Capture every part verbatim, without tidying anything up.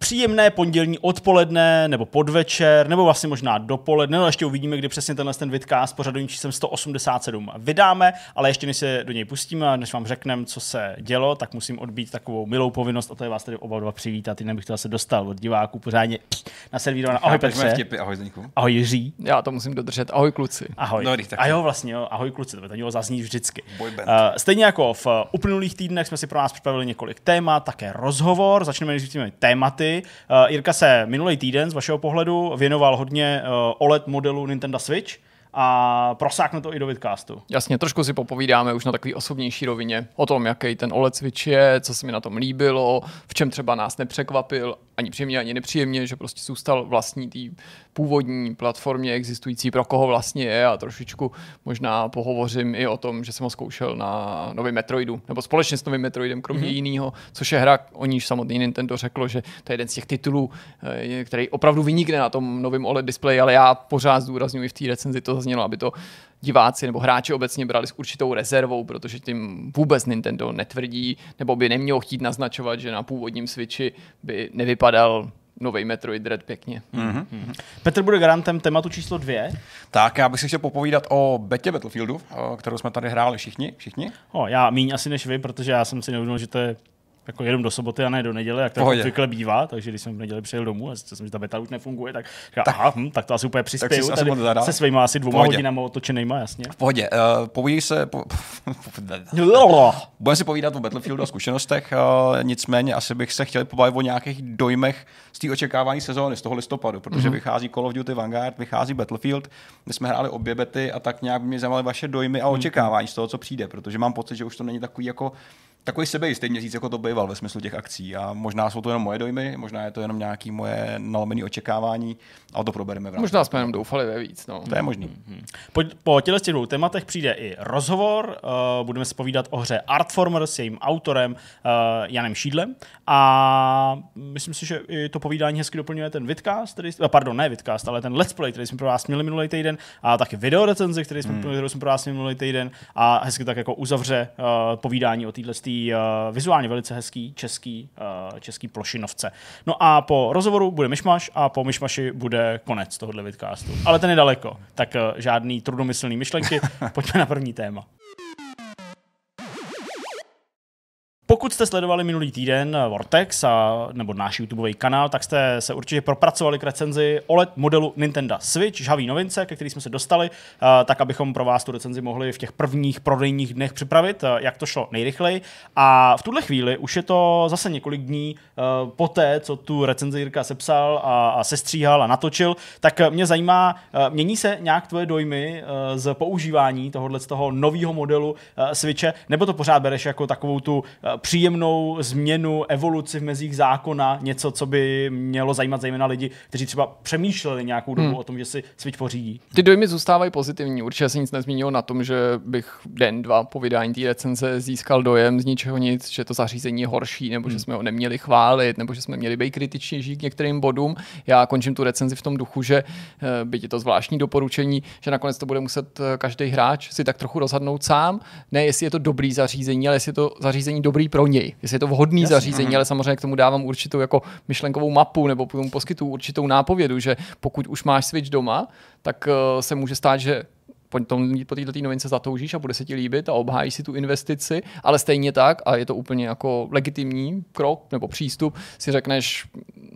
Příjemné pondělní odpoledne nebo podvečer, nebo vlastně možná dopoledne, no ještě uvidíme, kdy přesně tenhle ten vidcast pořadovým číslem sto osmdesát sedm vydáme, ale ještě než se do něj pustíme a než vám řekneme, co se dělo, tak musím odbít takovou milou povinnost, a to je vás tady oba dva přivítat, jinak bych to se dostal od diváků pořádně naservírovaná. Ahoj Petře. Vtipy. Ahoj Zdeňku. Ahoj Jiří. Já to musím dodržet. Ahoj kluci. Ahoj. No, a jo, vlastně, jo. Ahoj kluci, to by to mělo zaznít vždycky. Uh, stejně jako v uplynulých týdnech jsme si pro vás připravili několik témat, také rozhovor, začneme s těmi tématy. Uh, Jirka se minulý týden z vašeho pohledu věnoval hodně uh, O L E D modelu Nintendo Switch a prosákne to i do vidcastu. Jasně, trošku si popovídáme už na takový osobnější rovině o tom, jaký ten O L E D Switch je, co se mi na tom líbilo, v čem třeba nás nepřekvapil, ani příjemně, ani nepříjemně, že prostě zůstal vlastní té původní platformě existující, pro koho vlastně je, a trošičku možná pohovořím i o tom, že jsem ho zkoušel na novém Metroidu, nebo společně s novým Metroidem, kromě mm-hmm. jiného, což je hra, o níž samotný Nintendo řeklo, že to je jeden z těch titulů, který opravdu vynikne na tom novém O L E D displeji, ale já pořád zdůrazňuji v té recenzi to zaznělo, aby to diváci nebo hráči obecně brali s určitou rezervou, protože tím vůbec Nintendo netvrdí, nebo by nemělo chtít naznačovat, že na původním Switchi by nevypadal nový Metroid Dread pěkně. Mm-hmm. Petr bude garantem tématu číslo dvě. Tak, já bych si chtěl popovídat o betě Battlefieldu, kterou jsme tady hráli všichni. všichni. O, já míň asi než vy, protože já jsem si neuvědomil, že to je jako jenom do soboty a ne do neděle, jak to obvykle bývá, takže když jsem v neděli přijel domů a zjistil jsem, že ta beta už nefunguje, tak, tak, aha, hm, tak to asi úplně přispěju tady se svýma asi dvouma hodinama otočenýma, jasně. V pohodě. Uh, povídej se... Po... Budeme si povídat o Battlefieldu a zkušenostech, uh, nicméně asi bych se chtěl pobavit o nějakých dojmech z té očekávání sezóny, z toho listopadu, protože mm-hmm. vychází Call of Duty Vanguard, vychází Battlefield, my jsme hráli obě bety a tak nějak mě zajímaly vaše dojmy a očekávání mm-hmm. z toho, co přijde, protože mám pocit, že už to není takový jako takový sebejistý měsíc, jako to býval ve smyslu těch akcí. A možná jsou to jenom moje dojmy, možná je to jenom nějaké moje nalomené očekávání, ale to probereme v rámci. Možná jsme jenom doufali ve víc. No. To je možný. Mm-hmm. Po, po těchto těch dvou tématech přijde i rozhovor. Uh, budeme se povídat o hře Artformer s jejím autorem uh, Janem Šídlem. A myslím si, že i to povídání hezky doplňuje ten vidcast, který, pardon, ne vidcast, ale ten let's play, který jsme pro vás měli minulý týden, a taky video recenzi, který jsme, mm. kterou jsme pro vás měli minulý týden, a hezky tak jako uzavře uh, povídání o téhle Uh, vizuálně velice hezký český, uh, český plošinovce. No a po rozhovoru bude myšmaš a po myšmaši bude konec tohohle vidcastu. Ale ten je daleko, tak uh, žádný trudomyslný myšlenky. Pojďme na první téma. Pokud jste sledovali minulý týden Vortex a, nebo náš YouTubeový kanál, tak jste se určitě propracovali k recenzi O L E D modelu Nintendo Switch, žhavý novince, ke který jsme se dostali, tak abychom pro vás tu recenzi mohli v těch prvních prodejních dnech připravit, jak to šlo nejrychleji. A v tuhle chvíli už je to zase několik dní poté, co tu recenzi Jirka sepsal a, a sestříhal a natočil, tak mě zajímá, mění se nějak tvoje dojmy z používání tohohle z toho nového modelu Switche, nebo to pořád bereš jako takovou tu příjemnou změnu, evoluci v mezích zákona, něco, co by mělo zajímat zejména lidi, kteří třeba přemýšleli nějakou dobu hmm. o tom, že si Switch pořídí. Ty dojmy zůstávají pozitivní. Určitě se nic nezměnilo na tom, že bych den, dva po vydání té recenze získal dojem z ničeho nic, že to zařízení je horší, nebo hmm. že jsme ho neměli chválit, nebo že jsme měli být kritičnější k některým bodům. Já končím tu recenzi v tom duchu, že byť je to zvláštní doporučení, že nakonec to bude muset každý hráč si tak trochu rozhodnout sám. Ne, jestli je to dobrý zařízení, ale jestli je to zařízení dobrý pro něj. Jestli je to vhodný Jasně. zařízení, ale samozřejmě k tomu dávám určitou jako myšlenkovou mapu nebo tomu poskytuju určitou nápovědu, že pokud už máš Switch doma, tak uh, se může stát, že po, tom, po této novince zatoužíš a bude se ti líbit a obhájíš si tu investici, ale stejně tak, a je to úplně jako legitimní krok nebo přístup, si řekneš,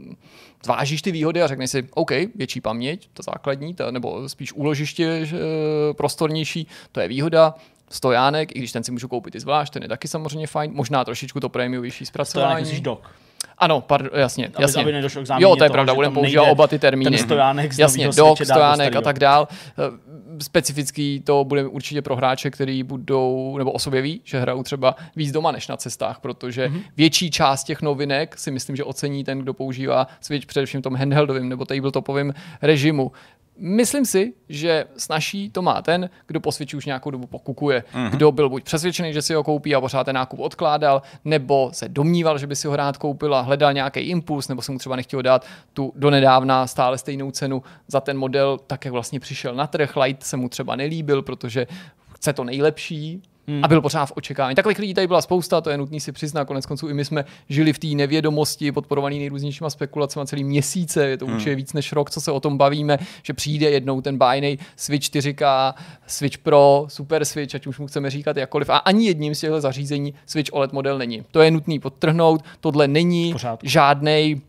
zvážíš ty výhody a řekneš si, OK, větší paměť, ta základní, ta, nebo spíš úložiště prostornější, to je výhoda. Stojánek, i když ten si můžu koupit i zvlášť, ten je taky samozřejmě fajn, možná trošičku to prémiovější zpracování. Stojánek myslíš dock. Ano, pardon, jasně, aby, jasně. Aby nedošlo k záměně jo, to je toho, pravda, budeme používat oba ty termíny. Ten stojánek z jasně, novýho dock, Switche stojánek a tak dál. Specifický to bude určitě pro hráče, který budou, nebo o sobě ví, že hrajou třeba víc doma než na cestách, protože mm-hmm. větší část těch novinek si myslím, že ocení ten, kdo používá Switch především v tom handheldovém nebo tabletopovém režimu. Myslím si, že snaží to má ten, kdo po Switchi už nějakou dobu pokukuje. Mm-hmm. Kdo byl buď přesvědčený, že si ho koupí a pořád ten nákup odkládal, nebo se domníval, že by si ho rád koupil a hledal nějaký impuls, nebo se mu třeba nechtěl dát tu donedávna stále stejnou cenu za ten model, tak jak vlastně přišel na trh. Lite se mu třeba nelíbil, protože chce to nejlepší, Hmm. A byl pořád v očekávání. Takových lidí tady byla spousta, to je nutný si přiznat. Konec konců i my jsme žili v té nevědomosti, podporovaný nejrůznějšíma spekulacemi celý měsíce. Je to hmm. určitě víc než rok, co se o tom bavíme, že přijde jednou ten bájnej Switch čtyři ká, Switch Pro, Super Switch, ať už mu chceme říkat jakkoliv. A ani jedním z těchto zařízení Switch O L E D model není. To je nutný podtrhnout. Tohle není žádnej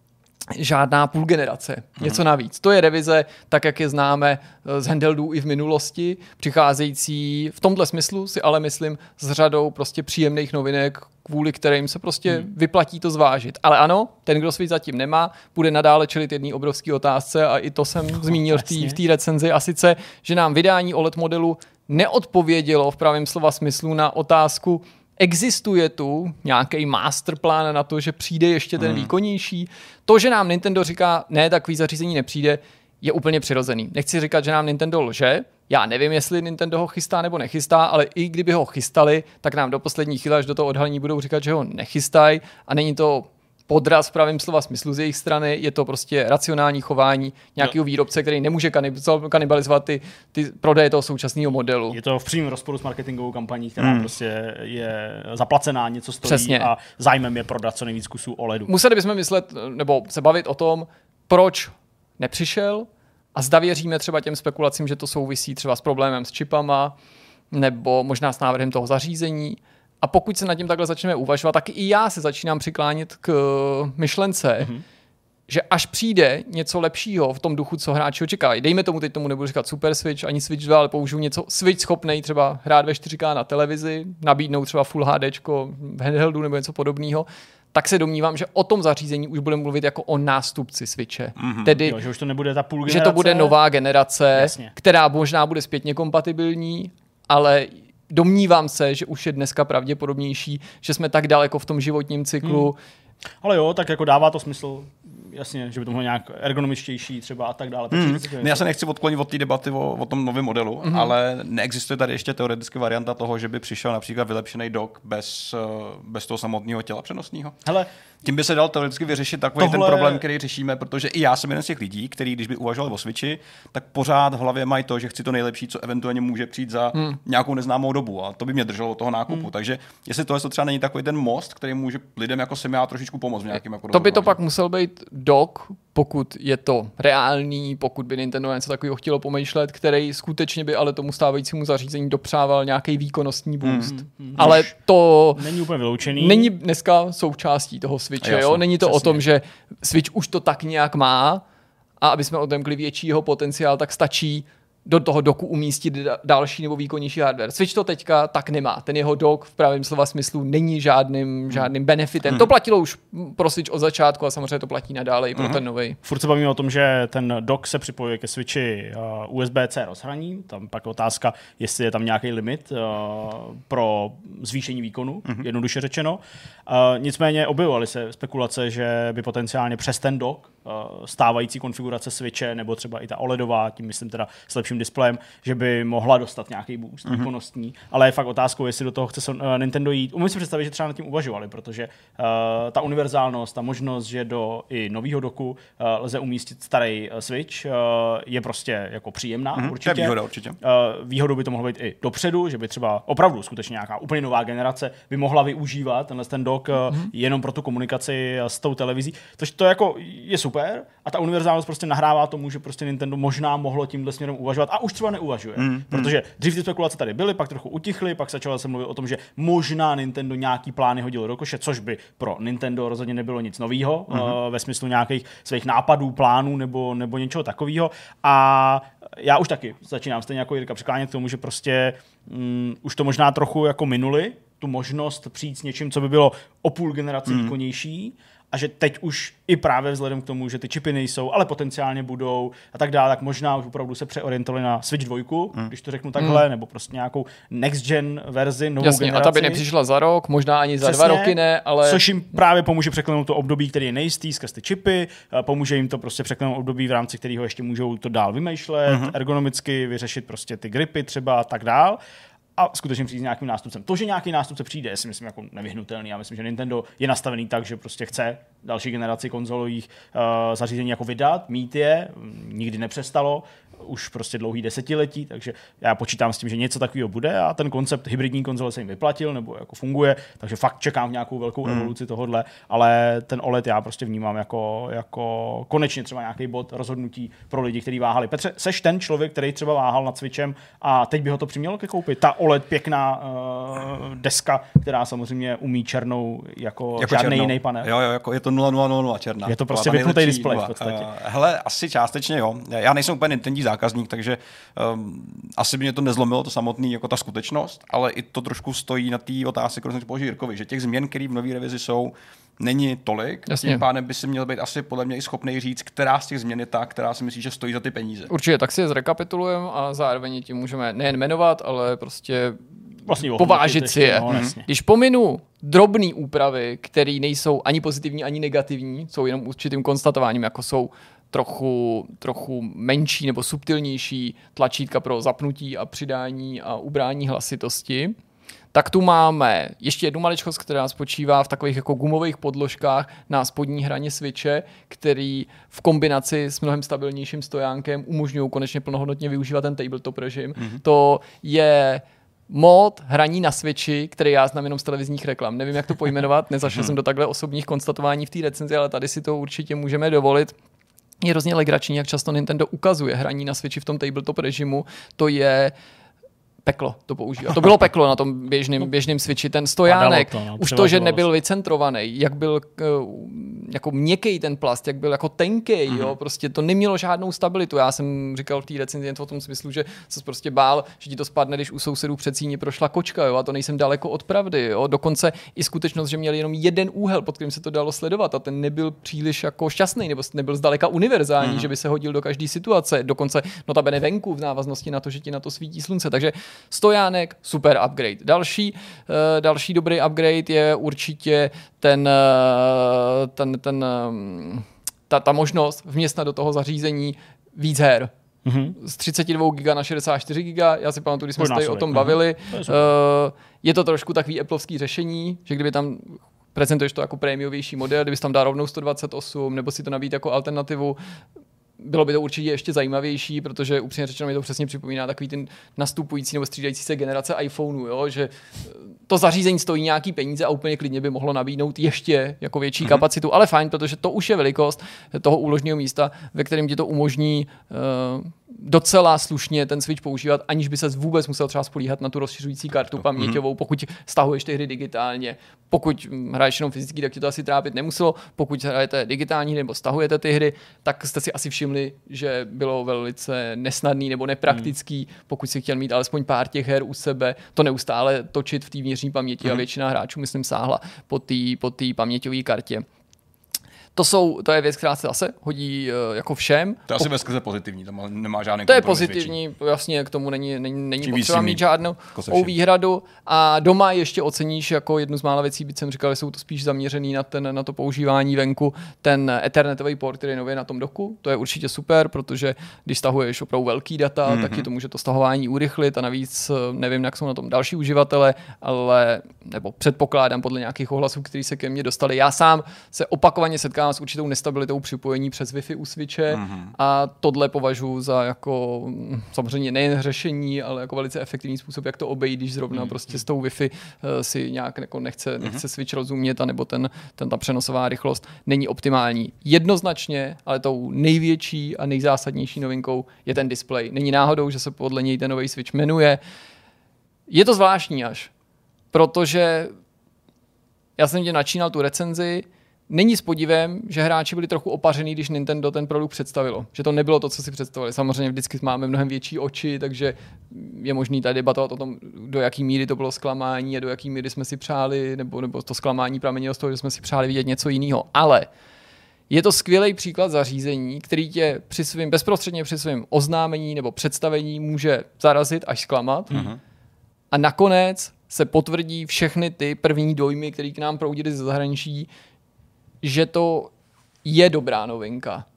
žádná půl generace, něco navíc. To je revize, tak jak je známe z handheldů i v minulosti, přicházející v tomhle smyslu si ale myslím s řadou prostě příjemných novinek, kvůli kterým se prostě hmm. vyplatí to zvážit. Ale ano, ten, kdo Switch zatím nemá, bude nadále čelit jedné obrovské otázce a i to jsem no, zmínil v té recenzi, a sice, že nám vydání O L E D modelu neodpovědělo v pravém slova smyslu na otázku, existuje tu nějaký masterplán na to, že přijde ještě ten mm. výkonnější. To, že nám Nintendo říká, ne, takový zařízení nepřijde, je úplně přirozený. Nechci říkat, že nám Nintendo lže. Já nevím, jestli Nintendo ho chystá nebo nechystá, ale i kdyby ho chystali, tak nám do poslední chvíle až do toho odhalení budou říkat, že ho nechystají, a není to podraz v pravém slova smyslu z jejich strany, je to prostě racionální chování nějakého výrobce, který nemůže kanibalizovat ty, ty prodeje toho současného modelu. Je to v přímém rozporu s marketingovou kampaní, která hmm. prostě je zaplacená, něco stojí. Přesně. A zájmem je prodat co nejvíc kusů O L E D u. Museli bychom myslet, nebo se bavit o tom, proč nepřišel, a zda věříme třeba těm spekulacím, že to souvisí třeba s problémem s čipama, nebo možná s návrhem toho zařízení. A pokud se nad tím takhle začneme uvažovat, tak i já se začínám přiklánět k myšlence, mm-hmm. že až přijde něco lepšího v tom duchu, co hráči očekávají. Dejme tomu, teď tomu nebudu říkat Super Switch ani Switch dva, ale použiju něco Switch schopnej třeba hrát ve čtyři ká na televizi, nabídnout třeba Full HDčko v handheldu nebo něco podobného, tak se domnívám, že o tom zařízení už budeme mluvit jako o nástupci Switche. Mm-hmm. Tedy, jo, že už to nebude ta půl generace. Že to bude nová generace, Jasně. která možná bude zpětně kompatibilní, ale domnívám se, že už je dneska pravděpodobnější, že jsme tak daleko v tom životním cyklu. Hmm. Ale jo, tak jako dává to smysl, jasně, že by to mohlo nějak ergonomičtější třeba a tak dále. Hmm. Ne, já se nechci odklonit od té debaty o, o tom novém modelu, mm-hmm. ale neexistuje tady ještě teoreticky varianta toho, že by přišel například vylepšený dock bez, bez toho samotného těla přenosného. Hele, tím by se dal teoreticky vyřešit takový tohle... ten problém, který řešíme, protože i já jsem jeden z těch lidí, který, když by uvažoval o Switchi, tak pořád v hlavě mají to, že chci to nejlepší, co eventuálně může přijít za hmm. nějakou neznámou dobu, a to by mě drželo od toho nákupu. Hmm. Takže jestli tohle to třeba není takový ten most, který může lidem jako jsem já trošičku pomoct v nějakým jako to by to pak musel být dock, pokud je to reálný, pokud by Nintendo něco takového chtělo pomýšlet, který skutečně by ale tomu stávajícímu zařízení dopřával nějaký výkonnostní boost. Hmm. Hmm. Ale to není úplně vyloučený. Není dneska součástí toho Switche, jasně, jo? Není to přesně o tom, že Switch už to tak nějak má, a aby jsme odemkli většího potenciál, tak stačí do toho doku umístit další nebo výkonnější hardware. Switch to teďka tak nemá. Ten jeho dock v pravém slova smyslu není žádným, žádným benefitem. Hmm. To platilo už pro Switch od začátku a samozřejmě to platí nadále i pro hmm. ten nový. Furt se bavíme o tom, že ten dock se připojuje ke Switchi uh, U S B C rozhraní. Tam pak otázka, jestli je tam nějaký limit uh, pro zvýšení výkonu, hmm. jednoduše řečeno. Uh, nicméně objevovaly se spekulace, že by potenciálně přes ten dock uh, stávající konfigurace Switche nebo třeba i ta OLEDová, tím myslím teda s lepším displejem, že by mohla dostat nějaký boost mm-hmm. výkonnostní, ale je fakt otázkou, jestli do toho chce uh, Nintendo jít. Umím si představit, že třeba nad tím uvažovali, protože uh, ta univerzálnost, ta možnost, že do i nového doku uh, lze umístit starý uh, Switch, uh, je prostě jako příjemná, mm-hmm. určitě. To je výhoda, určitě. Uh, výhodou by to mohlo být i dopředu, že by třeba opravdu skutečně nějaká úplně nová generace by mohla využívat tenhle ten dock uh, mm-hmm. jenom pro tu komunikaci s tou televizí. Takže to jako je super a ta univerzálnost prostě nahrává tomu, že prostě Nintendo možná mohlo tímhle směrem uvažovat a už třeba neuvažuje. Mm, protože dřív ty spekulace tady byly, pak trochu utichly, pak začalo se mluvit o tom, že možná Nintendo nějaký plány hodilo do koše, což by pro Nintendo rozhodně nebylo nic nového, mm. uh, ve smyslu nějakých svých nápadů, plánů nebo, nebo něčeho takového. A já už taky začínám stejně jako Jirka přiklánět k tomu, že prostě um, už to možná trochu jako minuli, tu možnost přijít s něčím, co by bylo o půl generace mm. výkonnější, a že teď už i právě vzhledem k tomu, že ty čipy nejsou, ale potenciálně budou a tak dále, tak možná už opravdu se přeorientovali na Switch dva, mm. když to řeknu takhle, mm. nebo prostě nějakou next gen verzi, novou Jasně, generaci. A ta by nepřišla za rok, možná ani za Přesně, dva roky ne, ale... Což jim právě pomůže překlenout to období, který je nejistý skrz ty čipy, pomůže jim to prostě překlenout období, v rámci kterého ještě můžou to dál vymýšlet, mm. ergonomicky vyřešit prostě ty gripy třeba a tak dál. A skutečně přijít s nějakým nástupcem. To, že nějaký nástupce přijde, je si myslím jako nevyhnutelný. Já myslím, že Nintendo je nastavený tak, že prostě chce další generaci konzolových uh, zařízení jako vydat, mít je, nikdy nepřestalo. už prostě dlouhý desetiletí, takže já počítám s tím, že něco takového bude a ten koncept hybridní konzole se jim vyplatil nebo jako funguje, takže fakt čekám nějakou velkou hmm. evoluci tohodle, ale ten O L E D já prostě vnímám jako, jako konečně třeba nějaký bod rozhodnutí pro lidi, kteří váhali. Petře, seš ten člověk, který třeba váhal nad Switchem a teď by ho to přimělo ke koupit? Ta O L E D pěkná uh, deska, která samozřejmě umí černou jako, jako žádný jiný panel. Jo, jo, jako je to nula nula nula nula černá. Je to prostě vypnutý displej v podstatě. Uh, hele, asi částečně jo. Já nejsem úplně Nintendo zákazník, takže um, asi by mě to nezlomilo to samotný jako ta skutečnost, ale i to trošku stojí na té otázce, kterou jsem položil Jirkovi, že těch změn, které v nové revizi jsou, není tolik. Jasně. Tím pádem by si měl být asi podle mě i schopný říct, která z těch změn je ta, která si myslí, že stojí za ty peníze. Určitě, tak si je zrekapitulujeme a zároveň tím můžeme nejen jmenovat, ale prostě vlastně povážit si je. No, když pominu drobné úpravy, které nejsou ani pozitivní, ani negativní, jsou jenom určitým konstatováním, jako jsou trochu, trochu menší nebo subtilnější tlačítka pro zapnutí a přidání a ubrání hlasitosti, tak tu máme ještě jednu maličkost, která spočívá v takových jako gumových podložkách na spodní hraně Switche, který v kombinaci s mnohem stabilnějším stojánkem umožňují konečně plnohodnotně využívat ten tabletop režim. Mm-hmm. To je mod hraní na Switchi, který já znám jenom z televizních reklam. Nevím, jak to pojmenovat, nezašel jsem do takhle osobních konstatování v té recenzi, ale tady si to určitě můžeme dovolit. Je hrozně legrační, jak často Nintendo ukazuje hraní na Switchi v tom tabletop režimu. To je peklo to používá. To bylo peklo na tom běžným, běžným Switchi. Ten stojánek, to, no, už to, že nebyl vycentrovaný, jak byl uh, jako měkký ten plast, jak byl jako tenkej, mm. jo, prostě to nemělo žádnou stabilitu. Já jsem říkal v té recenzi v tom smyslu, že se prostě bál, že ti to spadne, když u sousedů před síni prošla kočka, jo, a to nejsem daleko od pravdy, jo. Dokonce i skutečnost, že měli jenom jeden úhel, pod kterým se to dalo sledovat, a ten nebyl příliš jako šťastný, nebo nebyl zdaleka univerzální, mm. že by se hodil do každé situace. Dokonce notabene venku v návaznosti na to, že ti na to svítí slunce. Takže stojánek, super upgrade. Další, uh, další dobrý upgrade je určitě ten, uh, ten, ten, um, ta, ta možnost vměstnat do toho zařízení víc her. Mm-hmm. Z třicet dva gigabajtů na šedesát čtyři gigabajtů. Já si pamatuju, když jsme se tady o tom bavili. Mm-hmm. To je, uh, je to trošku takový applovský řešení, že kdyby tam prezentuješ to jako prémiovější model, kdybys tam dal rovnou sto dvacet osm, nebo si to nabít jako alternativu, bylo by to určitě ještě zajímavější, protože upřímně řečeno mi to přesně připomíná takový ten nastupující nebo střídající se generace iPhoneu, jo? Že to zařízení stojí nějaký peníze a úplně klidně by mohlo nabídnout ještě jako větší mm-hmm. kapacitu, ale fajn, protože to už je velikost toho úložního místa, ve kterém ti to umožní uh, docela slušně ten Switch používat, aniž by se vůbec musel třeba spolíhat na tu rozšiřující kartu paměťovou, pokud stahuješ ty hry digitálně. Pokud hraješ jenom fyzicky, tak ti to asi trápit nemuselo. Pokud hrajete digitální nebo stahujete ty hry, tak jste si asi všimli, že bylo velice nesnadný nebo nepraktický, hmm. pokud si chtěl mít alespoň pár těch her u sebe, to neustále točit v té vnitřní paměti hmm. a většina hráčů, myslím, sáhla po té po té paměťové kartě. To, jsou, to je věc, která se zase hodí uh, jako všem. To je asi bezkrze pozitivní, tam nemá žádný To je pozitivní, větší. Jasně, k tomu není, není, není potřeba mít žádnou výhradu. A doma ještě oceníš jako jednu z mála věcí, byť jsem říkal, že jsou to spíš zaměřený na, ten, na to používání venku, ten ethernetový port, který je nově na tom doku. To je určitě super, protože když stahuješ opravdu velký data, mm-hmm. tak ti to může to stahování urychlit a navíc nevím, jak jsou na tom další uživatele, ale nebo předpokládám podle nějakých ohlasů, které se ke mně dostali. Já sám se opakovaně setkám s určitou nestabilitou připojení přes Wi-Fi u Switche mm-hmm. a tohle považuji za jako samozřejmě nejen řešení, ale jako velice efektivní způsob, jak to obejít, když zrovna mm-hmm. prostě s tou Wi-Fi uh, si nějak jako nechce, nechce mm-hmm. Switch rozumět, anebo ten, ten, ta přenosová rychlost není optimální. Jednoznačně, ale tou největší a nejzásadnější novinkou je ten displej. Není náhodou, že se podle něj ten nový Switch jmenuje. Je to zvláštní až, protože já jsem tě načínal tu recenzi. Není s podivem, že hráči byli trochu opařený, když Nintendo ten produkt představilo. Že to nebylo to, co si představili. Samozřejmě vždycky máme mnohem větší oči, takže je možný tady debatovat o tom, do jaký míry to bylo zklamání a do jaký míry jsme si přáli, nebo, nebo to zklamání pramenilo z toho, že jsme si přáli vidět něco jiného. Ale je to skvělý příklad zařízení, který tě při svým, bezprostředně při svém oznámení nebo představení může zarazit až zklamat. Mm-hmm. A nakonec se potvrdí všechny ty první dojmy, které k nám proudily ze zahraničí, že to je dobrá novinka.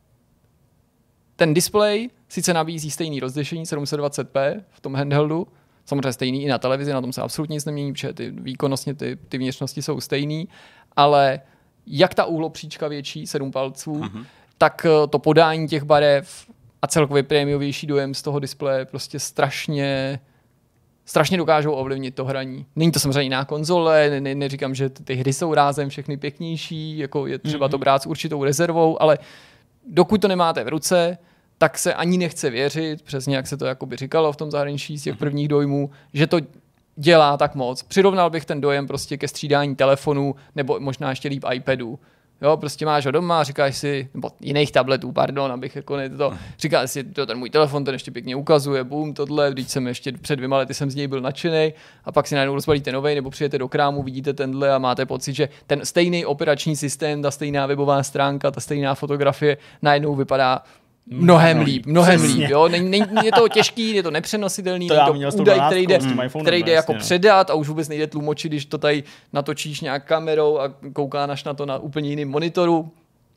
Ten displej sice nabízí stejný rozlišení sedm set dvacet pé v tom handheldu, samozřejmě stejný i na televizi, na tom se absolutně nic nemění, protože ty výkonnostně, ty, ty vnitřnosti jsou stejný, ale jak ta úhlopříčka větší, sedm palců, mm-hmm. tak to podání těch barev a celkově prémiovější dojem z toho displeje prostě strašně strašně dokážou ovlivnit to hraní. Není to samozřejmě jiná konzole, ne, ne, neříkám, že ty hry jsou rázem všechny pěknější, jako je třeba to brát s určitou rezervou, ale dokud to nemáte v ruce, tak se ani nechce věřit, přesně jak se to jakoby říkalo v tom zahraničí z těch prvních dojmů, že to dělá tak moc. Přirovnal bych ten dojem prostě ke střídání telefonů nebo možná ještě líp iPadů. Jo, prostě máš ho doma a říkáš si, nebo jiných tabletů, pardon, abych jako ne to, říkáš si, to ten můj telefon, ten ještě pěkně ukazuje, bum, tohle, když jsem ještě před dvěma lety jsem z něj byl nadšenej a pak si najednou rozbalíte novej, nebo přijete do krámu, vidíte tenhle a máte pocit, že ten stejný operační systém, ta stejná webová stránka, ta stejná fotografie najednou vypadá mnohem líp, mnohem Přesně. líp, jo, není, je to těžký, je to nepřenositelný, to je to údaj, který jde, který jde jako jasně, předat a už vůbec nejde tlumočit, když to tady natočíš nějak kamerou a koukáš na to na úplně jiném monitoru.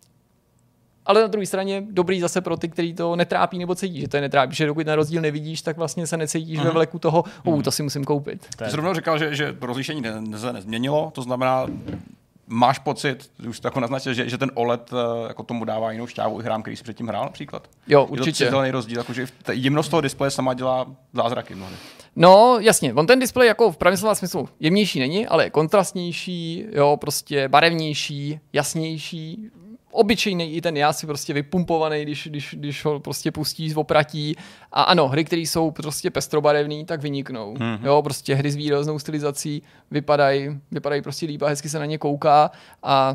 Ale na druhé straně dobrý zase pro ty, kteří to netrápí nebo cítí, že to je netrápí, že dokud ten rozdíl nevidíš, tak vlastně se necítíš uh-huh. ve vleku toho, uh, uh, to si musím koupit. Ty zrovna říkal, že, že rozlišení se nezměnilo, to znamená, máš pocit, už to jako naznačil, že, že ten O L E D jako tomu dává jinou šťávu i hrám, který jsi předtím hrál například? Jo, určitě. Je to citelný rozdíl, jakože jemnost toho displeje sama dělá zázraky mnohdy. No, jasně, on ten displej jako v pravém slova smyslu jemnější není, ale je kontrastnější, jo, prostě barevnější, jasnější, obyčejný i ten jas je prostě vypumpovaný, když, když, když ho prostě pustíš z opratí. A ano, hry, které jsou prostě pestrobarevný, tak vyniknou. Mm-hmm. Jo, prostě hry s výraznou stylizací vypadají, vypadají prostě líp a hezky se na ně kouká a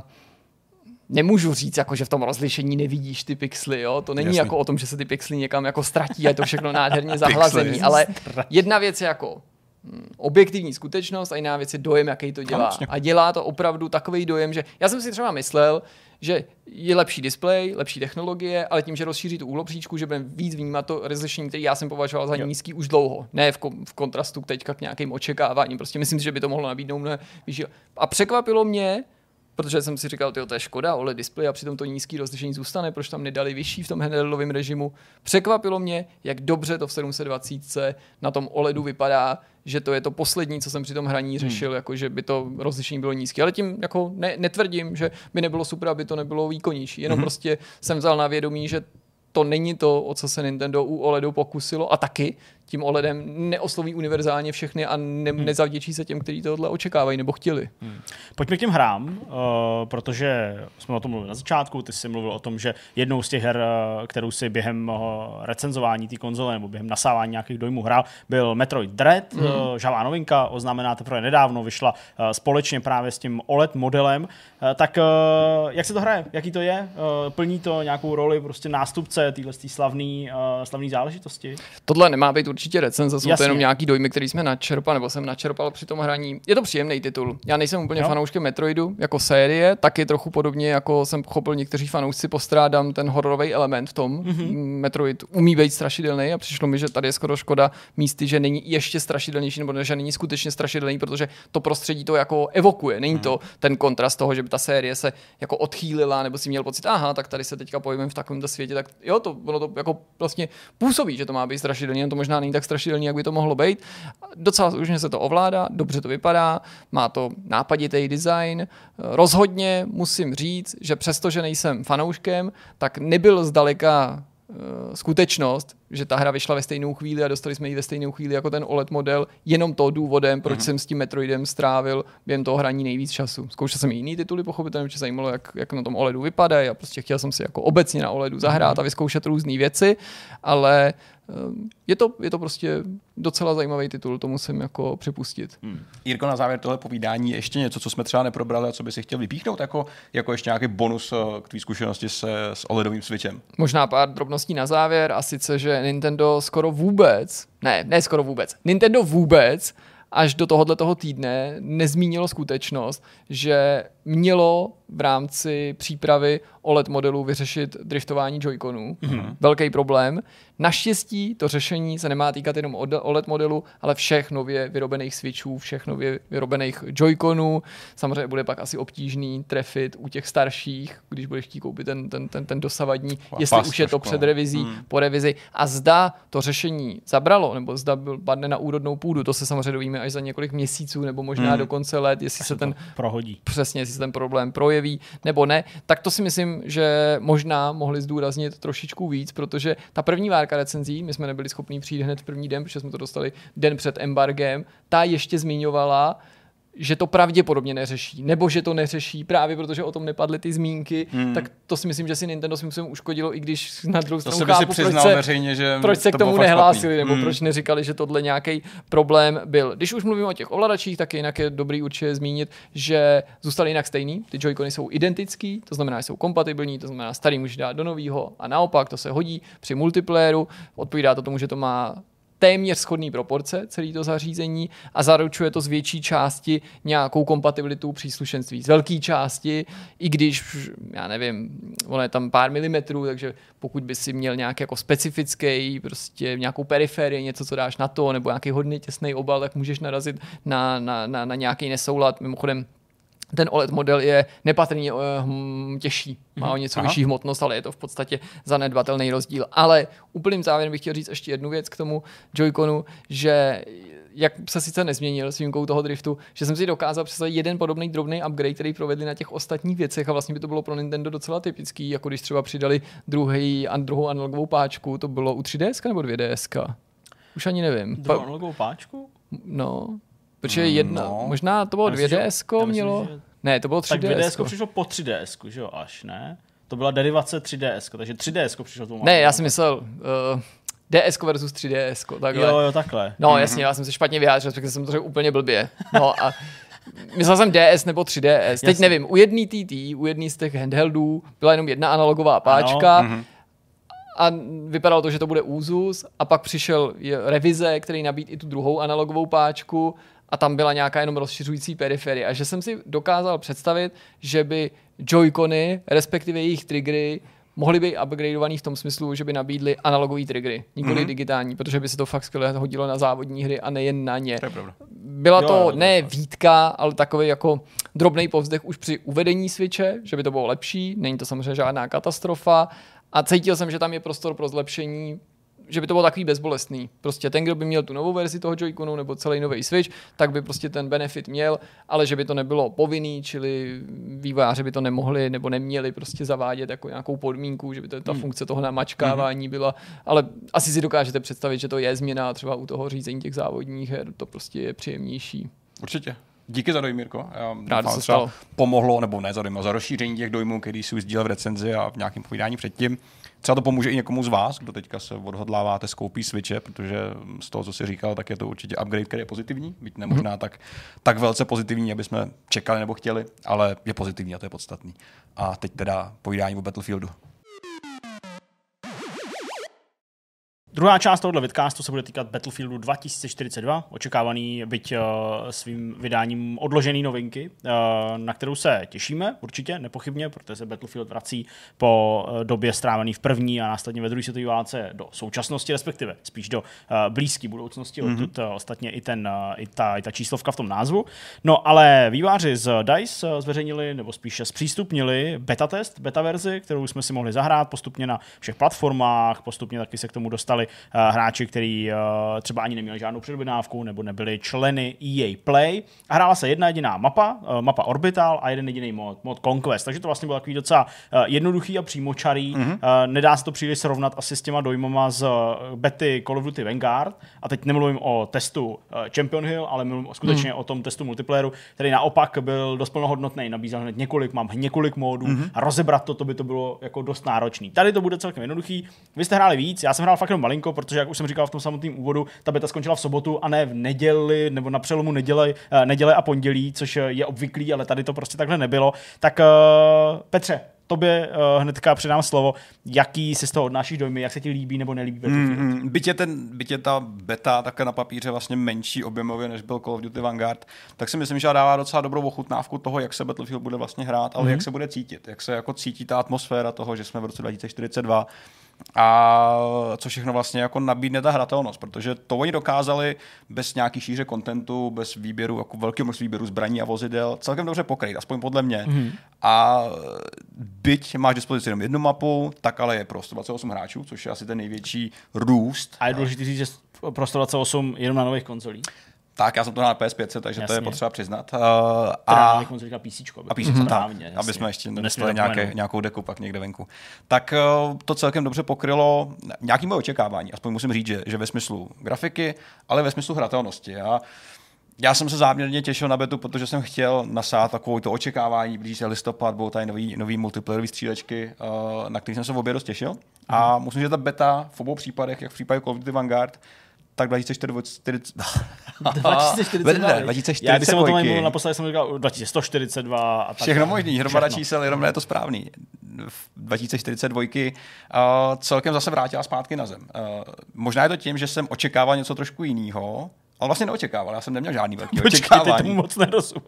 nemůžu říct, jako, že v tom rozlišení nevidíš ty pixely, jo? To není Jasný. Jako o tom, že se ty pixely někam jako ztratí a je to všechno nádherně zahlazený, ale jedna věc je jako objektivní skutečnost a jiná věc je dojem, jaký to dělá. A dělá to opravdu takový dojem, že já jsem si třeba myslel, že je lepší displej, lepší technologie, ale tím, že rozšíří tu úhlopříčku, že budeme víc vnímat to rozlišení, který já jsem považoval za jo. nízký už dlouho. Ne v, kom- v kontrastu k teďka k nějakým očekáváním. Prostě myslím si, že by to mohlo nabídnout mnohem vyšší. A překvapilo mě, protože jsem si říkal, tyjo, to je škoda, O L E D displej a přitom to nízký rozlišení zůstane, proč tam nedali vyšší v tom handheldovém režimu. Překvapilo mě, jak dobře to v sedm set dvacet na tom O L E D vypadá, že to je to poslední, co jsem při tom hraní řešil, hmm. jako že by to rozlišení bylo nízké. Ale tím jako ne, netvrdím, že by nebylo super, aby to nebylo výkonnější. Jenom hmm. prostě jsem vzal na vědomí, že to není to, o co se Nintendo u O L E D pokusilo a taky tím OLEDem neosloví univerzálně všechny a ne, hmm. nezavděčí se těm, kteří tohle očekávají nebo chtěli. Hmm. Pojďme k těm hrám, uh, protože jsme o tom mluvili na začátku, ty jsi mluvil o tom, že jednou z těch her, kterou si během uh, recenzování té konzole nebo během nasávání nějakých dojmů hrál, byl Metroid Dread, hmm. uh, žhavá novinka, oznámená teprve nedávno, vyšla uh, společně právě s tím O L E D modelem. Uh, tak uh, jak se to hraje? Jaký to je? Uh, plní to nějakou roli prostě nástupce téhle slavné uh, slavný záležitosti? Tohle nemá být určitě recenze, jsou Jasně. to jenom nějaký dojmy, který jsme načerpali, nebo jsem načerpal při tom hraní. Je to příjemný titul. Já nejsem úplně no. fanouškem Metroidu jako série, taky trochu podobně, jako jsem pochopil někteří fanoušci, postrádám ten hororový element v tom. Mm-hmm. Metroid umí být strašidelný a přišlo mi, že tady je skoro škoda místy, že není ještě strašidelnější, nebo že není skutečně strašidelný, protože to prostředí to jako evokuje. Není mm-hmm. to ten kontrast toho, že by ta série se jako odchýlila, nebo si měl pocit, aha, tak tady se teďka pohybujeme v takovémto světě, tak jo, to ono to jako vlastně působí, že to má být strašidelný, to možná není tak strašidelný, jak by to mohlo být. Docela slušně se to ovládá, dobře to vypadá, má to nápaditý design. Rozhodně musím říct, že přesto, že nejsem fanouškem, tak nebyl zdaleka uh, skutečnost, že ta hra vyšla ve stejnou chvíli a dostali jsme ji ve stejnou chvíli jako ten O L E D model, jenom to důvodem, proč mm-hmm. jsem s tím Metroidem strávil během toho hraní nejvíc času. Zkoušel jsem i jiný tituly, pochopitelně, protože zajímalo, jak, jak na tom O L E D vypadá a prostě chtěl jsem si jako obecně na O L E D zahrát mm-hmm. a vyzkoušet různé věci, ale je to, je to prostě docela zajímavý titul, to musím jako připustit. Hmm. Jirko, na závěr tohle povídání ještě něco, co jsme třeba neprobrali a co by si chtěl vypíchnout jako, jako ještě nějaký bonus k tvý zkušenosti se, s OLEDovým switchem? Možná pár drobností na závěr a sice, že Nintendo skoro vůbec, ne, ne skoro vůbec, Nintendo vůbec až do tohohle toho týdne nezmínilo skutečnost, že mělo v rámci přípravy O L E D modelu vyřešit driftování Joy-Conů. Mm-hmm. Velký problém. Naštěstí to řešení se nemá týkat jenom O L E D modelu, ale všech nově vyrobených Switchů, všech nově vyrobených Joy-Conů. Samozřejmě bude pak asi obtížný trefit u těch starších, když budeš chtít koupit ten, ten, ten, ten dosavadní, a jestli už je to před revizí, mm. po revizi. A zda to řešení zabralo, nebo zda byl padne na úrodnou půdu, to se samozřejmě dovíme až za několik měsíců, nebo možná mm. do konce let, jestli až se ten prohodí. Přesně, jestli se ten problém projeví projeví nebo ne, tak to si myslím, že možná mohli zdůraznit trošičku víc, protože ta první várka recenzí, my jsme nebyli schopni přijít hned v první den, protože jsme to dostali den před embargem, ta ještě zmiňovala, že to pravděpodobně neřeší, nebo že to neřeší právě protože o tom nepadly ty zmínky, hmm. tak to si myslím, že si Nintendo svým způsobem uškodilo, i když na druhou stranu chápu, proč se, veřejně, že proč se to k tomu nehlásili, špatný. nebo hmm. proč neříkali, že tohle nějaký problém byl. Když už mluvím o těch ovladačích, tak jinak je dobrý určitě zmínit, že zůstaly jinak stejný, ty Joy-Cony jsou identický, to znamená, že jsou kompatibilní, to znamená, starý můžeš dát do nového a naopak to se hodí při multiplayeru, odpovídá to tomu, že to má téměř shodný proporce celé to zařízení a zaručuje to z větší části nějakou kompatibilitu příslušenství. Z velké části, i když, já nevím, ono je tam pár milimetrů, takže pokud by si měl nějaký jako specifický, prostě nějakou periferii, něco, co dáš na to, nebo nějaký hodně těsný obal, tak můžeš narazit na, na, na, na nějaký nesoulad. Mimochodem, ten O L E D model je nepatrně hm, těžší, má o něco Aha. vyšší hmotnost, ale je to v podstatě zanedbatelný rozdíl. Ale úplným závěrem bych chtěl říct ještě jednu věc k tomu Joy-Conu, že jak se sice nezměnil s výjimkou toho driftu, že jsem si dokázal představit jeden podobný drobný upgrade, který provedli na těch ostatních věcech a vlastně by to bylo pro Nintendo docela typický, jako když třeba přidali druhý, druhou analogovou páčku, to bylo u tři D S nebo dvě D S. Už ani nevím. Druhou analogovou páčku? No. Protože jedna, no. možná to bylo dvě D S mělo, že... ne, to bylo tři D S. Tak dvě D S přišlo po tři D S, že jo, až, ne? To byla derivace tři D S, takže tři D S přišlo tomu. Ne, já jsem myslel uh, D S versus tři D S, takhle. Jo, jo, takhle. No mm-hmm. jasně, já jsem se špatně vyjádřil, protože jsem to řekl úplně blbě. No a myslel jsem D S nebo tři D S. Teď jasně. nevím, u jedné T T, u jedné z těch handheldů byla jenom jedna analogová páčka. Ano. A vypadalo to, že to bude úzus a pak přišel revize, který nabídl i tu druhou analogovou páčku a tam byla nějaká jenom rozšiřující periferie. A že jsem si dokázal představit, že by Joy-Cony, respektive jejich triggery, mohly být upgradeovaný v tom smyslu, že by nabídly analogové triggery, nikoli mm-hmm. digitální, protože by se to fakt skvěle hodilo na závodní hry a nejen na ně. To je pravda. Byla to jo, ne výtka, ale takový jako drobný povzdech už při uvedení Switche, že by to bylo lepší, není to samozřejmě žádná katastrofa a cítil jsem, že tam je prostor pro zlepšení, že by to bylo takový bezbolestný. Prostě ten, kdo by měl tu novou verzi toho Joy-Conu nebo celý nový Switch, tak by prostě ten benefit měl, ale že by to nebylo povinný, čili vývojáři by to nemohli nebo neměli prostě zavádět jako nějakou podmínku, že by to, ta hmm. funkce toho namačkávání byla, ale asi si dokážete představit, že to je změna třeba u toho řízení těch závodních her, to prostě je příjemnější. Určitě. Díky za dojmy, Mirko. Já Rád se stalo. Pomohlo, nebo ne za dojmy, za rozšíření těch dojmů, který si už sdílel v recenzi a v nějakém povídání předtím. Třeba to pomůže i někomu z vás, kdo teďka se odhodláváte skoupí Switche, protože z toho, co jsi říkal, tak je to určitě upgrade, který je pozitivní, byť nemožná mm-hmm. tak, tak velce pozitivní, aby jsme čekali nebo chtěli, ale je pozitivní a to je podstatný. A teď teda povídání o Battlefieldu. Druhá část tohoto vidcastu se bude týkat Battlefieldu dva tisíce čtyřicet dva, očekávaný, byť uh, svým vydáním odložený novinky, uh, na kterou se těšíme určitě, nepochybně, protože se Battlefield vrací po uh, době strávený v první a následně ve druhé světové válce do současnosti, respektive spíš do uh, blízké budoucnosti, mm-hmm. odtud uh, ostatně i, ten, uh, i, ta, i ta číslovka v tom názvu. No ale vývojáři z DICE uh, zveřejnili, nebo spíše zpřístupnili beta test, beta verzi, kterou jsme si mohli zahrát postupně na všech platformách, postupně taky se k tomu dostali hráči, kteří uh, třeba ani neměli žádnou předobjednávku nebo nebyli členy E A Play. A hrála se jedna jediná mapa, uh, mapa Orbital a jeden jediný mod, mod Conquest. Takže to vlastně bylo takový docela uh, jednoduchý a přímočarý. Mm-hmm. Uh, nedá se to příliš srovnat asi s těma dojmama z uh, bety Call of Duty Vanguard. A teď nemluvím o testu uh, Champion Hill, ale mluvím skutečně mm. o tom testu multiplayeru, který naopak byl dost plnohodnotný, nabízel hned několik, mám několik módů mm-hmm. a rozebrat to, to by to bylo jako dost náročný. Tady to bude celkem jednoduchý. Vy jste hráli víc, já jsem hrál fakt jenom malinko, protože jak už jsem říkal v tom samotném úvodu, ta beta skončila v sobotu a ne v neděli nebo na přelomu neděle, neděle a pondělí, což je obvyklý, ale tady to prostě takhle nebylo. Tak uh, Petře, tobě uh, hnedka předám slovo, jaký si z toho odnášíš dojmy, jak se ti líbí nebo nelíbí Battlefield. Mm, byť je, ten, byť je ta beta také na papíře vlastně menší objemově, než byl Call of Duty Vanguard, tak si myslím, že dává docela dobrou ochutnávku toho, jak se Battlefield bude vlastně hrát, ale mm. jak se bude cítit, jak se jako cítí ta atmosféra toho, že jsme v roce dva tisíce čtyřicet dva a co všechno vlastně jako nabídne ta hratelnost, protože to oni dokázali bez nějaký šíře kontentu, bez výběru, jako velkého množství výběru zbraní a vozidel, celkem dobře pokrýt, aspoň podle mě. Mm. A byť máš dispozici jenom jednu mapu, tak ale je pro sto dvacet osm hráčů, což je asi ten největší růst. A je důležité říct, že pro sto dvacet osm jenom na nových konzolích? Tak, já jsem to na P S pět, takže Jasně. to je potřeba přiznat. Uh, a říká PCčko, a PCčko, mm-hmm. správně, aby jsme ještě nedostali nějaké, nějakou deku pak někde venku. Tak uh, to celkem dobře pokrylo nějaký moje očekávání. Aspoň musím říct, že, že ve smyslu grafiky, ale ve smyslu hratelnosti. A já jsem se záměrně těšil na betu, protože jsem chtěl nasát takovou to očekávání, blíží se listopad, budou tady nový, nový multiplayerový střílečky, uh, na který jsem se v obě dost těšil. Mm-hmm. A musím říct, že ta beta v obou případech, jak v případě Call of Duty Vanguard, tak dvacet čtyřicet dva Já když jsem o tom mluvil naposledy, jsem říkal dva tisíce sto čtyřicet dva a tak. Všechno možný, hromada čísel, jenom ne to správný. dva tisíce čtyřicet dva uh, celkem zase vrátila zpátky na zem. Uh, možná je to tím, že jsem očekával něco trošku jiného, ale vlastně neočekával, já jsem neměl žádný velký Počkej, očekávání. Počkej, tomu moc nerozumím.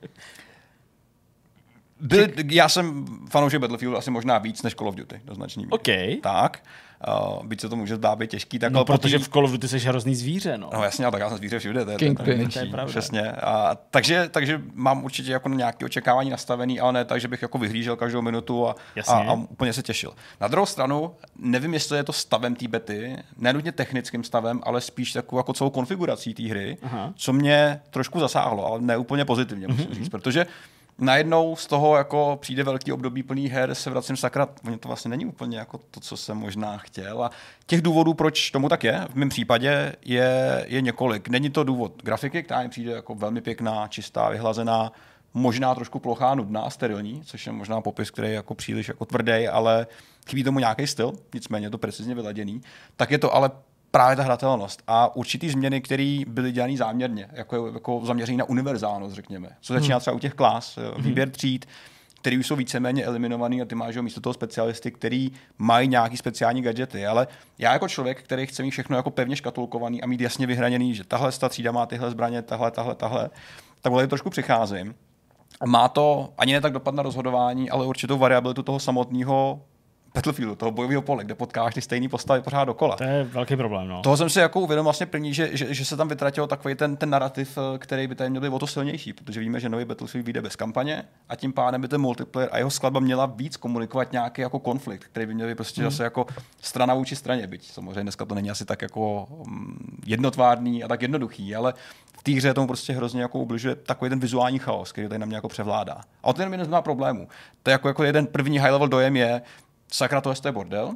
Byl, já jsem fanoušek Battlefieldu asi možná víc než Call of Duty, do značný míry. Okay. Tak. Uh, byť se to může zdát být těžký. Tak no, protože v Call of Duty jsi hrozný zvíře, no. No jasně, ale tak já jsem zvíře všude. To je, Kingpin. To je pravda. Přesně. A, takže, takže mám určitě jako nějaké očekávání nastavený, ale ne tak, že bych jako vyhlížel každou minutu a, a, a úplně se těšil. Na druhou stranu, nevím, jestli je to stavem té bety, nenutně technickým stavem, ale spíš takovou jako celou konfigurací té hry, Aha. co mě trošku zasáhlo, ale ne úplně pozitivně, musím mm-hmm. říct, protože najednou z toho jako přijde velký období plný her, se vracím sakra, to vlastně není úplně jako to, co jsem možná chtěl. A těch důvodů, proč tomu tak je, v mém případě je, je několik. Není to důvod grafiky, která mi přijde jako velmi pěkná, čistá, vyhlazená, možná trošku plochá, nudná, sterilní, což je možná popis, který je jako příliš jako tvrdý, ale chybí tomu nějaký styl, nicméně je to precizně vyladěný. Tak je to ale právě ta hratelnost a určitý změny, které byly dělané záměrně, jako, jako zaměření na univerzálnost, řekněme. Co začíná hmm. třeba u těch klas, výběr tříd, který už jsou víceméně eliminovaný a ty máš místo toho specialisty, který mají nějaký speciální gadgety, ale já jako člověk, který chce mít všechno jako pevně škatulkovaný a mít jasně vyhraněný, že tahle ta třída má tyhle zbraně, tahle, tahle, tahle, tak tady trošku přicházím. Má to ani ne tak dopad na rozhodování, ale určitou variabilitu toho samotného Battlefieldu, toho bojového pole, kde potkáš ty stejné postavy pořád dokola. To je velký problém, no. Toho jsem si jako uvědomil vlastně první, že, že, že se tam vytratil takový ten, ten narrativ, který by tady měl být o to silnější, protože víme, že nový Battlefield vyjde bez kampaně a tím pádem by ten multiplayer a jeho skladba měla víc komunikovat nějaký jako konflikt, který by měl být prostě hmm. zase jako strana vůči straně, byť samozřejmě dneska to není asi tak jako jednotvárný a tak jednoduchý, ale v té hře tomu prostě hrozně jako ubližuje takový ten vizuální chaos, který tady na mě jako převládá. A o ten jeden z problémů. To je jako, jako jeden první high level dojem je sakra, to je bordel.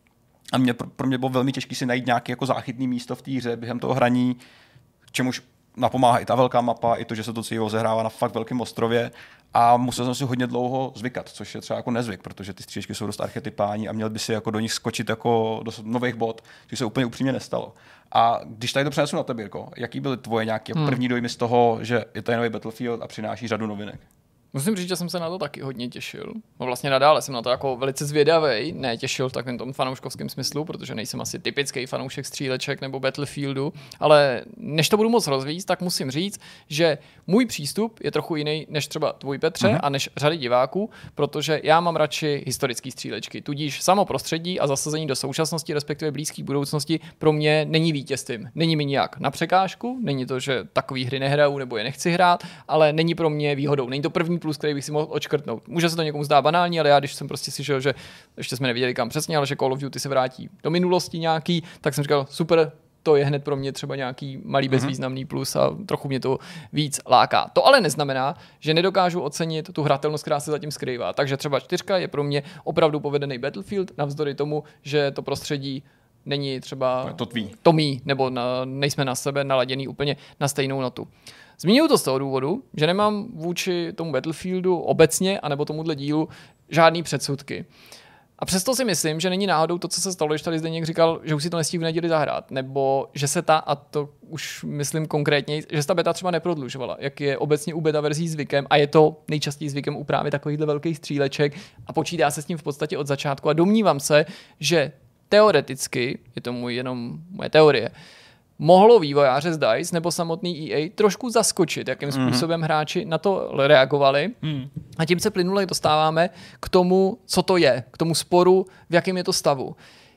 A mě, pro mě bylo velmi těžké si najít nějaké jako záchytné místo v té hře během toho hraní, čemuž napomáhá i ta velká mapa, i to, že se to celé odehrává na fakt velkém ostrově. A musel jsem si hodně dlouho zvykat, což je třeba jako nezvyk, protože ty střílečky jsou dost archetypální a měl by si jako do nich skočit jako do nových bod, což se úplně upřímně nestalo. A když tady to přenesu na tebe, Jirko, jaký byly tvoje nějaké hmm. první dojmy z toho, že je tady nový Battlefield a přináší řadu novinek? Musím říct, že jsem se na to taky hodně těšil. No vlastně nadále jsem na to jako velice zvědavej, ne těšil v takovém tom fanouškovském smyslu, protože nejsem asi typický fanoušek stříleček nebo Battlefieldu, ale než to budu moc rozvíjet, tak musím říct, že můj přístup je trochu jiný než třeba tvůj, Petře, mm-hmm. a než řady diváků, protože já mám radši historické střílečky. Tudíž samo prostředí a zasazení do současnosti, respektive blízké budoucnosti, pro mě není vítězstvím. Není mi nijak na překážku, není to, že takový hry nehraju nebo je nechci hrát, ale není pro mě výhodou. Není to první plus, který bych si mohl odškrtnout. Může se to někomu zdát banální, ale já, když jsem prostě slyšel, že ještě jsme nevěděli kam přesně, ale že Call of Duty se vrátí do minulosti nějaký, tak jsem říkal, super, to je hned pro mě třeba nějaký malý bezvýznamný plus a trochu mě to víc láká. To ale neznamená, že nedokážu ocenit tu hratelnost, která se zatím skrývá. Takže třeba čtyřka je pro mě opravdu povedený Battlefield, navzdory tomu, že to prostředí není třeba to tvý. to mý, nebo na, nejsme na sebe naladěný úplně na stejnou notu. Zmíňuji to z toho důvodu, že nemám vůči tomu Battlefieldu obecně, anebo tomuhle dílu, žádný předsudky. A přesto si myslím, že není náhodou to, co se stalo, když tady Zdeněk říkal, že už si to nestihl v neděli zahrát, nebo že se ta, a to už myslím konkrétně, že se ta beta třeba neprodlužovala, jak je obecně u beta verzí zvykem, a je to nejčastěji zvykem u právě takovýchhle velkých stříleček a počítá se s tím v podstatě od začátku a domnívám se, že teoreticky, je to můj, jenom moje teorie, mohlo vývojáře z DICE nebo samotný E A trošku zaskočit, jakým způsobem mm-hmm. hráči na to reagovali. Mm. A tím se plynule dostáváme k tomu, co to je, k tomu sporu, v jakém je to stavu.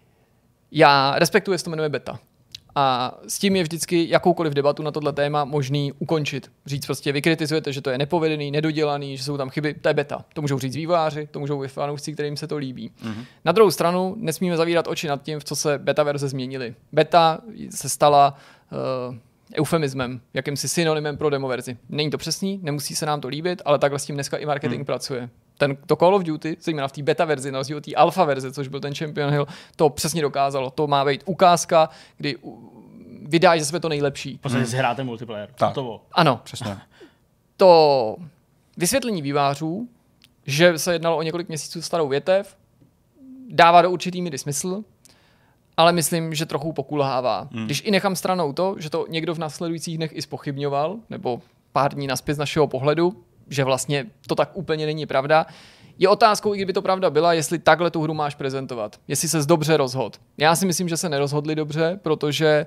Já respektuji, jestli to jmenuje beta. A s tím je vždycky jakoukoliv debatu na tohle téma možný ukončit. Říct prostě, vy kritizujete, že to je nepovedený, nedodělaný, že jsou tam chyby, to je beta. To můžou říct vývojáři, to můžou i fanoušci, kterým se to líbí. Mm-hmm. Na druhou stranu nesmíme zavírat oči nad tím, v co se beta verze změnily. Beta se stala uh, eufemismem, jakýmsi synonymem pro demoverzi. Není to přesný, nemusí se nám to líbit, ale takhle s tím dneska i marketing hmm. pracuje. Ten, to Call of Duty, zejména v té beta verzi, na rozdíl od té alfa verze, což byl ten Champion Hill, to přesně dokázalo. To má být ukázka, kdy vydáš, že jsme to nejlepší. Prostě si hrát ten multiplayer. Tak. Ano. Přesně. To vysvětlení vývářů, že se jednalo o několik měsíců starou větev, dává do určitý míry smysl, ale myslím, že trochu pokulhává. Hmm. Když i nechám stranou to, že to někdo v následujících dnech i zpochybňoval, nebo pár dní nazpět z našeho pohledu, že vlastně to tak úplně není pravda, je otázkou, i kdyby to pravda byla, jestli takhle tu hru máš prezentovat. Jestli ses dobře rozhodl. Já si myslím, že se nerozhodli dobře, protože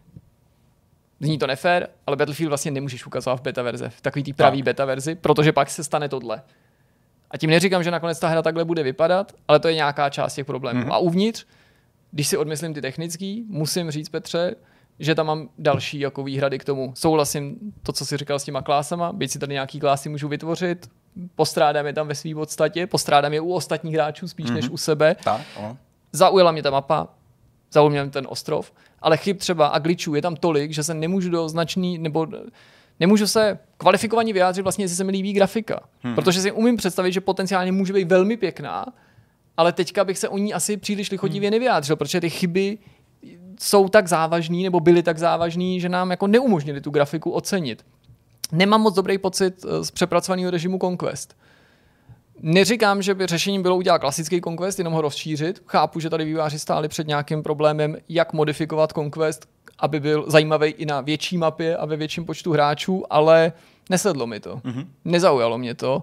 zní to nefér, ale Battlefield vlastně nemůžeš ukazovat v beta verze, v takový tý pravý tak. beta verzi, protože pak se stane tohle. A tím neříkám, že nakonec ta hra takhle bude vypadat, ale to je nějaká část těch problémů. Mm-hmm. A uvnitř, když si odmyslím ty technický, musím říct, Petře, že tam mám další jako výhrady k tomu. Souhlasím to, co jsi říkal s těma klásama, byť si tady nějaký klásy můžu vytvořit, postrádám je tam ve své podstatě, postrádám je u ostatních hráčů spíš mm-hmm. než u sebe. Tak, o. Zaujala mě ta mapa, zaujal mě ten ostrov, ale chyb třeba a glitchů je tam tolik, že se nemůžu do značný, nebo nemůžu se kvalifikovaně vyjádřit vlastně, jestli se mi líbí grafika. Hmm. Protože si umím představit, že potenciálně může být velmi pěkná, ale teďka bych se o ní asi příliš lichotivě hmm. nevyjádřil, protože ty chyby jsou tak závažný, nebo byly tak závažný, že nám jako neumožnili tu grafiku ocenit. Nemám moc dobrý pocit z přepracovaného režimu Conquest. Neříkám, že by řešením bylo udělat klasický Conquest, jenom ho rozšířit. Chápu, že tady vývojáři stáli před nějakým problémem, jak modifikovat Conquest, aby byl zajímavý i na větší mapě a ve větším počtu hráčů, ale nesedlo mi to. Mm-hmm. Nezaujalo mě to.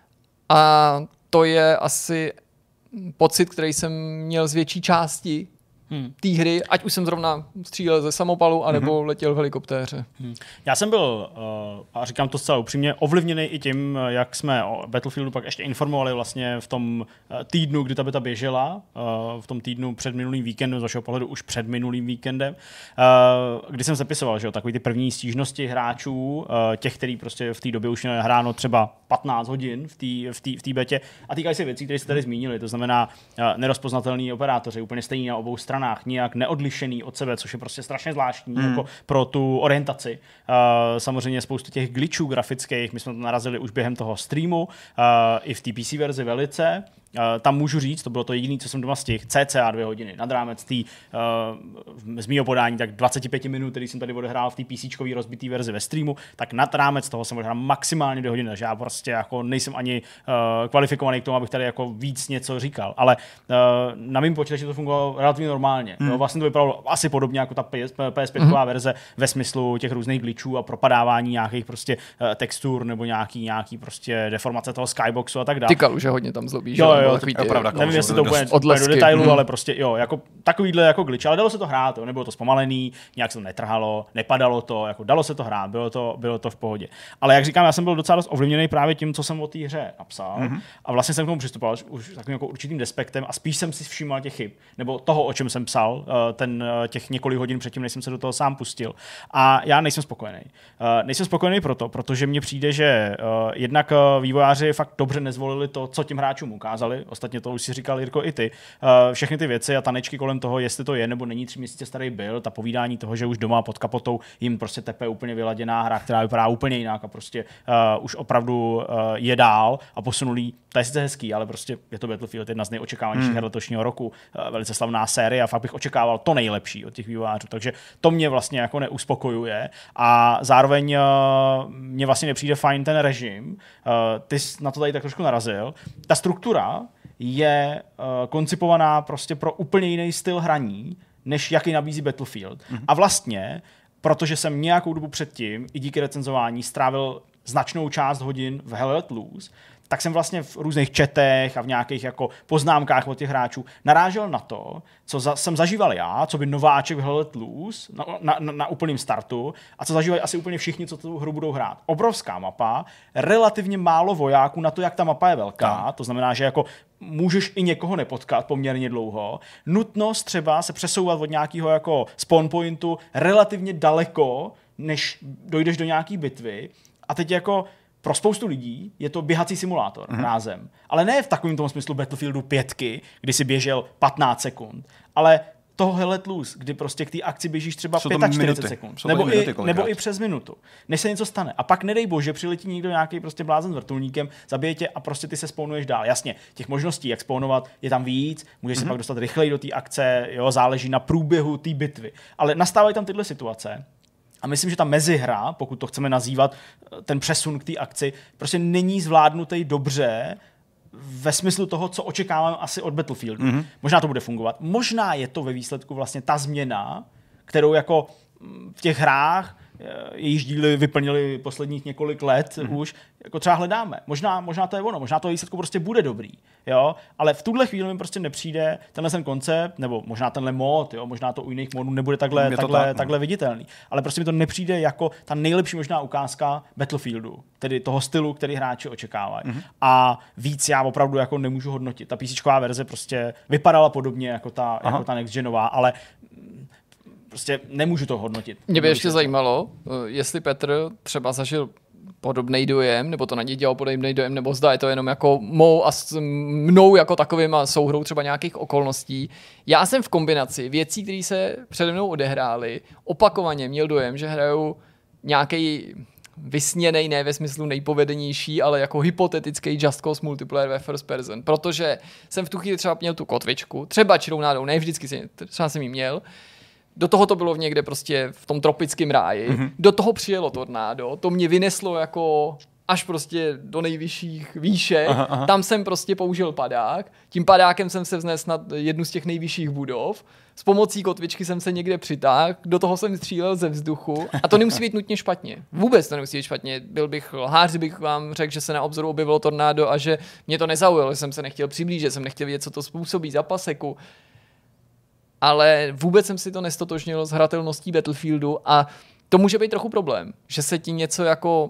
A to je asi pocit, který jsem měl z větší části hmm. té hry, ať už jsem zrovna střílel ze samopalu, anebo hmm. letěl v helikoptéře. Hmm. Já jsem byl, uh, a říkám to zcela upřímně, ovlivněný i tím, jak jsme o Battlefieldu pak ještě informovali vlastně v tom týdnu, kdy ta beta běžela, uh, v tom týdnu před minulým víkendem, z vašeho pohledu už před minulým víkendem, uh, kdy jsem zapisoval, že jo, takový ty první stížnosti hráčů, uh, těch, který prostě v té době už měli hráno třeba patnáct hodin v té v té v té betě a týkají se věcí, které jste tady zmínili, to znamená uh, nerozpoznatelný operátoři, úplně stejný na obou stranách, nijak neodlišený od sebe, což je prostě strašně zvláštní mm. jako pro tu orientaci. Uh, samozřejmě spoustu těch glitchů grafických, my jsme to narazili už během toho streamu, uh, i v té P C verzi velice. Uh, tam můžu říct, to bylo to jediné, co jsem doma stihl, cca dvě hodiny, nad rámec tý, uh, z mýho podání, tak dvacet pět minut, který jsem tady odehrál v té PCčkový rozbitý verzi ve streamu, tak nad rámec toho jsem odehrál maximálně dvě hodiny, takže já prostě jako nejsem ani uh, kvalifikovaný k tomu, abych tady jako víc něco říkal, ale uh, na mém počítači to fungovalo relativně normálně. Hmm. Jo, vlastně to vypadalo asi podobně jako ta P S pět hmm. verze ve smyslu těch různých glitchů a propadávání nějakých prostě uh, textur nebo nějaký, nějaký prostě deformace toho skyboxu a tak dále. Tykal, že hodně tam zlobí, jo, že? Jo, to, je pravda, nevím, jestli to úplně do detailu, hmm. ale prostě jo, jako takovýhle jako glitch, ale dalo se to hrát, jo, nebylo to zpomalený, nějak se to netrhalo, nepadalo to, jako dalo se to hrát, bylo to, bylo to v pohodě. Ale jak říkám, já jsem byl docela dost ovlivněný právě tím, co jsem o té hře napsal hmm. a vlastně jsem k tomu přistupoval už takovým jako určitým despektem a spíš jsem si všímal těch chyb, nebo toho, o čem jsem psal, ten těch několik hodin předtím, než jsem se do toho sám pustil. A já nejsem spokojený. Nejsem spokojený proto, protože mně přijde, že jednak vývojáři fakt dobře nezvolili to, co těm hráčům ukázali. Ostatně to už si říkal, Jirko, i ty. Všechny ty věci a tanečky kolem toho, jestli to je nebo není tři měsíce starý byl, ta povídání toho, že už doma pod kapotou jim prostě tepe úplně vyladěná hra, která vypadá úplně jinak a prostě uh, už opravdu uh, je dál a posunulý. To je sice hezký, ale prostě je to Battlefield, jedna z nejočekávanějších hmm. her letošního roku, uh, velice slavná série a fakt bych očekával to nejlepší od těch vývojářů. Takže to mě vlastně jako neuspokojuje a zároveň uh, mě vlastně nepřijde fajn ten režim. Uh, ty jsi na to tady tak trošku narazil. Ta struktura je uh, koncipovaná prostě pro úplně jiný styl hraní, než jaký nabízí Battlefield. Mm-hmm. A vlastně, protože jsem nějakou dobu předtím i díky recenzování strávil značnou část hodin v Hell Let Loose, tak jsem vlastně v různých chatech a v nějakých jako poznámkách od těch hráčů narážel na to, co za, jsem zažíval já, co by nováček v Hell Let Loose na, na, na, na úplným startu a co zažívají asi úplně všichni, co tu hru budou hrát. Obrovská mapa, relativně málo vojáků na to, jak ta mapa je velká, no. To znamená, že jako můžeš i někoho nepotkat poměrně dlouho. Nutnost třeba se přesouvat od nějakého jako spawn pointu relativně daleko, než dojdeš do nějaký bitvy. A teď jako pro spoustu lidí je to běhací simulátor mm-hmm. rázem. Ale ne v takovém tom smyslu Battlefieldu pětky, kdy si běžel patnáct sekund, ale toho Hell Let Loose, kdy prostě k té akci běžíš třeba čtyřicet pět sekund, Jsou nebo, minuty, i, nebo i přes minutu, než se něco stane. A pak nedej bože, přiletí někdo nějaký prostě blázen s vrtulníkem, zabije tě a prostě ty se spawnuješ dál. Jasně, těch možností, jak spawnovat, je tam víc, můžeš mm-hmm. se pak dostat rychleji do té akce, jo, záleží na průběhu té bitvy. Ale nastávají tam tyhle situace. A myslím, že ta mezihra, pokud to chceme nazývat, ten přesun k té akci, prostě není zvládnutý dobře ve smyslu toho, co očekávám asi od Battlefieldu. Mm-hmm. Možná to bude fungovat. Možná je to ve výsledku vlastně ta změna, kterou jako v těch hrách, jejíž díly vyplnili posledních několik let mm-hmm. už, jako třeba hledáme. Možná, možná to je ono, možná to výsledku prostě bude dobrý, jo? Ale v tuhle chvíli mi prostě nepřijde tenhle ten koncept, nebo možná tenhle mod, jo? Možná to u jiných modů nebude takhle, takhle, tak, takhle viditelný. Ale prostě mi to nepřijde jako ta nejlepší možná ukázka Battlefieldu, tedy toho stylu, který hráči očekávají. Mm-hmm. A víc já opravdu jako nemůžu hodnotit. Ta PCčková verze prostě vypadala podobně jako ta, jako ta next genová, ale prostě nemůžu to hodnotit. Mě by ještě zajímalo, jestli Petr třeba zažil podobný dojem, nebo to na něj dělal podobný dojem, nebo zda je to jenom jako mou a s mnou jako takovým a souhrou třeba nějakých okolností. Já jsem v kombinaci věcí, které se přede mnou odehrály, opakovaně měl dojem, že hraju nějaký vysněnej, ne ve smyslu nejpovedenější, ale jako hypotetický Just Cause multiplayer ve first person, protože jsem v tu chvíli třeba měl tu kotvičku, třeba čirou nádou, ne vždycky jsem, třeba jsem ji měl. Do toho to bylo v někde prostě v tom tropickém ráji. Mm-hmm. Do toho přijelo tornádo. To mě vyneslo jako až prostě do nejvyšších výšek. Aha, aha. Tam jsem prostě použil padák. Tím padákem jsem se vznesl na jednu z těch nejvyšších budov. S pomocí kotvičky jsem se někde přitáhl. Do toho jsem střílel ze vzduchu. A to nemusí být nutně špatně. Vůbec to nemusí být špatně. Byl bych lhář, kdybych vám řekl, že se na obzoru objevilo tornádo a že mě to nezaujalo, že jsem se nechtěl přiblížit, jsem nechtěl vědět, co to způsobí za paseku. Ale vůbec jsem si to nestotožnil s hratelností Battlefieldu a to může být trochu problém, že se ti něco jako,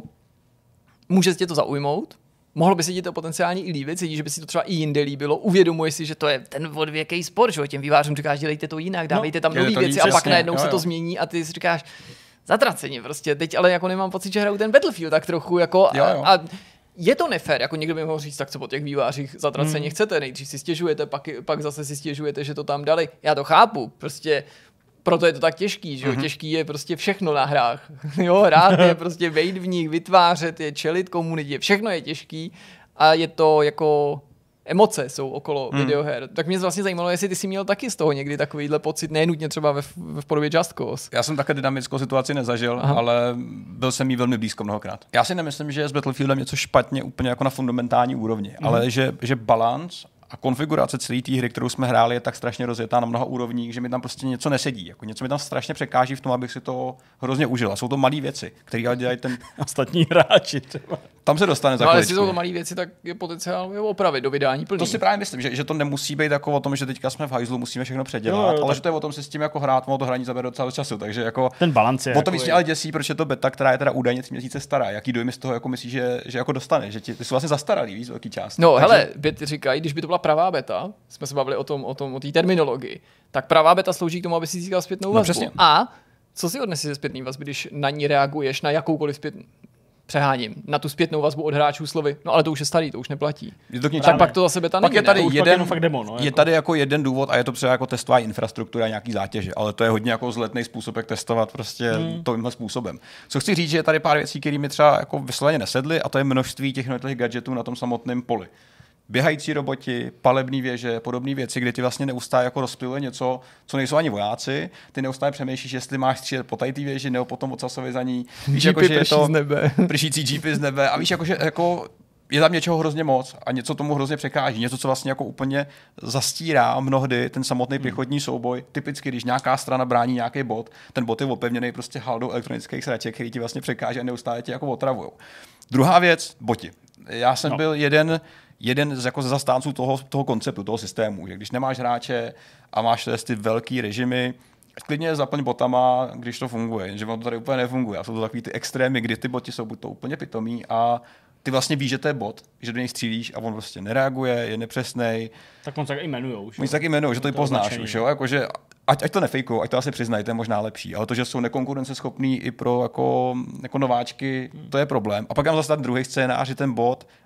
může tě to zaujmout, mohlo by se ti to potenciálně i líbit, cítíš, že by si to třeba i jinde líbilo, uvědomuješ si, že to je ten odvěký sport, že těm vývářům říkáš, dělejte to jinak, dávejte tam no, nové věci a pak najednou jo, jo. se to změní a ty si říkáš, zatraceně prostě, teď ale jako nemám pocit, že hraju ten Battlefield tak trochu jako jo, jo. a, a je to nefér, jako někdo by mohl říct, tak co po těch vývářích zatraceně hmm. chcete, nejdřív si stěžujete, pak, pak zase si stěžujete, že to tam dali. Já to chápu, prostě proto je to tak těžký, že jo, mm-hmm. těžký je prostě všechno na hrách. Jo, hrát je prostě vejít v nich, vytvářet je, čelit komunitě, všechno je těžký a je to jako emoce jsou okolo hmm. videoher. Tak mě vlastně zajímalo, jestli ty jsi měl taky z toho někdy takovýhle pocit, nenutně třeba ve, v podobě Just Cause. Já jsem také dynamickou situaci nezažil, Aha. ale byl jsem jí velmi blízko mnohokrát. Já si nemyslím, že je s Battlefieldem něco špatně úplně jako na fundamentální úrovni, hmm. ale že, že balans a konfigurace celé té hry, kterou jsme hráli, je tak strašně rozjetá na mnoha úrovních, že mi tam prostě něco nesedí. Jako něco mi tam strašně překáží v tom, abych si to hrozně užil. A jsou to malé věci, které ale dělají ten ostatní hráči třeba. Tam se dostane za no, ale chviličku. jestli jsou to malé věci, tak je potenciál opravit do vydání plný. To si právě myslím, že, že to nemusí být jako o tom, že teďka jsme v hajzlu, musíme všechno předělat, jo, jo, ale tak... že to je o tom si s tím jako hrát, ono to hraní zabere docela času, takže jako ten balans je. O to víc mě ale děsí, proč je to beta, která je teda údajně tři měsíce stará. Jaký dojmy z toho jako myslíš, že, že jako dostane, že ti, ty jsou vlastně zastaralý, víš, velký část. No, takže... hele, bety říkají, když by to byla pravá beta, jsme se bavili o tom, o tom, o té terminologii, tak pravá beta slouží k tomu, aby si získal zpětnou vazbu. No, přesně. A co si odneseš ze zpětné vazby, když na ní reaguješ na jakoukoliv zpětnou přeháním, na tu zpětnou vazbu od hráčů slovy, no ale to už je starý, to už neplatí. Je to tak pak to zase beta není. Pak je tady, ne? jeden, fakt demo, no, je jako. tady jako jeden důvod a je to třeba jako testová infrastruktura nějaký zátěže, ale to je hodně jako zletný způsob, jak testovat prostě hmm. tímhle způsobem. Co chci říct, že je tady pár věcí, které mi třeba jako vysloveně nesedly a to je množství těch jednotlivých gadgetů na tom samotném poli. Běhající roboti, palební věže, podobné věci, kde ti vlastně neustále jako rozptyluje něco, co nejsou ani vojáci. Ty neustále přemýšlíš, jestli máš střílet po té věži nebo potom ocasovi za ní. Víš, jako, že je to z nebe. pršící jeepy z nebe. A víš, jako, že jako je tam něčeho hrozně moc a něco tomu hrozně překáží. Něco, co vlastně jako úplně zastírá mnohdy ten samotný pěchotní souboj. Typicky, když nějaká strana brání nějaký bod, ten bod je opevněný prostě haldou elektronických sraček, který ti vlastně překáží a neustále tě jako otravujou. Druhá věc, boti. Já jsem no. byl jeden jeden z jako zastánců toho, toho konceptu, toho systému, že když nemáš hráče a máš ty velký režimy, klidně je zaplň botama, když to funguje, že on to tady úplně nefunguje. A jsou to takový ty extrémy, kdy ty boti jsou buď to úplně pitomí a ty vlastně víš, že to je bot, že do něj střílíš a on prostě nereaguje, je nepřesnej. Tak on se tak jmenujou už. Oni se tak jmenujou, že to, to poznáš značení. Už, jo, jakože ať, ať to nefejkují, ať to asi přiznají, to je možná lepší, ale to, že jsou nekonkurenceschopní i pro jako, jako nováčky, hmm. to je problém. A pak mám zase ten druhý scénář, že ten bot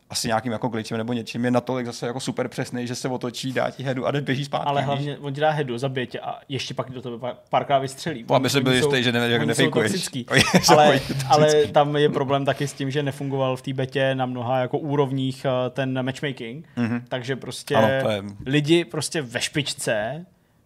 asi nějakým jako glitchem nebo něčím je natolik zase jako super přesný, že se otočí, dá ti headu a jde běží zpátky. Ale hlavně on ti dá headu, zabije tě a ještě pak do tebe párkrát vystřelí. Po, aby se byl jistý, že ne, nefejkuješ. ale, ale tam je problém taky s tím, že nefungoval v té betě na mnoha jako úrovních ten matchmaking, mm-hmm. takže prostě ano, je... lidi prostě ve špičce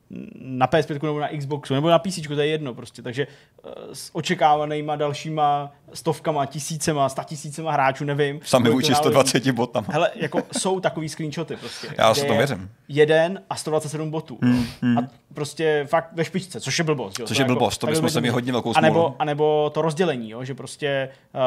na P S pět nebo na Xboxu, nebo na PC, to je jedno prostě, takže s očekávanýma dalšíma stovkama, tisícema, statisícema hráčů, nevím. Sami vůči sto dvaceti botama. Hele, jako jsou takový screenshoty prostě. Já se to věřím. Jeden a sto dvacet sedm botů. Hmm, hmm. A prostě fakt ve špičce, což je blbost. Jo? Což je blbost, to bychom se mi hodně velkou smůlu. A nebo, a nebo to rozdělení, jo? Že prostě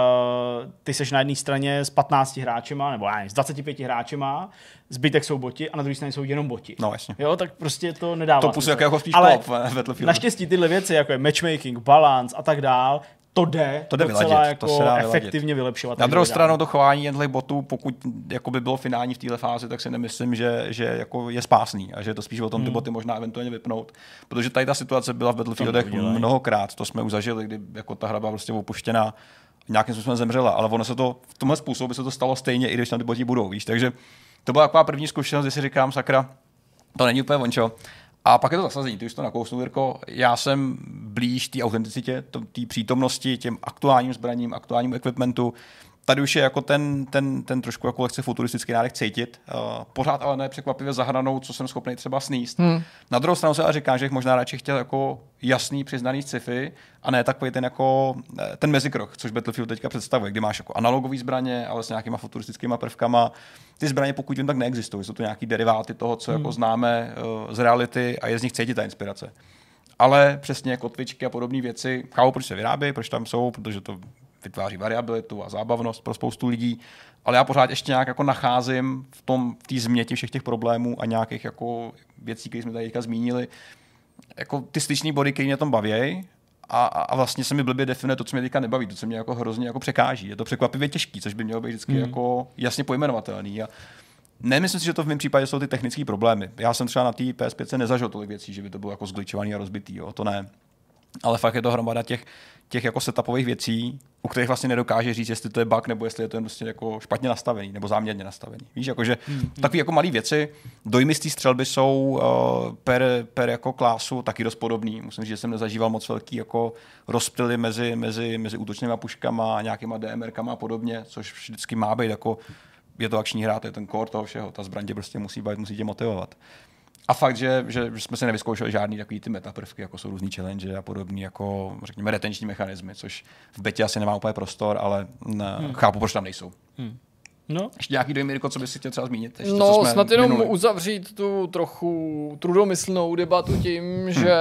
uh, ty seš na jedné straně s patnácti hráčema, nebo já nevím, s dvaceti pěti hráčema, zbytek jsou boti a na druhé straně jsou jenom boti. No jasně. Jo, tak prostě to nedává. To působí jako spíš ale naštěstí tyhle věci, jako je matchmaking, balance a tak dál, to jde, to jde docela vyladit, jako to se dá efektivně vylepšovat. Na druhou stranu to chování jednotlivých botů, pokud jako by bylo finální v téhle fázi, tak si nemyslím, že, že jako je spásný a že je to spíš o tom hmm. ty boty možná eventuálně vypnout. Protože tady ta situace byla v Battlefieldech mnohokrát, to jsme už zažili, kdy jako ta hra byla prostě opuštěná, nějakým způsobem zemřela, ale ono se to v tomhle způsobu by se to stalo stejně, i když tam ty boti budou, víš. Takže to byla taková první zkušenost, kdy si říkám, sakra, to není úplně vončo. A pak je to zasazení, ty už to nakousnul, Jirko. Já jsem blíž té autenticitě, té přítomnosti, těm aktuálním zbraním, aktuálním equipmentu. Tady už je jako ten, ten, ten trošku jako lehce futuristický nádech cítit. Uh, pořád ale ne překvapivě za hranou, co jsem schopný třeba sníst. Hmm. Na druhou stranu se ale říká, že bych možná radši chtěl jako jasný, přiznaný sci-fi a ne takový ten jako ten mezikrok, což Battlefield teďka představuje, kdy máš jako analogové zbraně, ale s nějakýma futuristickýma prvkama. Ty zbraně, pokud vím, tak neexistují. Jsou to nějaký deriváty toho, co hmm. jako známe uh, z reality a je z nich cítit ta inspirace. Ale přesně kotvičky a podobné věci, chápu, proč se vyrábí, proč tam jsou, protože to vytváří variabilitu a zábavnost pro spoustu lidí, ale já pořád ještě nějak jako nacházím v tom v té změti všech těch problémů a nějakých jako věcí, které jsme tady teďka zmínili, jako ty styční body, které mě tom baví a, a vlastně se mi blbě definuje to, co mě teďka nebaví, to, co mě jako hrozně jako překáží. Je to překvapivě těžký, což by mělo být vždycky mm. jako jasně pojmenovatelný. A nemyslím si, že to v mém případě jsou ty technické problémy. Já jsem třeba na té P S pět nezažil tolik věcí, že by to bylo jako zgličovaný a rozbitý, jo, to ne. Ale fakt je to hromada těch, těch jako setupových věcí, u kterých vlastně nedokáže říct, jestli to je bug, nebo jestli je to prostě jako špatně nastavený, nebo záměrně nastavený. Víš, jakože hmm. takové jako malé věci, dojmy z té střelby jsou uh, per, per jako klásu taky dost podobný. Musím říct, že jsem nezažíval moc velký jako rozptyly mezi, mezi, mezi útočnými puškama, nějakýma DMRkama a podobně, což vždycky má být jako, je to akční hra, to je ten core toho všeho, ta zbraň tě prostě musí bavit, musí tě motivovat. A fakt, že, že jsme se nevyzkoušeli žádný takový ty metaprvky, jako jsou různý challenge a podobný, jako řekněme retenční mechanismy, což v betě asi nemá úplně prostor, ale ne, hmm. chápu, proč tam nejsou. Hmm. No. Ještě nějaký dojmy, Jirko, co bys si chtěl třeba zmínit? Ještě no, to, co snad jenom minuli. Uzavřít tu trochu trudomyslnou debatu tím, hmm. že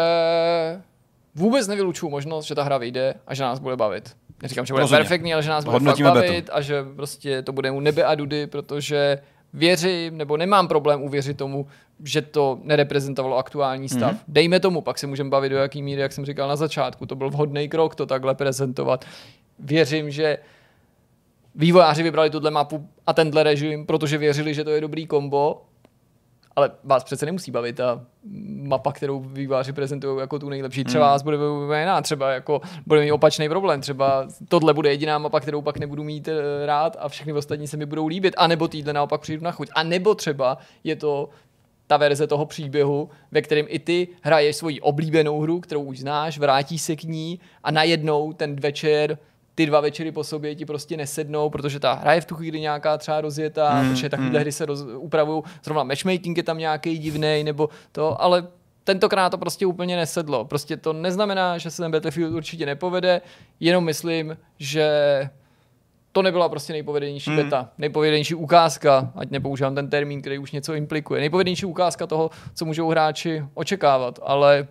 vůbec nevylučuju možnost, že ta hra vyjde a že nás bude bavit. Neříkám, že bude Rozumně. perfektní, ale že nás bude fakt bavit betu. A že prostě to bude u nebe a dudy, protože věřím, nebo nemám problém uvěřit tomu, že to nereprezentovalo aktuální stav. Mm-hmm. Dejme tomu, pak se můžeme bavit do jaký míry, jak jsem říkal na začátku. To byl vhodný krok to takhle prezentovat. Věřím, že vývojáři vybrali tuhle mapu a tenhle režim, protože věřili, že to je dobrý kombo, ale vás přece nemusí bavit ta mapa, kterou vývojáři prezentují jako tu nejlepší. Třeba vás bude jiná, třeba jako bude mít opačný problém, třeba tohle bude jediná mapa, kterou pak nebudu mít rád a všechny ostatní se mi budou líbit, anebo týhle naopak přijdu na chuť. A nebo třeba je to ta verze toho příběhu, ve kterém i ty hraješ svoji oblíbenou hru, kterou už znáš, vrátíš se k ní a najednou ten večer ty dva večery po sobě ti prostě nesednou, protože ta hra je v tu chvíli nějaká třeba rozjetá, mm, protože takovýhle mm. hry se roz, upravují, zrovna matchmaking je tam nějaký divnej, nebo to, ale tentokrát to prostě úplně nesedlo. Prostě to neznamená, že se ten Battlefield určitě nepovede, jenom myslím, že to nebyla prostě nejpovedenější mm. beta, nejpovedenější ukázka, ať nepoužívám ten termín, který už něco implikuje, nejpovedenější ukázka toho, co můžou hráči očekávat, ale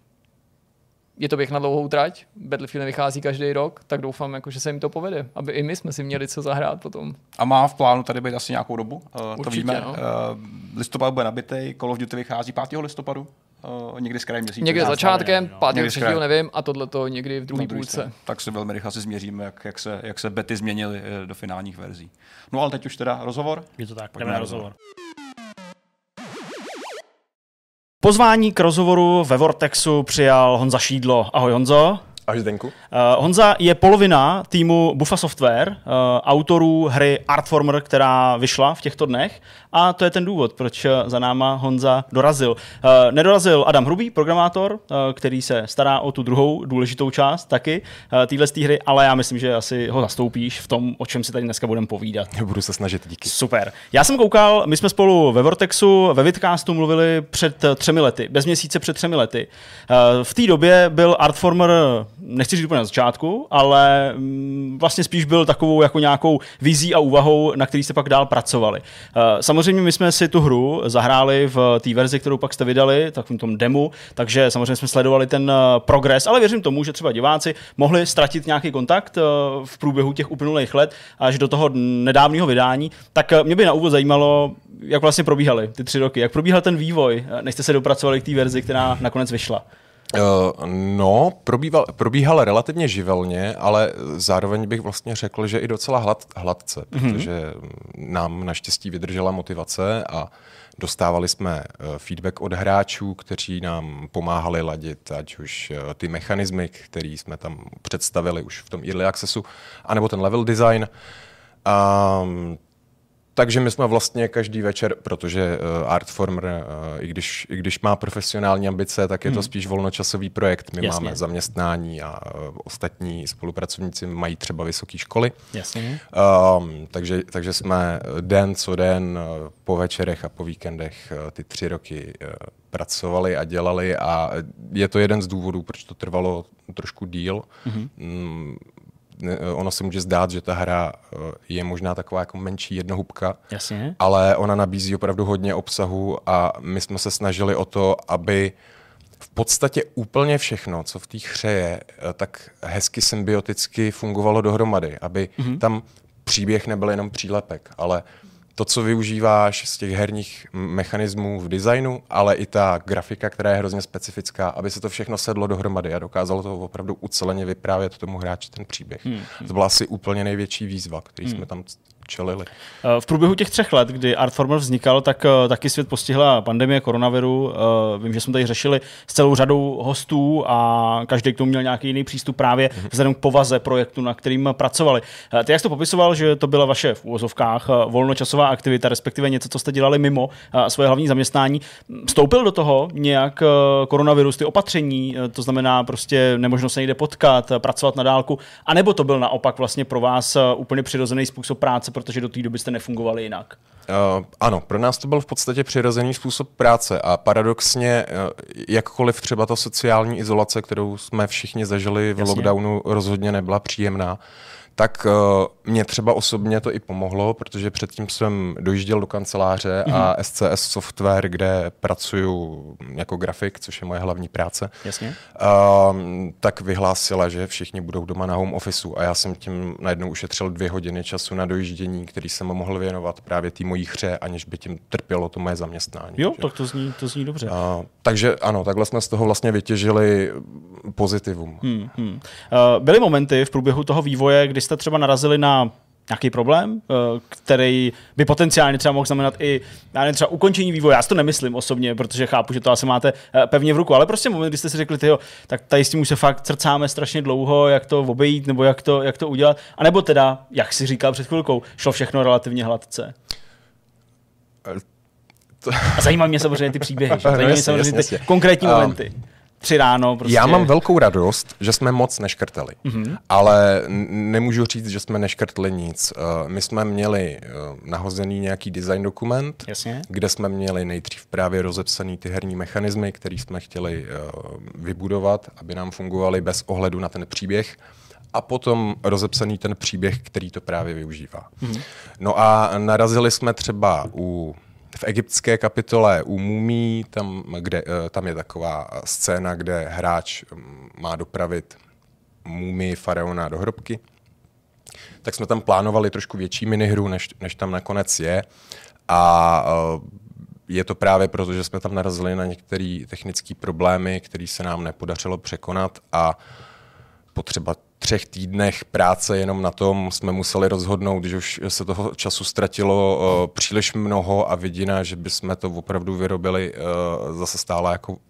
je to běh na dlouhou trať, Battlefield nevychází každý rok, tak doufám, jako, že se jim to povede, aby i my jsme si měli co zahrát potom. A má v plánu tady být asi nějakou dobu, uh, Určitě, to víme. No. Uh, listopad bude nabitej, Call of Duty vychází pátého listopadu, uh, někdy z kraje měsíce. Někdy začátkem, pátého třetího nevím, a tohleto někdy v druhé půlce. Tak se velmi rychle si změříme, jak, jak, se, jak se bety změnily do finálních verzí. No ale teď už teda rozhovor. Je to tak, jdeme na rozhovor. Pozvání k rozhovoru ve Vortexu přijal Honza Šídlo. Ahoj Honzo. Ahoj Zdenku. Uh, Honza je polovina týmu Buffa Software, uh, autorů hry Artformer, která vyšla v těchto dnech. A to je ten důvod, proč za náma Honza dorazil. Uh, nedorazil Adam Hrubý, programátor, uh, který se stará o tu druhou důležitou část taky uh, téhle hry, ale já myslím, že asi ho zastoupíš v tom, o čem si tady dneska budeme povídat. Budu se snažit, díky. Super. Já jsem koukal, my jsme spolu ve Vortexu, ve Vidcastu mluvili před třemi lety, bez měsíce před třemi lety. Uh, v té době byl Artformer, nechci říct úplně na začátku, ale mm, vlastně spíš byl takovou jako nějakou vizí a úvahou, na který jste pak dál pracovali. Uh, samozřejmě my jsme si tu hru zahráli v té verzi, kterou pak jste vydali, takovým tom demu, takže samozřejmě jsme sledovali ten uh, progres, ale věřím tomu, že třeba diváci mohli ztratit nějaký kontakt uh, v průběhu těch uplynulých let až do toho nedávného vydání. Tak uh, mě by na úvod zajímalo, jak vlastně probíhaly ty tři roky, jak probíhal ten vývoj, než jste se dopracovali k té verzi, která nakonec vyšla. Uh, no, probíhal, probíhal relativně živelně, ale zároveň bych vlastně řekl, že i docela hlad, hladce, mm-hmm. protože nám naštěstí vydržela motivace a dostávali jsme uh, feedback od hráčů, kteří nám pomáhali ladit, ať už uh, ty mechanismy, které jsme tam představili už v tom Early Accessu, anebo ten level design. Um, Takže my jsme vlastně každý večer, protože uh, Artformer, uh, i, když, i když má profesionální ambice, tak je to hmm. spíš volnočasový projekt. My Jasně. máme zaměstnání a uh, ostatní spolupracovníci mají třeba vysoké školy. Jasně. Um, takže, takže jsme den co den uh, po večerech a po víkendech uh, ty tři roky uh, pracovali a dělali a je to jeden z důvodů, proč to trvalo trošku díl. Hmm. Um, Ono se může zdát, že ta hra je možná taková jako menší jednohubka, Jasně. ale ona nabízí opravdu hodně obsahu a my jsme se snažili o to, aby v podstatě úplně všechno, co v té hře je, tak hezky symbioticky fungovalo dohromady, aby mm-hmm. tam příběh nebyl jenom přílepek, ale to, co využíváš z těch herních mechanismů v designu, ale i ta grafika, která je hrozně specifická, aby se to všechno sedlo dohromady a dokázalo to opravdu uceleně vyprávět tomu hráči ten příběh. Hmm. To byla asi úplně největší výzva, který hmm. jsme tam čelili. V průběhu těch třech let, kdy Artformer vznikal, tak taky svět postihla pandemie koronaviru. Vím, že jsme tady řešili s celou řadou hostů a každý k tomu měl nějaký jiný přístup právě mm-hmm. vzhledem k povaze projektu, na kterým pracovali. Ty jak jsi to popisoval, že to byla vaše v úvozovkách volnočasová aktivita, respektive něco, co jste dělali mimo svoje hlavní zaměstnání. Vstoupil do toho nějak koronavirus, ty opatření, to znamená prostě nemožnost se někde potkat, pracovat na dálku, anebo to byl naopak vlastně pro vás úplně přirozený způsob práce, protože do té doby jste nefungovali jinak? Uh, ano, pro nás to byl v podstatě přirozený způsob práce a paradoxně, uh, jakkoliv třeba ta sociální izolace, kterou jsme všichni zažili v Jasně. lockdownu, rozhodně nebyla příjemná, tak uh, mě třeba osobně to i pomohlo, protože předtím jsem dojížděl do kanceláře mm-hmm. a S C S Software, kde pracuju jako grafik, což je moje hlavní práce, Jasně. Uh, tak vyhlásila, že všichni budou doma na home officeu a já jsem tím najednou ušetřil dvě hodiny času na dojíždění, který jsem mohl věnovat právě té mojí hře, aniž by tím trpělo to moje zaměstnání. Jo, že? tak to zní, to zní dobře. Uh, takže ano, takhle jsme z toho vlastně vytěžili pozitivum. Hmm, hmm. Uh, byly momenty v průběhu toho vývoje, kdy jste třeba narazili na nějaký problém, který by potenciálně třeba mohl znamenat i já nevím, třeba ukončení vývoje. Já si to nemyslím osobně, protože chápu, že to asi máte pevně v ruku, ale prostě moment, kdy jste si řekli, tyjo, tak tady s tím už se fakt srdcáme strašně dlouho, jak to obejít, nebo jak to, jak to udělat. A nebo teda, jak si říkal před chvilkou, šlo všechno relativně hladce. A zajímají mě samozřejmě ty příběhy, že? Zajímají mě samozřejmě ty konkrétní momenty. Tři ráno prostě. Já mám velkou radost, že jsme moc neškrtali, mm-hmm. ale nemůžu říct, že jsme neškrtli nic. Uh, my jsme měli uh, nahozený nějaký design dokument, Jasně. kde jsme měli nejdřív právě rozepsaný ty herní mechanismy, které jsme chtěli uh, vybudovat, aby nám fungovaly bez ohledu na ten příběh. A potom rozepsaný ten příběh, který to právě využívá. Mm-hmm. No a narazili jsme třeba u v egyptské kapitole u Mumí, tam, kde, tam je taková scéna, kde hráč má dopravit Mumii faraona do hrobky. Tak jsme tam plánovali trošku větší minihru, než, než tam nakonec je. A je to právě proto, že jsme tam narazili na některé technické problémy, které se nám nepodařilo překonat a po třeba třech týdnech práce jenom na tom jsme museli rozhodnout, že už se toho času ztratilo uh, příliš mnoho a vidina, že bychom to opravdu vyrobili uh, zase stále jako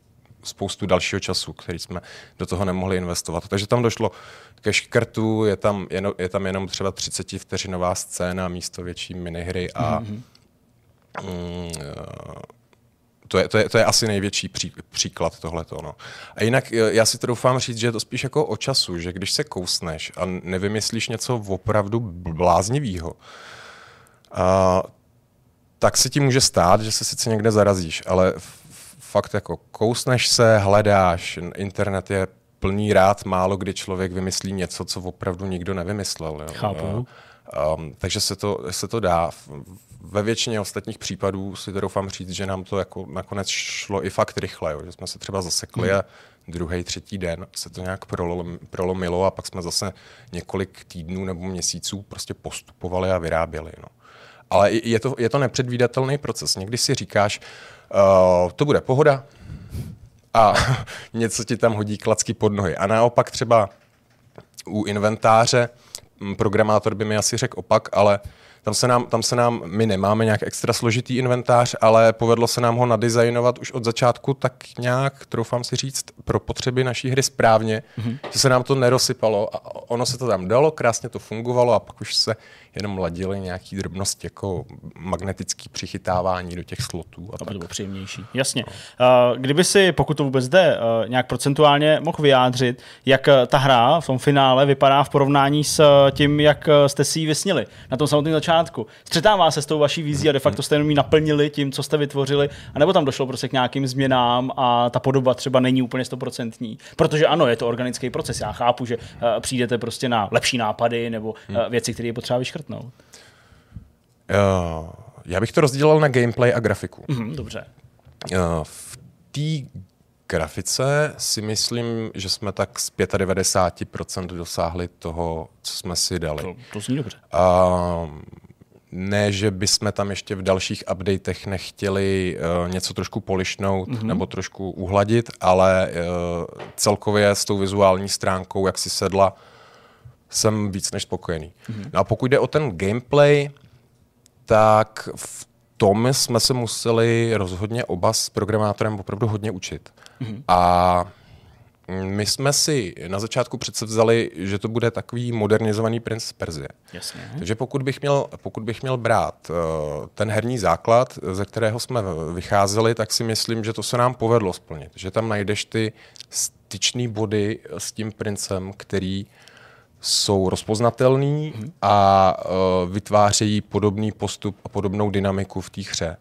spoustu dalšího času, který jsme do toho nemohli investovat. Takže tam došlo ke škrtu, je tam, jen, je tam jenom třeba třicetivteřinová scéna místo větší minihry a mm-hmm. mm, to, je, to, je, to je asi největší pří, příklad tohleto. No. A jinak já si to doufám říct, že je to spíš jako o času, že když se kousneš a nevymyslíš něco opravdu bláznivýho, a, tak se ti může stát, že se sice někde zarazíš, ale fakt jako kousneš se, hledáš, internet je plný rád, málo kdy člověk vymyslí něco, co opravdu nikdo nevymyslel. Jo. Chápu. Um, takže se to, se to dá. Ve většině ostatních případů si to doufám říct, že nám to jako nakonec šlo i fakt rychle, jo. Že jsme se třeba zasekli hmm. a druhý, třetí den se to nějak prolomilo a pak jsme zase několik týdnů nebo měsíců prostě postupovali a vyráběli. No. Ale je to, je to nepředvídatelný proces. Někdy si říkáš, uh, to bude pohoda a něco ti tam hodí klacky pod nohy. A naopak třeba u inventáře, programátor by mi asi řekl opak, ale tam se nám, tam se nám, my nemáme nějak extra složitý inventář, ale povedlo se nám ho nadizajnovat už od začátku tak nějak, troufám si říct, pro potřeby naší hry správně, mm-hmm. že se nám to nerosypalo a ono se to tam dalo, krásně to fungovalo a pak už se jenom ladily nějaký drobnosti jako magnetický přichytávání do těch slotů. A to tak. bylo příjemnější. Jasně. No. Kdyby si, pokud to vůbec jde, nějak procentuálně mohl vyjádřit, jak ta hra v tom finále vypadá v porovnání s tím, jak jste si ji vysnili na tom samotném začátku. Střetává se s tou vaší vizí a de facto jste jenom ji naplnili tím, co jste vytvořili, anebo tam došlo prostě k nějakým změnám a ta podoba třeba není úplně stoprocentní. Protože ano, je to organický proces. Já chápu, že přijdete prostě na lepší nápady nebo věci, které je potřeba vyškrtnout. Uh, já bych to rozdělil na gameplay a grafiku. Mm, dobře. Uh, v té grafice si myslím, že jsme tak z devadesát pět procent dosáhli toho, co jsme si dali. To, to zní dobře. Uh, ne, že bychom tam ještě v dalších updatech nechtěli uh, něco trošku polišnout mm-hmm. nebo trošku uhladit, ale uh, celkově s tou vizuální stránkou, jak si sedla, jsem víc než spokojený. Mm-hmm. No a pokud jde o ten gameplay, tak v tom jsme se museli rozhodně oba s programátorem opravdu hodně učit. Mm-hmm. A my jsme si na začátku přece vzali, že to bude takový modernizovaný Prince Persie. Jasně. Takže pokud bych měl, pokud bych měl brát uh, ten herní základ, ze kterého jsme vycházeli, tak si myslím, že to se nám povedlo splnit. Že tam najdeš ty styčný body s tím princem, který jsou rozpoznatelný mm. a uh, vytvářejí podobný postup a podobnou dynamiku v té hře.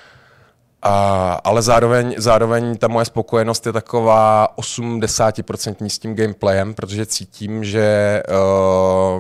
A, ale zároveň, zároveň ta moje spokojenost je taková osmdesát procent s tím gameplayem, protože cítím, že uh,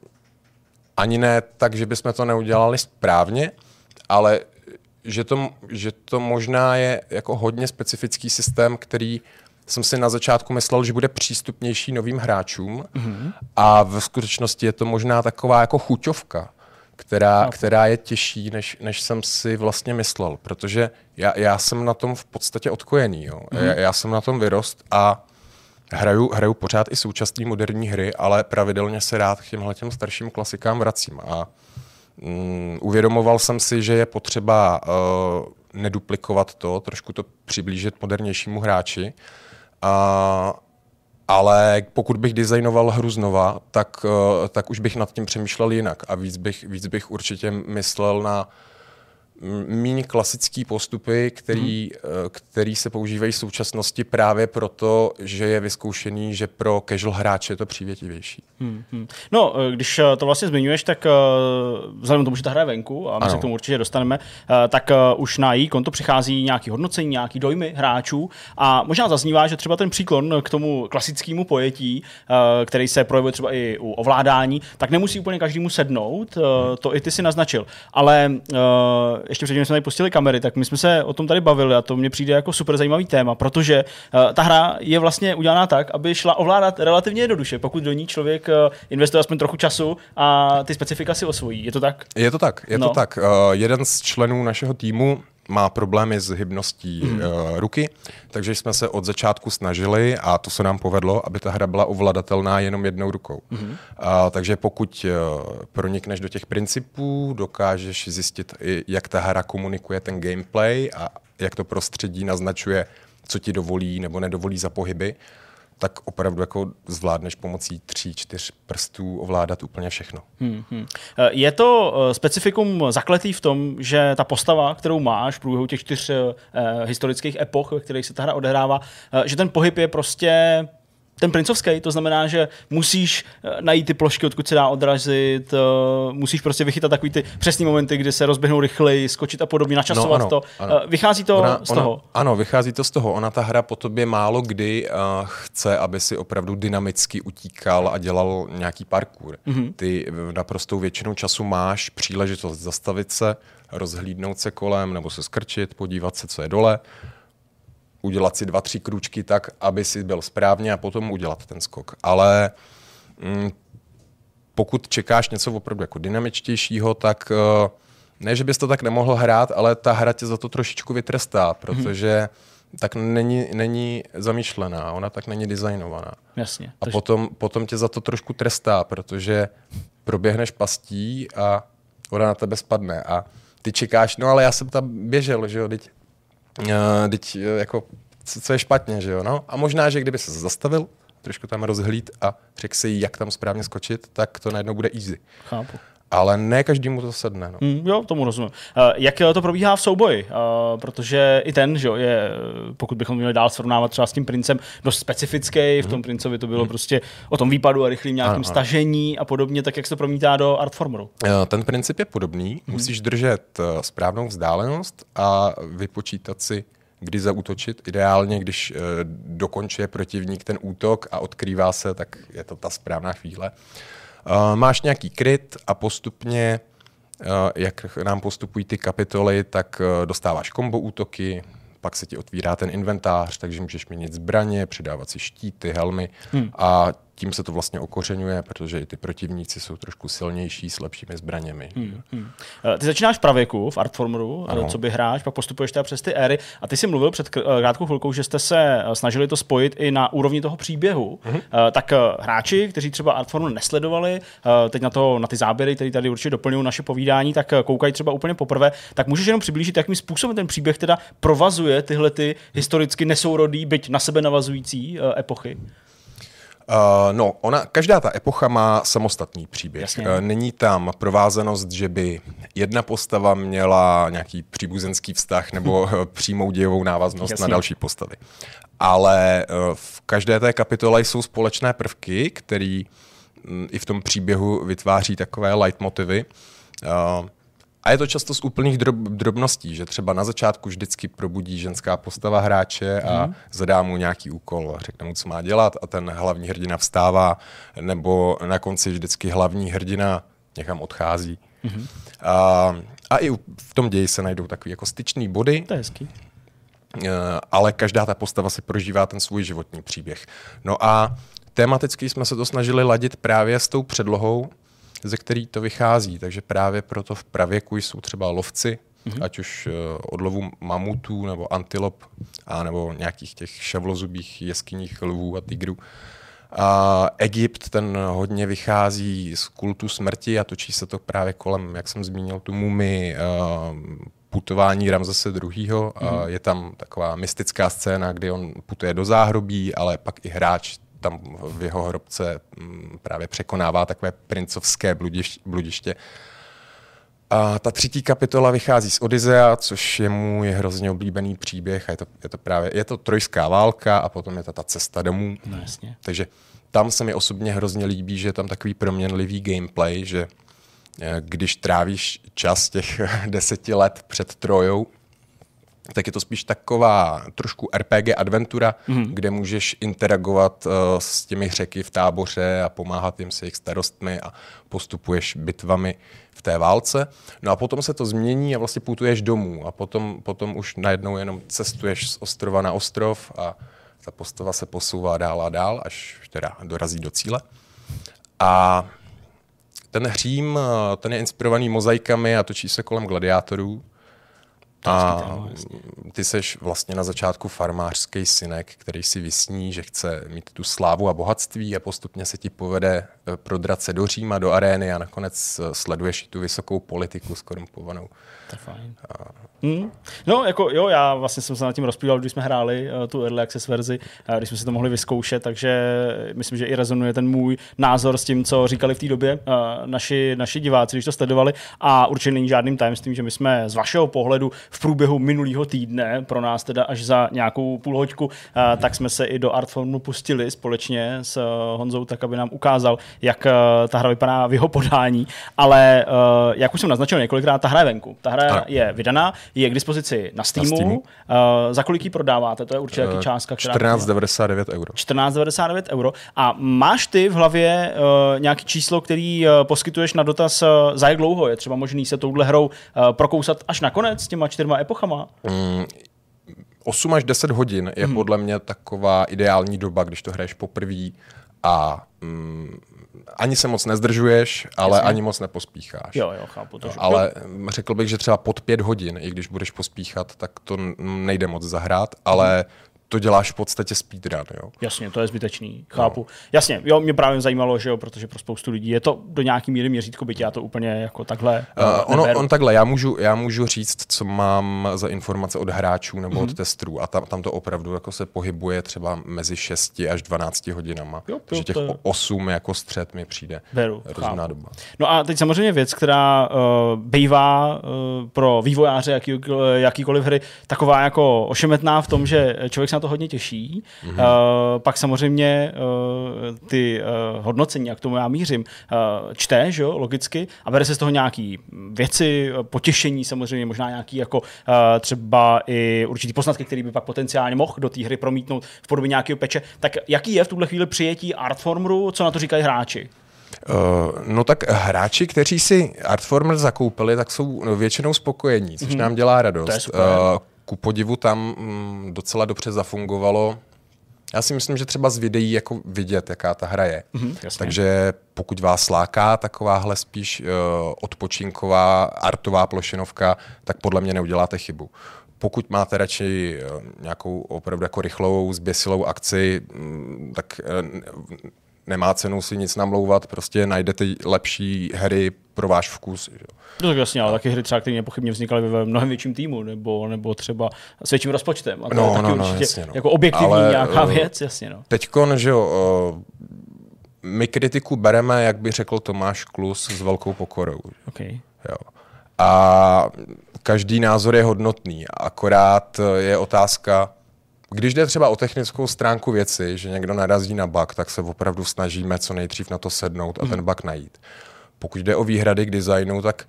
ani ne tak, že bychom to neudělali správně, ale že to, že to možná je jako hodně specifický systém, který jsem si na začátku myslel, že bude přístupnější novým hráčům mm-hmm. a v skutečnosti je to možná taková jako chuťovka, která, no. která je těžší, než, než jsem si vlastně myslel, protože já, já jsem na tom v podstatě odkojený. Jo. Mm-hmm. Já, já jsem na tom vyrost a hraju, hraju pořád i současné moderní hry, ale pravidelně se rád k těmhle těm starším klasikám vracím. A mm, uvědomoval jsem si, že je potřeba uh, neduplikovat to, trošku to přiblížit modernějšímu hráči, A, ale pokud bych designoval hru znova, tak, tak už bych nad tím přemýšlel jinak a víc bych, víc bych určitě myslel na méně klasické postupy, který, hmm. který se používají v současnosti právě proto, že je vyzkoušený, že pro casual hráče je to přívětivější. Hmm, hmm. No, když to vlastně zmiňuješ, tak vzhledem tomu, že ta hra je venku, a my ano. se k tomu určitě dostaneme, tak už na její konto přichází nějaký hodnocení, nějaký dojmy hráčů a možná zaznívá, že třeba ten příklon k tomu klasickému pojetí, který se projevuje třeba i u ovládání, tak nemusí úplně každému sednout, to i ty si naznačil. Ale ještě předtím, jsme tady pustili kamery, tak my jsme se o tom tady bavili a to mně přijde jako super zajímavý téma, protože uh, ta hra je vlastně udělaná tak, aby šla ovládat relativně jednoduše, pokud do ní člověk uh, investuje aspoň trochu času a ty specifika si osvojí. Je to tak? Je to tak, je no. to tak. Uh, jeden z členů našeho týmu má problémy s hybností mm. uh, ruky, takže jsme se od začátku snažili a to se nám povedlo, aby ta hra byla ovladatelná jenom jednou rukou. Mm. Uh, takže pokud uh, pronikneš do těch principů, dokážeš zjistit, jak ta hra komunikuje ten gameplay a jak to prostředí naznačuje co ti dovolí nebo nedovolí za pohyby, tak opravdu jako zvládneš pomocí tří, čtyř prstů ovládat úplně všechno. Hmm, hmm. Je to specifikum zakletý v tom, že ta postava, kterou máš v průběhu těch čtyř eh, historických epoch, ve kterých se ta hra odehrává, eh, že ten pohyb je prostě ten princovský, to znamená, že musíš najít ty plošky, odkud se dá odrazit, uh, musíš prostě vychytat takový ty přesný momenty, kdy se rozběhnou rychleji, skočit a podobně, načasovat no, ano, to. Ano. Uh, vychází to ona, z toho? Ona, ano, vychází to z toho. Ona ta hra po tobě málo kdy uh, chce, aby si opravdu dynamicky utíkal a dělal nějaký parkour. Mm-hmm. Ty naprostou většinou času máš příležitost zastavit se, rozhlídnout se kolem, nebo se skrčit, podívat se, co je dole, udělat si dva, tři krůčky tak, aby si byl správně a potom udělat ten skok. Ale mm, pokud čekáš něco opravdu jako dynamičtějšího, tak uh, ne, že bys to tak nemohl hrát, ale ta hra tě za to trošičku vytrestá, protože mm-hmm. tak není, není zamýšlená, ona tak není designovaná. Jasně. A potom, potom tě za to trošku trestá, protože proběhneš pastí a ona na tebe spadne a ty čekáš, no ale já jsem tam běžel, že jo, teď Uh, teď uh, jako, co, co je špatně, že jo, no? A možná, že kdyby se zastavil, trošku tam rozhlíd a řekl si, jak tam správně skočit, tak to najednou bude easy. Chápu. Ale ne každému to sedne. No. Mm, jo, tomu rozumím. Uh, jak to probíhá v souboji? Uh, protože i ten, že jo, je, pokud bychom měli dál srovnávat třeba s tím princem, dost specifický. V tom princovi to bylo mm. prostě o tom výpadu a rychlým nějakým ano, stažení a podobně, tak jak se to promítá do Artformeru? Uh, ten princip je podobný. Mm. Musíš držet uh, správnou vzdálenost a vypočítat si, kdy zaútočit. Ideálně, když uh, dokončuje protivník ten útok a odkrývá se, tak je to ta správná chvíle. Uh, máš nějaký kryt a postupně, uh, jak nám postupují ty kapitoly, tak uh, dostáváš kombo útoky, pak se ti otvírá ten inventář, takže můžeš měnit zbraně, přidávat si štíty, helmy hmm. a tím se to vlastně okořeňuje, protože i ty protivníci jsou trošku silnější s lepšími zbraněmi. Hmm. Hmm. Ty začínáš v pravěku, v Artformeru, ano. co by hráč, pak postupuješ teda přes ty éry a ty jsi mluvil před krátkou chvilkou, že jste se snažili to spojit i na úrovni toho příběhu. Hmm. Tak hráči, kteří třeba Artformer nesledovali, teď na, to, na ty záběry, které tady určitě doplňují naše povídání, tak koukají třeba úplně poprvé, tak můžeš jenom přiblížit, jakým způsobem ten příběh teda provazuje tyhle ty historicky nesourodý, byť na sebe navazující epochy? Uh, no, ona, každá ta epocha má samostatný příběh. Jasně. Uh, není tam provázanost, že by jedna postava měla nějaký příbuzenský vztah nebo přímou dějovou návaznost Jasně. na další postavy. Ale uh, v každé té kapitole jsou společné prvky, které um, i v tom příběhu vytváří takové leitmotivy. Uh, A je to často z úplných drob, drobností, že třeba na začátku vždycky probudí ženská postava hráče a mm. zadá mu nějaký úkol, řekne mu, co má dělat a ten hlavní hrdina vstává, nebo na konci vždycky hlavní hrdina někam odchází. Mm. A, a i v tom ději se najdou takový jako styčný body. To je hezký. Ale každá ta postava si prožívá ten svůj životní příběh. No a tematicky jsme se to snažili ladit právě s tou předlohou, ze který to vychází, takže právě proto v pravěku jsou třeba lovci, mm-hmm. ať už uh, od lovu mamutů nebo antilop, a nebo nějakých těch šavlozubých jeskyních lvů a tigrů. A Egypt, ten hodně vychází z kultu smrti a točí se to právě kolem, jak jsem zmínil, tu mumii, uh, putování Ramzese druhého. Mm-hmm. Uh, je tam taková mystická scéna, kdy on putuje do záhrobí, ale pak i hráč tam v jeho hrobce právě překonává takové princovské bludiš, bludiště. A ta třetí kapitola vychází z Odyssea, což je můj hrozně oblíbený příběh. A je to, je to právě je to trojská válka a potom je to ta cesta domů. No, jasně. Takže tam se mi osobně hrozně líbí, že je tam takový proměnlivý gameplay, že když trávíš čas těch deseti let před Trojou, tak je to spíš taková trošku er pé gé adventura, mm. kde můžeš interagovat uh, s těmi řeky v táboře a pomáhat jim s jejich starostmi a postupuješ bitvami v té válce. No a potom se to změní a vlastně putuješ domů a potom, potom už najednou jenom cestuješ z ostrova na ostrov a ta postava se posouvá dál a dál, až teda dorazí do cíle. A ten Řím, ten je inspirovaný mozaikami a točí se kolem gladiátorů. A ty seš vlastně na začátku farmářský synek, který si vysní, že chce mít tu slávu a bohatství a postupně se ti povede prodrat se do Říma, do arény a nakonec sleduješ tu vysokou politiku skorumpovanou. To je fajn. A... Hmm. No, jako jo, já vlastně jsem se nad tím rozpíval, když jsme hráli uh, tu Early Access verzi, uh, když jsme si to mohli vyzkoušet, takže myslím, že i rezonuje ten můj názor s tím, co říkali v té době uh, naši, naši diváci, když to sledovali, a určitě není žádným tajemstvím, že my jsme z vašeho pohledu v průběhu minulého týdne, pro nás teda až za nějakou půlhoďku, uh, tak jsme se i do Artformu pustili společně s uh, Honzou, tak aby nám ukázal, jak uh, ta hra vypadá v jeho podání, ale uh, jak už jsem naznačil několikrát, ta hra je venku. Ta hra ano. je vydaná, je k dispozici na Steamu. Na Steamu. Uh, za kolik ji prodáváte? To je určitě uh, částka, která... čtrnáct devadesát devět euro. čtrnáct devadesát devět euro. A máš ty v hlavě uh, nějaký číslo, který uh, poskytuješ na dotaz, uh, za jak dlouho je třeba možný se touhle hrou uh, prokousat až nakonec s těma čtyřma epochama? Mm. osm až deset hodin je hmm. podle mě taková ideální doba, když to hraješ poprvé a mm, ani se moc nezdržuješ, ale Jasně. ani moc nepospícháš. Jo, jo, chápu to. No, ale řekl bych, že třeba pod pět hodin, i když budeš pospíchat, tak to nejde moc zahrát, ale to děláš v podstatě speedrun, jo. Jasně, to je zbytečný, chápu. No. Jasně, jo, mě právě zajímalo, že jo, protože pro spoustu lidí je to do nějaký míry měřítko, byť já to úplně jako takhle uh, ono, on takhle, já můžu, já můžu říct, co mám za informace od hráčů nebo mm-hmm. od testrů a tam, tam to opravdu jako se pohybuje třeba mezi šesti až dvanácti hodinama. Jo, jo, že těch je... osm jako střed mi přijde Beru, rozumná chápu. doba. No a teď samozřejmě věc, která uh, bývá uh, pro vývojáře jaký, jakýkoliv hry taková jako ošemetná v tom, že člověk se na to hodně těší. Mm-hmm. Uh, pak samozřejmě uh, ty uh, hodnocení, jak k tomu já mířím, uh, čte, že jo, logicky, a bere se z toho nějaký věci, potěšení samozřejmě, možná nějaký jako uh, třeba i určitý poznatky, který by pak potenciálně mohl do té hry promítnout v podobě nějakého peče. Tak jaký je v tuhle chvíli přijetí Artformeru, co na to říkají hráči? Uh, no tak hráči, kteří si Artformer zakoupili, tak jsou většinou spokojení, což mm-hmm. nám dělá radost. Uh, ku podivu tam mm, docela dobře zafungovalo. Já si myslím, že třeba z videí jako vidět, jaká ta hra je. Mm-hmm, Takže pokud vás láká takováhle spíš uh, odpočinková artová plošinovka, tak podle mě neuděláte chybu. Pokud máte radši uh, nějakou opravdu jako rychlou, zběsilou akci, mm, tak uh, nemá cenu si nic namlouvat, prostě najdete lepší hry pro váš vkus. Že? No tak jasně, ale taky hry třeba, které nepochybně vznikaly ve mnohem větším týmu, nebo, nebo třeba s větším rozpočtem. A to no, je taky no, určitě no, jasně, no. jako objektivní ale, nějaká uh, věc, jasně. No. Teďkon, že jo, uh, my kritiku bereme, jak by řekl Tomáš Klus, s velkou pokorou. Okay. Jo. A každý názor je hodnotný, akorát je otázka, když jde třeba o technickou stránku věci, že někdo narazí na bug, tak se opravdu snažíme co nejdřív na to sednout a mm. ten bug najít. Pokud jde o výhrady k designu, tak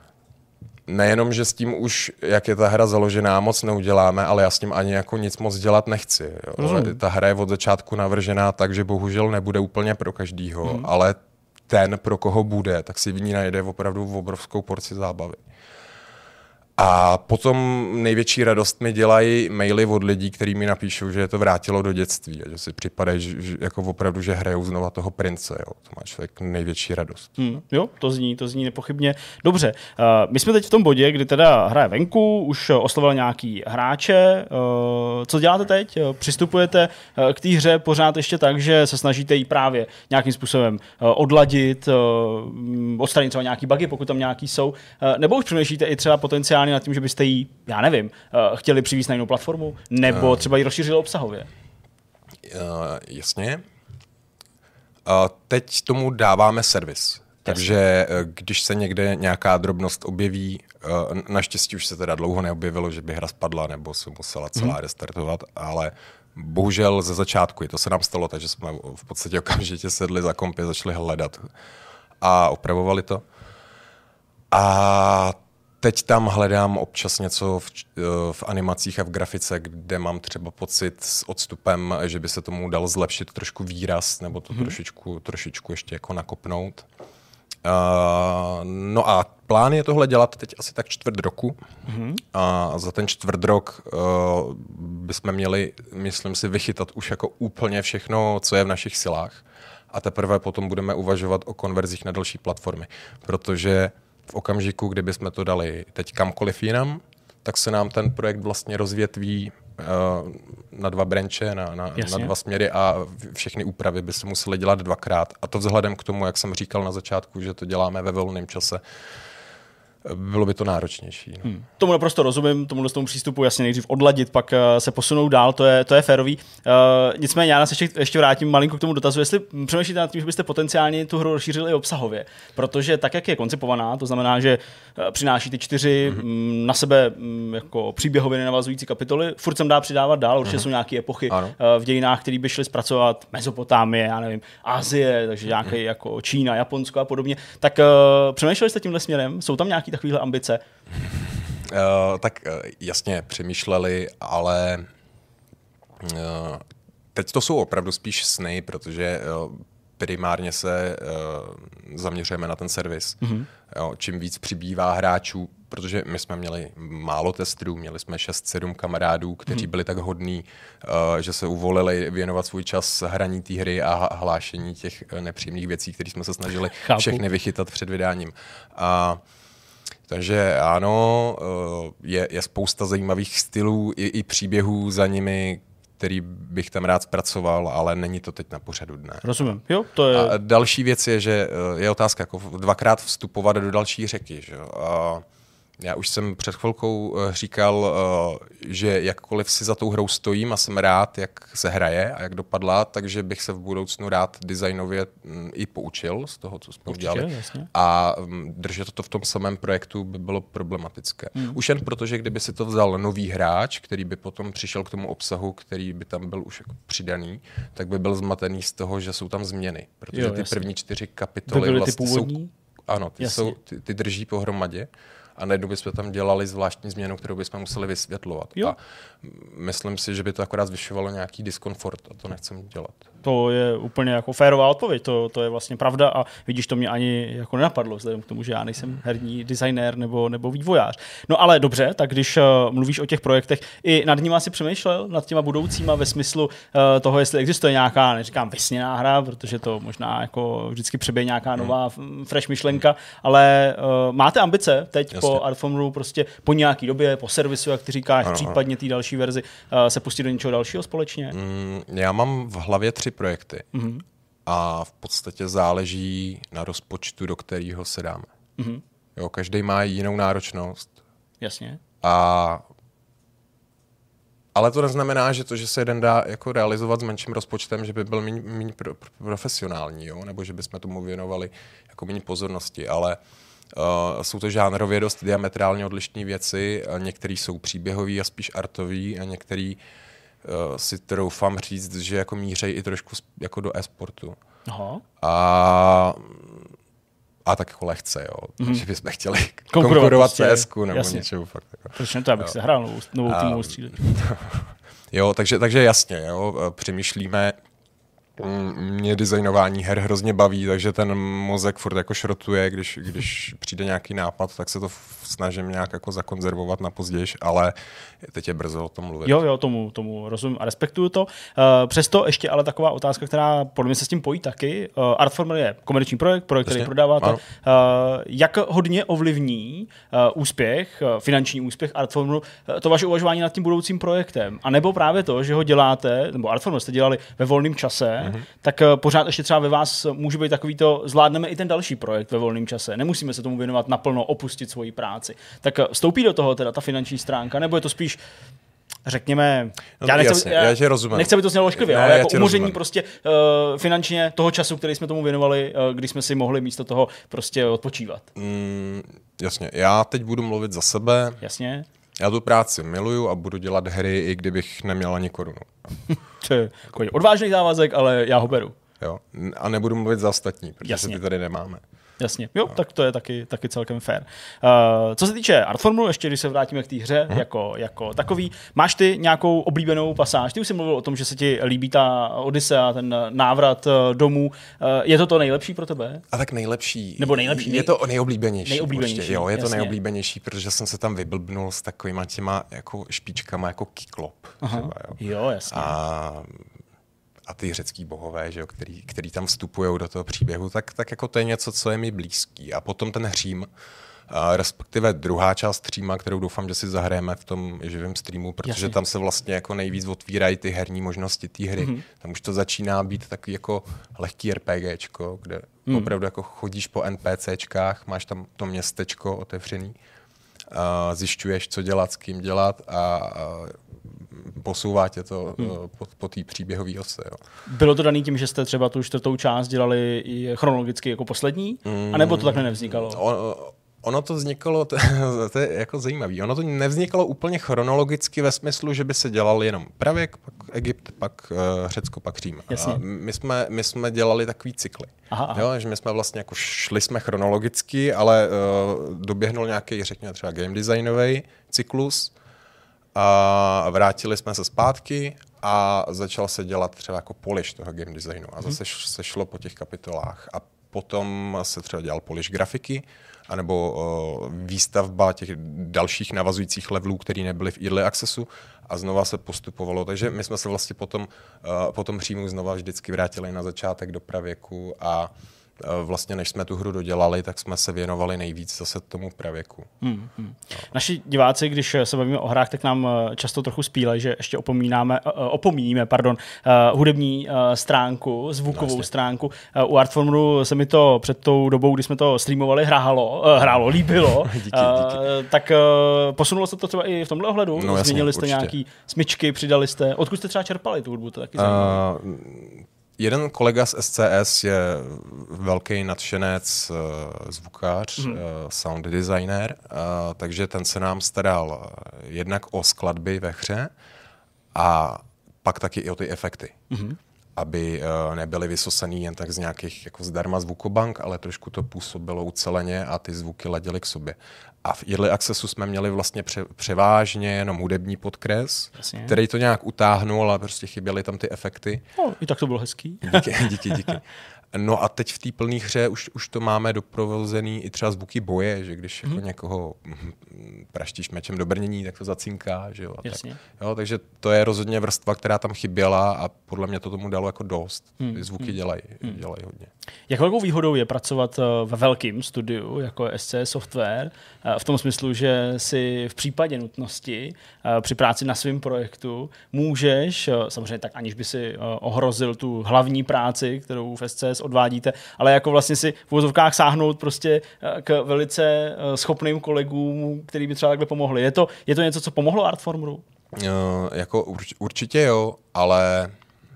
nejenom, že s tím už, jak je ta hra založená, moc neuděláme, ale já s tím ani jako nic moc dělat nechci. Jo. Ta hra je od začátku navržená tak, že bohužel nebude úplně pro každýho, mm. ale ten, pro koho bude, tak si v ní najde opravdu obrovskou porci zábavy. A potom největší radost mi dělají maily od lidí, kteří mi napíšou, že je to vrátilo do dětství a že si připadají, že, že jako opravdu, že hrajou znova toho prince. Jo. To má člověk největší radost. Hmm, jo, to zní, to zní nepochybně. Dobře, uh, my jsme teď v tom bodě, kdy teda hraje venku, už oslovil nějaký hráče. Uh, co děláte teď? Přistupujete uh, k té hře pořád ještě tak, že se snažíte ji právě nějakým způsobem uh, odladit, uh, odstranit třeba nějaký bugy, pokud tam nějaký jsou, uh, nebo už přemýšlíte i třeba potenciálně nad tím, že byste jí, já nevím, uh, chtěli přivést na jinou platformu, nebo třeba ji rozšířili obsahově? Uh, jasně. Uh, teď tomu dáváme servis. Takže uh, když se někde nějaká drobnost objeví, uh, naštěstí už se teda dlouho neobjevilo, že by hra spadla, nebo se musela celá hmm. restartovat, ale bohužel ze začátku, i to se nám stalo, takže jsme v podstatě okamžitě sedli za kompy, začali hledat a opravovali to. A teď tam hledám občas něco v, v animacích a v grafice, kde mám třeba pocit s odstupem, že by se tomu dal zlepšit trošku výraz, nebo to mm-hmm. trošičku, trošičku ještě jako nakopnout. Uh, no a plán je tohle dělat teď asi tak čtvrt roku. Mm-hmm. A za ten čtvrt rok uh, bychom měli, myslím si, vychytat už jako úplně všechno, co je v našich silách. A teprve potom budeme uvažovat o konverzích na další platformy. Protože v okamžiku, kdyby jsme to dali teď kamkoliv jinam, tak se nám ten projekt vlastně rozvětví uh, na dva branche, na, na, na dva směry a všechny úpravy by se musely dělat dvakrát. A to vzhledem k tomu, jak jsem říkal na začátku, že to děláme ve volném čase, Bylo by to náročnější. No. Hmm. Tomu naprosto rozumím, tomu tomu přístupu jasně nejdřív odladit, pak uh, se posunout dál, to je, to je férový. Uh, nicméně já nás ještě, ještě vrátím malinko k tomu dotazu, jestli přemýšlíte nad tím, že byste potenciálně tu hru rozšířili obsahově, protože tak, jak je koncipovaná, to znamená, že uh, přináší ty čtyři mm-hmm. na sebe mm, jako příběhově navazující kapitoly, furt sem dá přidávat dál, určitě mm-hmm. jsou nějaké epochy uh, v dějinách, které by šly zpracovat Mezopotámie, já nevím, Asie, takže nějaké mm-hmm. jako Čína, Japonsko a podobně. Tak uh, přemýšleli jste tímhle směrem? Jsou tam nějaké takovéhle ambice? Uh, tak uh, jasně přemýšleli, ale uh, teď to jsou opravdu spíš sny, protože uh, primárně se uh, zaměřujeme na ten servis. Mm-hmm. Jo, čím víc přibývá hráčů, protože my jsme měli málo testů, měli jsme šest sedm kamarádů, kteří mm-hmm. byli tak hodní, uh, že se uvolili věnovat svůj čas hraní té hry a hlášení těch nepříjemných věcí, které jsme se snažili Chápu. všechny vychytat před vydáním. A takže ano, je, je spousta zajímavých stylů i, i příběhů za nimi, který bych tam rád zpracoval, ale není to teď na pořadu dne. Rozumím. Jo, to je... A další věc je, že je otázka, jako dvakrát vstupovat do další řeky. Že? A já už jsem před chvilkou říkal, že jakkoliv si za tou hrou stojím a jsem rád, jak se hraje a jak dopadla, takže bych se v budoucnu rád designově i poučil z toho, co jsme Určitě, udělali. Jasně. A držet to v tom samém projektu by bylo problematické. Mm. Už jen proto, že kdyby si to vzal nový hráč, který by potom přišel k tomu obsahu, který by tam byl už jako přidaný, tak by byl zmatený z toho, že jsou tam změny. Protože jo, ty jasně. první čtyři kapitoly ty vlastně jsou... Ano, ty, jasně. jsou, ty, ty drží pohromadě. A najednou bychom tam dělali zvláštní změnu, kterou bychom museli vysvětlovat. Jo. A myslím si, že by to akorát zvyšovalo nějaký diskomfort a to nechcem dělat. To je úplně jako férová odpověď, to, to je vlastně pravda a vidíš, to mě ani jako nenapadlo, vzhledem k tomu, že já nejsem herní designér nebo, nebo vývojář. No ale dobře, tak když uh, mluvíš o těch projektech, i nad nimi asi přemýšlel, nad těma budoucíma ve smyslu uh, toho, jestli existuje nějaká, neříkám vysněná hra, protože to možná jako vždycky přeběje nějaká nová hmm. fresh myšlenka, ale uh, máte ambice teď Jasně. po Artformu prostě po nějaký době, po servisu, jak ty říkáš, ano, případně té další verzi, uh, se pustit do něčeho dalšího společně? Mm, já mám v hlavě tři projekty mm-hmm. a v podstatě záleží na rozpočtu, do kterého se dáme. Mm-hmm. Jo, každý má jinou náročnost. Jasně. A ale to neznamená, že to, že se jeden dá jako realizovat s menším rozpočtem, že by byl méně pro, pro, profesionální, jo? Nebo že bychom tomu věnovali jako méně pozornosti, ale uh, jsou to žánrově dost diametrálně odlišné věci, některé jsou příběhový a spíš artový a některé uh, si troufám říct, že jako mířejí i trošku jako do e-sportu. Aha. A A tak jako lehce, jo. Mm-hmm. Takže bychom chtěli konkurovat, konkurovat C S ku nebo jasně. něčemu fakt. Jako. Proč ne to, abych jo. se hrál novou, novou týmovou střílečku. Jo, takže, takže jasně, jo, přemýšlíme. Mě designování her hrozně baví, takže ten mozek furt jako šrotuje, když, když přijde nějaký nápad, tak se to snažím nějak jako zakonzervovat na později, ale teď je brzo o tom mluvit. Jo, jo, tomu, tomu rozumím a respektuju to. Uh, přesto ještě ale taková otázka, která podle mě se s tím pojí taky. Uh, Artformer je komerční projekt, projekt, Jasně? který prodáváte. Uh, jak hodně ovlivní uh, úspěch, uh, finanční úspěch Artformeru, uh, to vaše uvažování nad tím budoucím projektem? A nebo právě to, že ho děláte, nebo Artformer jste dělali ve volném čase, mm-hmm. tak uh, pořád ještě třeba ve vás může být takový to, zvládneme i ten další projekt ve volném čase. Nemusíme se tomu věnovat naplno, opustit svoji práci. Tak uh, vstoupí do toho teda ta finanční stránka, nebo je to spíš řekněme, no, já nechci, jasně, já, já rozumím. Nechci, aby to znělo ošklivě, ale jako umoření prostě uh, finančně toho času, který jsme tomu věnovali, uh, když jsme si mohli místo toho prostě odpočívat. Mm, jasně, já teď budu mluvit za sebe. Jasně. Já tu práci miluju a budu dělat hry, i kdybych neměl ani korunu. To je odvážný závazek, ale já ho beru. Jo. A nebudu mluvit za ostatní, protože Jasně. ty tady nemáme. Jasně, jo, no. tak to je taky, taky celkem fair. Uh, co se týče Artformu, ještě když se vrátíme k té hře hmm. jako, jako takový, máš ty nějakou oblíbenou pasáž? Ty už jsi mluvil o tom, že se ti líbí ta Odyssea, ten návrat domů. Uh, je to to nejlepší pro tebe? A tak nejlepší. Nebo nejlepší? Je to nejoblíbenější. Nejoblíbenější, určitě, jo, je jasně. to nejoblíbenější, protože jsem se tam vyblbnul s takovýma těma jako špičkama, jako Kyklop. Třeba, jo. jo, jasně. A a ty řecký bohové, že jo, který, který tam vstupují do toho příběhu, tak, tak jako to je něco, co je mi blízký. A potom ten Řím, A respektive druhá část streama, kterou doufám, že si zahrajeme v tom živém streamu, protože Jasně. tam se vlastně jako nejvíc otvírají ty herní možnosti té hry. Mm-hmm. Tam už to začíná být takový jako lehký RPGčko, kde mm. opravdu jako chodíš po NPCčkách, máš tam to městečko otevřený, a zjišťuješ, co dělat, s kým dělat a, a posouvá tě to hmm. po, po té příběhové ose. Jo. Bylo to daný tím, že jste třeba tu čtvrtou část dělali i chronologicky jako poslední? Hmm. A nebo to takhle nevznikalo? O, ono to vznikalo, to, to je jako zajímavé, ono to nevznikalo úplně chronologicky ve smyslu, že by se dělal jenom pravěk, pak Egypt, pak uh, Řecko, pak Řím. A my, jsme, my jsme dělali takový cykly. Aha, aha. Jo, že my jsme vlastně jako šli jsme chronologicky, ale uh, doběhnul nějaký, řekněme třeba game designový cyklus a vrátili jsme se zpátky a začal se dělat třeba jako polish toho game designu a zase hmm. se šlo po těch kapitolách a potom se třeba dělal polish grafiky anebo uh, výstavba těch dalších navazujících levelů, které nebyly v Early Accessu a znova se postupovalo. Takže my jsme se vlastně potom, uh, potom Římu znova vždycky vrátili na začátek do pravěku a uh, vlastně než jsme tu hru dodělali, tak jsme se věnovali nejvíc zase tomu pravěku. Hmm, hmm. No. Naši diváci, když se bavíme o hrách, tak nám často trochu spílají, že ještě opomínáme, uh, opomíníme pardon, uh, hudební uh, stránku, zvukovou vlastně. stránku. Uh, u Artformeru se mi to před tou dobou, kdy jsme to streamovali, hrálo, uh, hrálo líbilo. díky, díky. Uh, tak uh, posunulo se to třeba i v tomhle ohledu? No, jasně, Změnili jste určitě. nějaký smyčky, přidali jste. Odkud jste třeba čerpali tu hudbu? To taky zajímavé. Uh, Jeden kolega z S C S je velký nadšenec, zvukář, mm. sound designer, takže ten se nám staral jednak o skladby ve hře a pak taky i o ty efekty. Mm. Aby nebyly vysosaný jen tak z nějakých jako zdarma zvukobank, ale trošku to působilo uceleně a ty zvuky ladily k sobě. A v Early Accessu jsme měli vlastně pře- převážně jenom hudební podkres, Jasně. který to nějak utáhnul, ale prostě chyběly tam ty efekty. No, i tak to bylo hezký. Díky, díky, díky. No a teď v té plné hře už, už to máme doprovozený i třeba zvuky boje, že když mm. jako někoho praštíš mečem do brnění, tak to zacinká, že jo. Jasně. Tak, jo. Takže to je rozhodně vrstva, která tam chyběla a podle mě to tomu dalo jako dost. Mm. Ty zvuky mm. dělají, mm. dělají hodně. Jak velkou výhodou je pracovat ve velkém studiu, jako je S C S Software, v tom smyslu, že si v případě nutnosti při práci na svém projektu můžeš, samozřejmě tak aniž by si ohrozil tu hlavní práci, kterou v S C S odvádíte, ale jako vlastně si v uvozovkách sáhnout prostě k velice schopným kolegům, který by třeba takhle pomohli. Je to, je to něco, co pomohlo Artformeru? Uh, jako urč, určitě jo, ale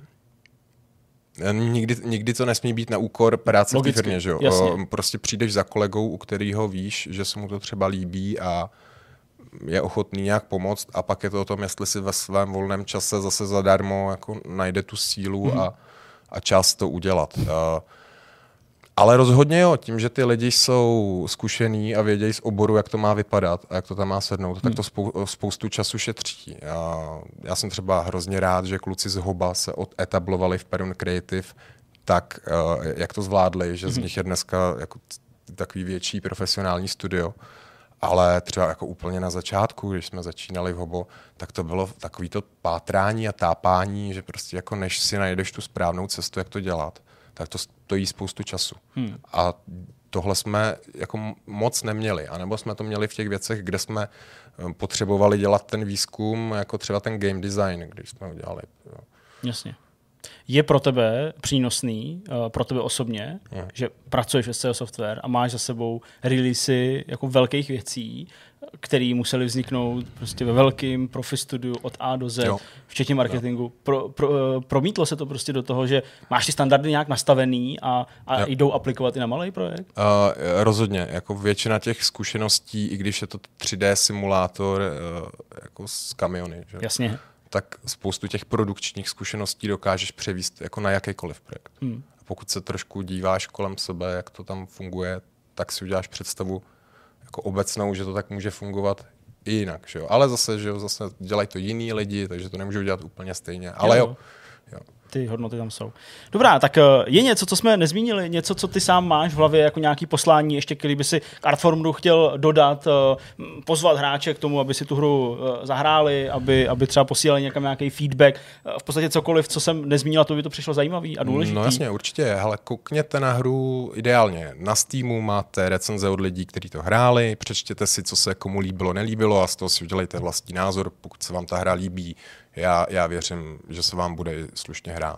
Nikdy, nikdy to nesmí být na úkor práce v té firmě, že jo? Jasně. Prostě přijdeš za kolegou, u kterého víš, že se mu to třeba líbí a je ochotný nějak pomoct a pak je to o tom, jestli si ve svém volném čase zase zadarmo jako najde tu sílu mm. a, a čas to udělat. Uh, ale rozhodně jo, tím, že ty lidi jsou zkušení a vědějí z oboru, jak to má vypadat a jak to tam má sednout, hmm. tak to spou- spoustu času šetří. Já, já jsem třeba hrozně rád, že kluci z Hoba se odetablovali v Perun Creative, tak uh, jak to zvládli, že hmm. z nich je dneska jako takový větší profesionální studio. Ale třeba jako úplně na začátku, když jsme začínali v Hobo, tak to bylo takový to pátrání a tápání, že prostě jako než si najdeš tu správnou cestu, jak to dělat, tak to stojí spoustu času. Hmm. A tohle jsme jako moc neměli. A nebo jsme to měli v těch věcech, kde jsme potřebovali dělat ten výzkum, jako třeba ten game design, když jsme ho dělali. Jo. Jasně. Je pro tebe přínosný, uh, pro tebe osobně, hmm. že pracuješ v S C S Software a máš za sebou releasy jako velkých věcí, které musely vzniknout prostě ve velkém profi studiu od A do Z, jo. včetně marketingu. Pro, pro, uh, promítlo se to prostě do toho, že máš ty standardy nějak nastavený a, a jdou aplikovat i na malý projekt? Uh, rozhodně. Jako většina těch zkušeností, i když je to tři dé simulátor uh, jako s kamiony. Že? Jasně. Tak spoustu těch produkčních zkušeností dokážeš převíst jako na jakýkoliv projekt. Hmm. A pokud se trošku díváš kolem sebe, jak to tam funguje, tak si uděláš představu jako obecnou, že to tak může fungovat i jinak. Že jo? Ale zase, že jo, zase dělají to jiný lidi, takže to nemůžou dělat úplně stejně. Ale jo. jo. jo. ty hodnoty tam jsou. Dobrá, tak je něco, co jsme nezmínili, něco, co ty sám máš v hlavě jako nějaký poslání, ještě který by si k Artformdu chtěl dodat, pozvat hráče k tomu, aby si tu hru zahráli, aby, aby třeba posílali někam nějaký feedback, v podstatě cokoliv, co jsem nezmínila, to by to přišlo zajímavý a důležitý. No jasně, určitě, hele, koukněte na hru ideálně. Na Steamu máte recenze od lidí, kteří to hráli, přečtěte si, co se komu líbilo, nelíbilo a z toho si udělejte vlastní názor, pokud se vám ta hra líbí. Já, já věřím, že se vám bude slušně hrát.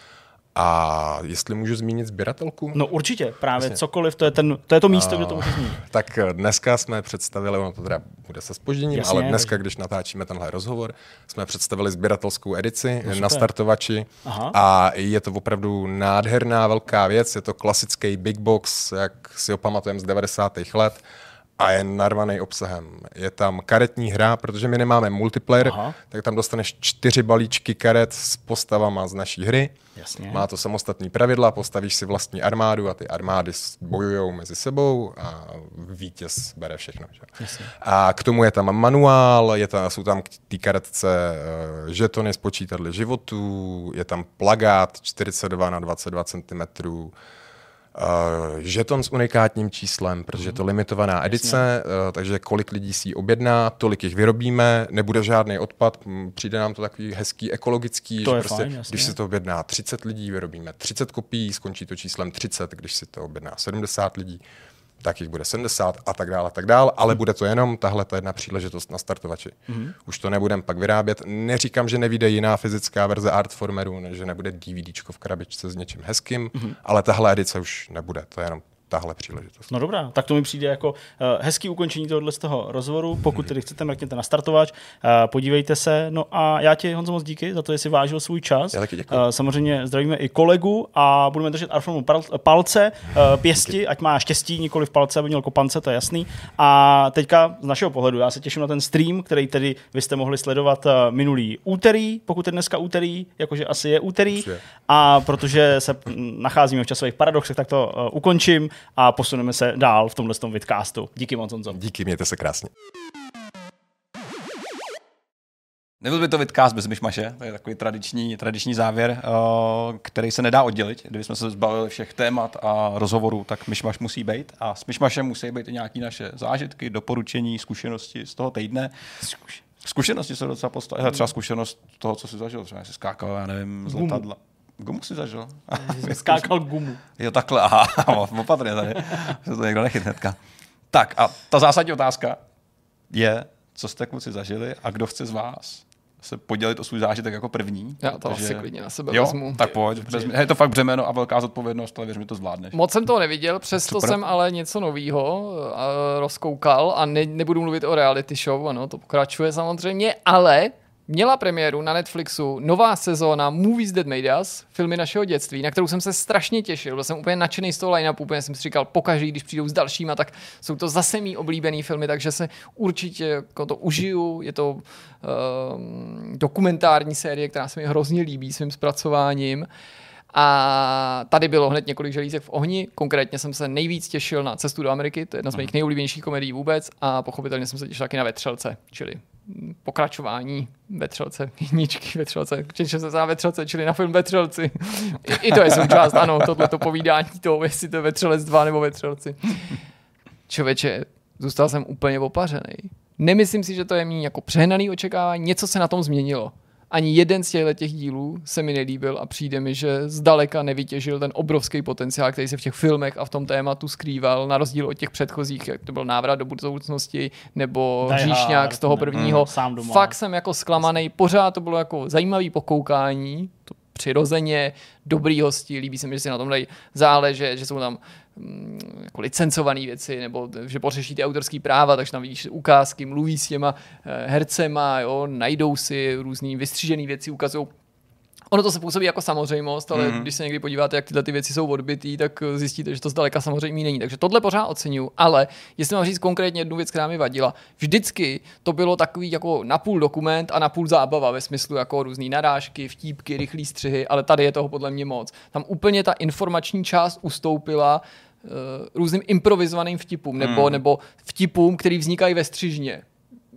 A jestli můžu zmínit sběratelku? No určitě, právě Jasně. cokoliv, to je, ten, to je to místo, a... kde to můžu zmínit. Tak dneska jsme představili, ono to teda bude se zpožděním, Jasně, ale dneska, když natáčíme tenhle rozhovor, jsme představili sběratelskou edici no, na startovači. Aha. A je to opravdu nádherná velká věc, je to klasický big box, jak si ho pamatujeme z devadesátých let. A je narvaný obsahem. Je tam karetní hra, protože my nemáme multiplayer, Aha. tak tam dostaneš čtyři balíčky karet s postavama z naší hry. Jasně. Má to samostatný pravidla, postavíš si vlastní armádu a ty armády bojujou mezi sebou a vítěz bere všechno. Jasně. A k tomu je tam manuál, je tam, jsou tam k té karetce uh, žetony z počítadly životů, je tam plagát čtyřicet dva na dvacet dva centimetrů, Uh, žeton s unikátním číslem, protože je to limitovaná edice, uh, takže kolik lidí si ji objedná, tolik jich vyrobíme, nebude žádný odpad, přijde nám to takový hezký, ekologický, to že je prostě, fajn, když si to objedná třicet lidí, vyrobíme třicet kopií, skončí to číslem třicet, když si to objedná sedmdesát lidí, tak jich bude sedmdesát a tak dále, a tak dále, ale bude to jenom tahle ta jedna příležitost na startovači. Mm-hmm. Už to nebudem pak vyrábět. Neříkám, že nevyjde jiná fyzická verze Artformeru, že nebude DVDčko v krabičce s něčím hezkým, mm-hmm. ale tahle edice už nebude, to je jenom tahle příležitost. No dobrá, tak to mi přijde jako uh, hezký ukončení tohohle z toho rozhovoru. Pokud tedy chcete, mrkněte na startovač, uh, podívejte se. No a já ti, Honzo, moc díky za to, že jsi vážil svůj čas. Já taky děkuji. Uh, samozřejmě zdravíme i kolegu a budeme držet Artformu palce, uh, pěsti, díky. Ať má štěstí, nikoli v palce, aby měl kopance, to je jasný. A teďka z našeho pohledu, já se těším na ten stream, který tedy vy jste mohli sledovat uh, minulý úterý, pokud je dneska úterý, jakože asi je úterý. Asi je. A protože se nacházíme v časových paradoxech, tak to uh, ukončím a posuneme se dál v tomhle vidcastu. Díky moc, Honzo. Díky, mějte se krásně. Nebyl by to vidcast bez myšmaše, to je takový tradiční, tradiční závěr, který se nedá oddělit. Kdybychom se zbavili všech témat a rozhovorů, tak myšmaš musí být. A s myšmašem musí být i nějaké naše zážitky, doporučení, zkušenosti z toho týdne. Zkušenosti jsou docela podstatné. Třeba zkušenost toho, co jsi zažil. Třeba jsi skákal, já nevím, z letadla. Gumu si zažil? Jsi skákal gumu. Jo, takhle, aha, opatrně tady. Se to někdo nechyt hnedka. Tak a ta zásadní otázka je, co jste kluci zažili a kdo chce z vás se podělit o svůj zážitek jako první. Já to takže... asi klidně na sebe jo, vezmu. Tak pojď. Je to fakt břemeno a velká zodpovědnost, ale věř mi, to zvládneš. Moc jsem to neviděl, přesto Super. jsem ale něco novýho rozkoukal a ne, nebudu mluvit o reality show, ano, to pokračuje samozřejmě, ale měla premiéru na Netflixu nová sezóna Movies That Made Us, filmy našeho dětství, na kterou jsem se strašně těšil. Byl jsem úplně nadšený z toho line-upu, úplně jsem si říkal, pokaždé, když přijdou s dalšíma, tak jsou to zase mý oblíbený filmy, takže se určitě jako to užiju. Je to um, dokumentární série, která se mi hrozně líbí svým zpracováním. A tady bylo hned několik želízek v ohni. Konkrétně jsem se nejvíc těšil na Cestu do Ameriky, to je jedna z mých nejoblíbenějších komedií vůbec, a pochopitelně jsem se těšil taky na Vetřelce, čili pokračování Vetřelce, jedničky Vetřelce, těšil jsem se na Vetřelce, čili na film Vetřelci. I, i to je součást, ano, tohleto povídání toho, jestli to je Vetřelec dva nebo Vetřelci. Člověče, zůstal jsem úplně opařený. Nemyslím si, že to je mý jako přehnaný očekávání, něco se na tom změnilo. Ani jeden z těchto těch dílů se mi nelíbil a přijde mi, že zdaleka nevytěžil ten obrovský potenciál, který se v těch filmech a v tom tématu skrýval, na rozdíl od těch předchozích, jak to byl Návrat do budoucnosti nebo Říšňák z toho prvního. Mm, Fakt jsem jako zklamaný, pořád to bylo jako zajímavý pokoukání, to přirozeně, dobrý hosti, líbí se mi, že si na tom dají záležet, že jsou tam jako licencované věci, nebo že pořeší ty autorský práva, takže tam vidíš ukázky, mluví s těma hercema, jo, najdou si různý vystřížené věci, ukazují. Ono to se působí jako samozřejmost, ale mm. když se někdy podíváte, jak tyhle ty věci jsou odbytý, tak zjistíte, že to zdaleka samozřejmě není. Takže tohle pořád oceňuju, ale jestli mám říct konkrétně jednu věc, která mi vadila, vždycky to bylo takový jako napůl dokument a napůl zábava ve smyslu jako různý narážky, vtípky, rychlý střihy, ale tady je toho podle mě moc. Tam úplně ta informační část ustoupila uh, různým improvizovaným vtipům, nebo, mm. nebo vtipům, který vznikají ve střižně.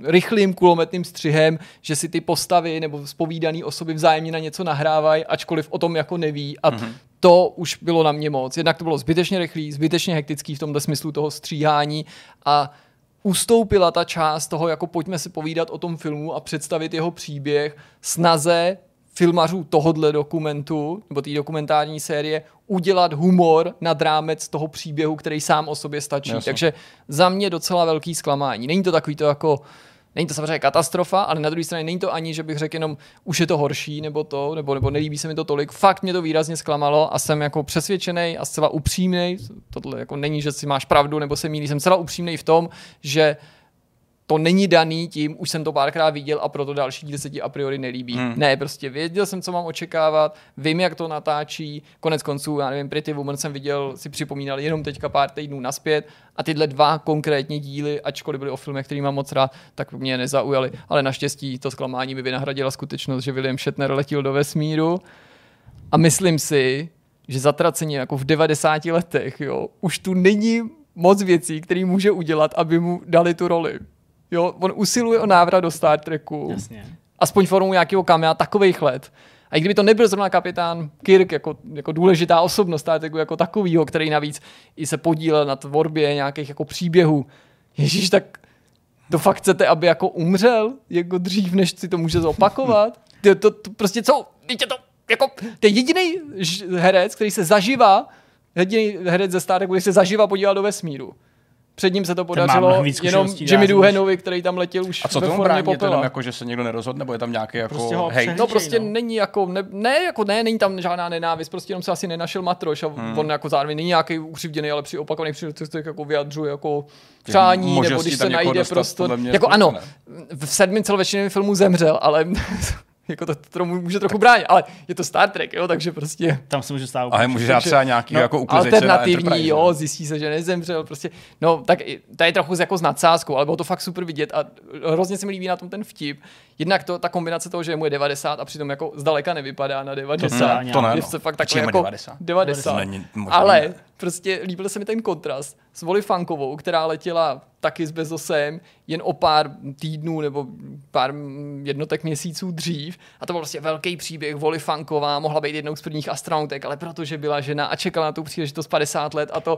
rychlým kulometným střihem, že si ty postavy nebo zpovídané osoby vzájemně na něco nahrávají, ačkoliv o tom jako neví. A mm-hmm. to už bylo na mě moc. Jednak to bylo zbytečně rychlý, zbytečně hektický v tomhle smyslu toho stříhání a ustoupila ta část toho, jako pojďme si povídat o tom filmu a představit jeho příběh, snaze filmařů tohodle dokumentu, nebo té dokumentární série, udělat humor nad rámec toho příběhu, který sám o sobě stačí. Jasně. Takže za mě docela velký zklamání. Není to takový to jako, není to samozřejmě katastrofa, ale na druhé straně není to ani, že bych řekl jenom, už je to horší, nebo to, nebo, nebo nelíbí se mi to tolik. Fakt mě to výrazně zklamalo a jsem jako přesvědčený a zcela upřímnej. Tohle jako není, že si máš pravdu, nebo se mýlí. Jsem zcela upřímnej v tom, že to není daný tím, už jsem to párkrát viděl a proto další díl se ti a priori nelíbí. Hmm. Ne, prostě věděl jsem, co mám očekávat, vím, jak to natáčí, konec konců, já nevím, Pretty Woman jsem viděl, si připomínal jenom teďka pár týdnů naspět a tyhle dva konkrétní díly, ačkoliv byly o filmech, který mám moc rád, tak mě nezaujaly, ale naštěstí to zklamání mi vynahradila skutečnost, že William Shatner letěl do vesmíru a myslím si, že zatraceně jako v devadesáti letech, jo, už tu není moc věcí, které může udělat, aby mu dali tu roli. Jo, on usiluje o návrat do Star Treku. Jasně. Aspoň formou nějakého kamea takovejch let. A i kdyby to nebyl zrovna kapitán Kirk jako, jako důležitá osobnost Star Treku jako takovýho, který navíc i se podílel na tvorbě nějakých jako příběhů. Ježíš, tak to fakt chcete, aby jako umřel jako dřív, než si to může zopakovat? To, to, to prostě co? Víte to jako to je jediný herec, který se zaživa, jediný herec ze Star Treku, který se zaživa podíval do vesmíru. Před ním se to podařilo jenom Jimmy Doohanovi, který tam letěl už a co ve tomu formě brání? popela. Je to jenom jako, že se někdo nerozhodne, nebo je tam nějaký jako prostě hejt? No prostě no. není jako, ne, ne, jako ne, není tam žádná nenávist, prostě jenom se asi nenašel matroš a hmm. on jako zároveň není nějaký ukřivděný, ale při opakovaných příležitostech jako vyjadřuje jako přání, nebo když se najde prostor. Jako ano, v sedmém celovečerném filmu zemřel, ale jako to, to může trochu bránit, ale je to Star Trek, jo, takže prostě... Tam se může stát ale může dát třeba nějaký no, jako uklizeče alternativní, jo, zjistí se, že nezemřel, prostě, no, tak to je trochu jako s nadsázkou, ale bylo to fakt super vidět a hrozně se mi líbí na tom ten vtip. Jednak to, ta kombinace toho, že mu je devadesát a přitom jako zdaleka nevypadá na devadesát. To, ne, to ne, je no. fakt takový jako devadesát. devadesát. Ale prostě líbil se mi ten kontrast s Wally Funkovou, která letěla taky s Bezosem jen o pár týdnů nebo pár jednotek měsíců dřív a to byl prostě velký příběh. Wally Funková mohla být jednou z prvních astronautek, ale protože byla žena a čekala na tu příležitost padesát let a to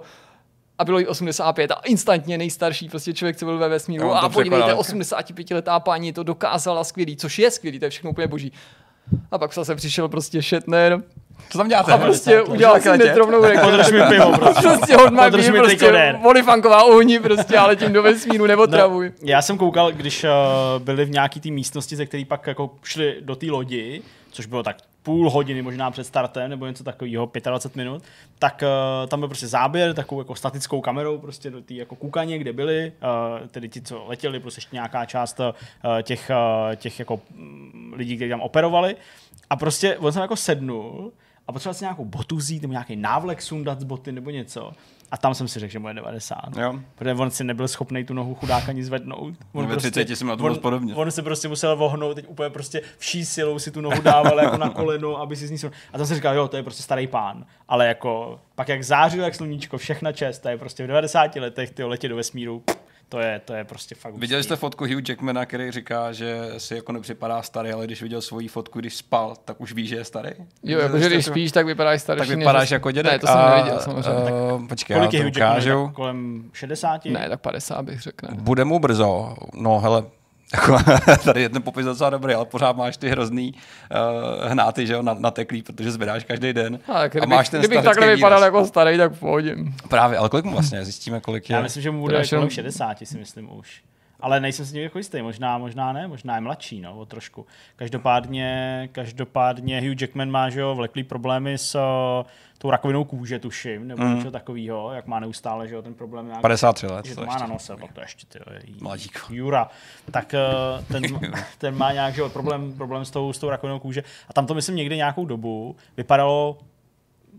a bylo jí osmdesát pět a instantně nejstarší prostě člověk, co byl ve vesmíru. Jo, a podívejte, osmdesátipětiletá paní to dokázala skvělý, což je skvělý, to je všechno úplně boží. A pak zase přišel prostě Shatner. Co tam děláte? A prostě udělal si metrovnou rekordu. Podrž mi pivo, prostě. Prostě hod má pivo, prostě Wally Funková ohni prostě, ale tím do vesmíru neotravuj. No, já jsem koukal, když uh, byli v nějaký té místnosti, ze který pak jako šli do té lodi, což bylo tak půl hodiny možná před startem, nebo něco takového, dvacet pět minut, tak uh, tam byl prostě záběr takovou jako statickou kamerou prostě do té jako koukaně, kde byli, uh, tedy ti, co letěli, plus ještě nějaká část uh, těch, uh, těch jako um, lidí, kteří tam operovali. A prostě on jsem jako sednul a potřeboval si nějakou botu vzít, nebo nějaký návlek sundat z boty, nebo něco. A tam jsem si řekl, že mu je devadesát. Jo. Protože on si nebyl schopný tu nohu chudáka ani zvednout. On, prostě, třiceti jsem na to on, podobně. On se prostě musel vohnout, teď úplně prostě vší silou si tu nohu dával jako na koleno, aby si z ní sl... A tam jsem říkal, jo, to je prostě starý pán. Ale jako, pak jak zářil jak sluníčko, všechna čest, to je prostě v devadesáti letech, ty letět do vesmíru. To je, to je prostě fakt. Viděli jste fotku Hugh Jackmana, který říká, že si jako nepřipadá starý, ale když viděl svoji fotku, když spal, tak už ví, že je starý? Jo, jakože když spíš, tak vypadáš starý. Tak vypadáš jako dědek. Ne, to jsem a, neviděl samozřejmě. Uh, počkej, kolik já to ukážu. Kolem šedesáti? Ne, tak padesát bych řekl. Ne. Bude mu brzo. No hele, jako, tady je ten popis docela dobrý, ale pořád máš ty hrozný uh, hnáty, že jo, nateklý, protože zvedáš každý den. A, tak, a kdybych, máš ten kdybych takhle vypadal výraz. Jako starý, tak v pohodě. Právě, ale kolik mu vlastně, zjistíme, kolik je. Já myslím, že mu bude kolem šedesáti, si myslím už. Ale nejsem si někdo jistý, možná, možná ne, možná je mladší, no, o trošku. Každopádně, každopádně Hugh Jackman má, že jo, vleklý problémy s uh, tou rakovinou kůže, tuším, nebo mm. něco takového, jak má neustále, že jo, ten problém. Nějak, padesát tři let. Že to, to má na nose, pak to ještě, ty mladíko. Jura. Tak uh, ten, ten má nějak, že jo, problém, problém s tou, s tou rakovinou kůže. A tam to, myslím, někdy nějakou dobu vypadalo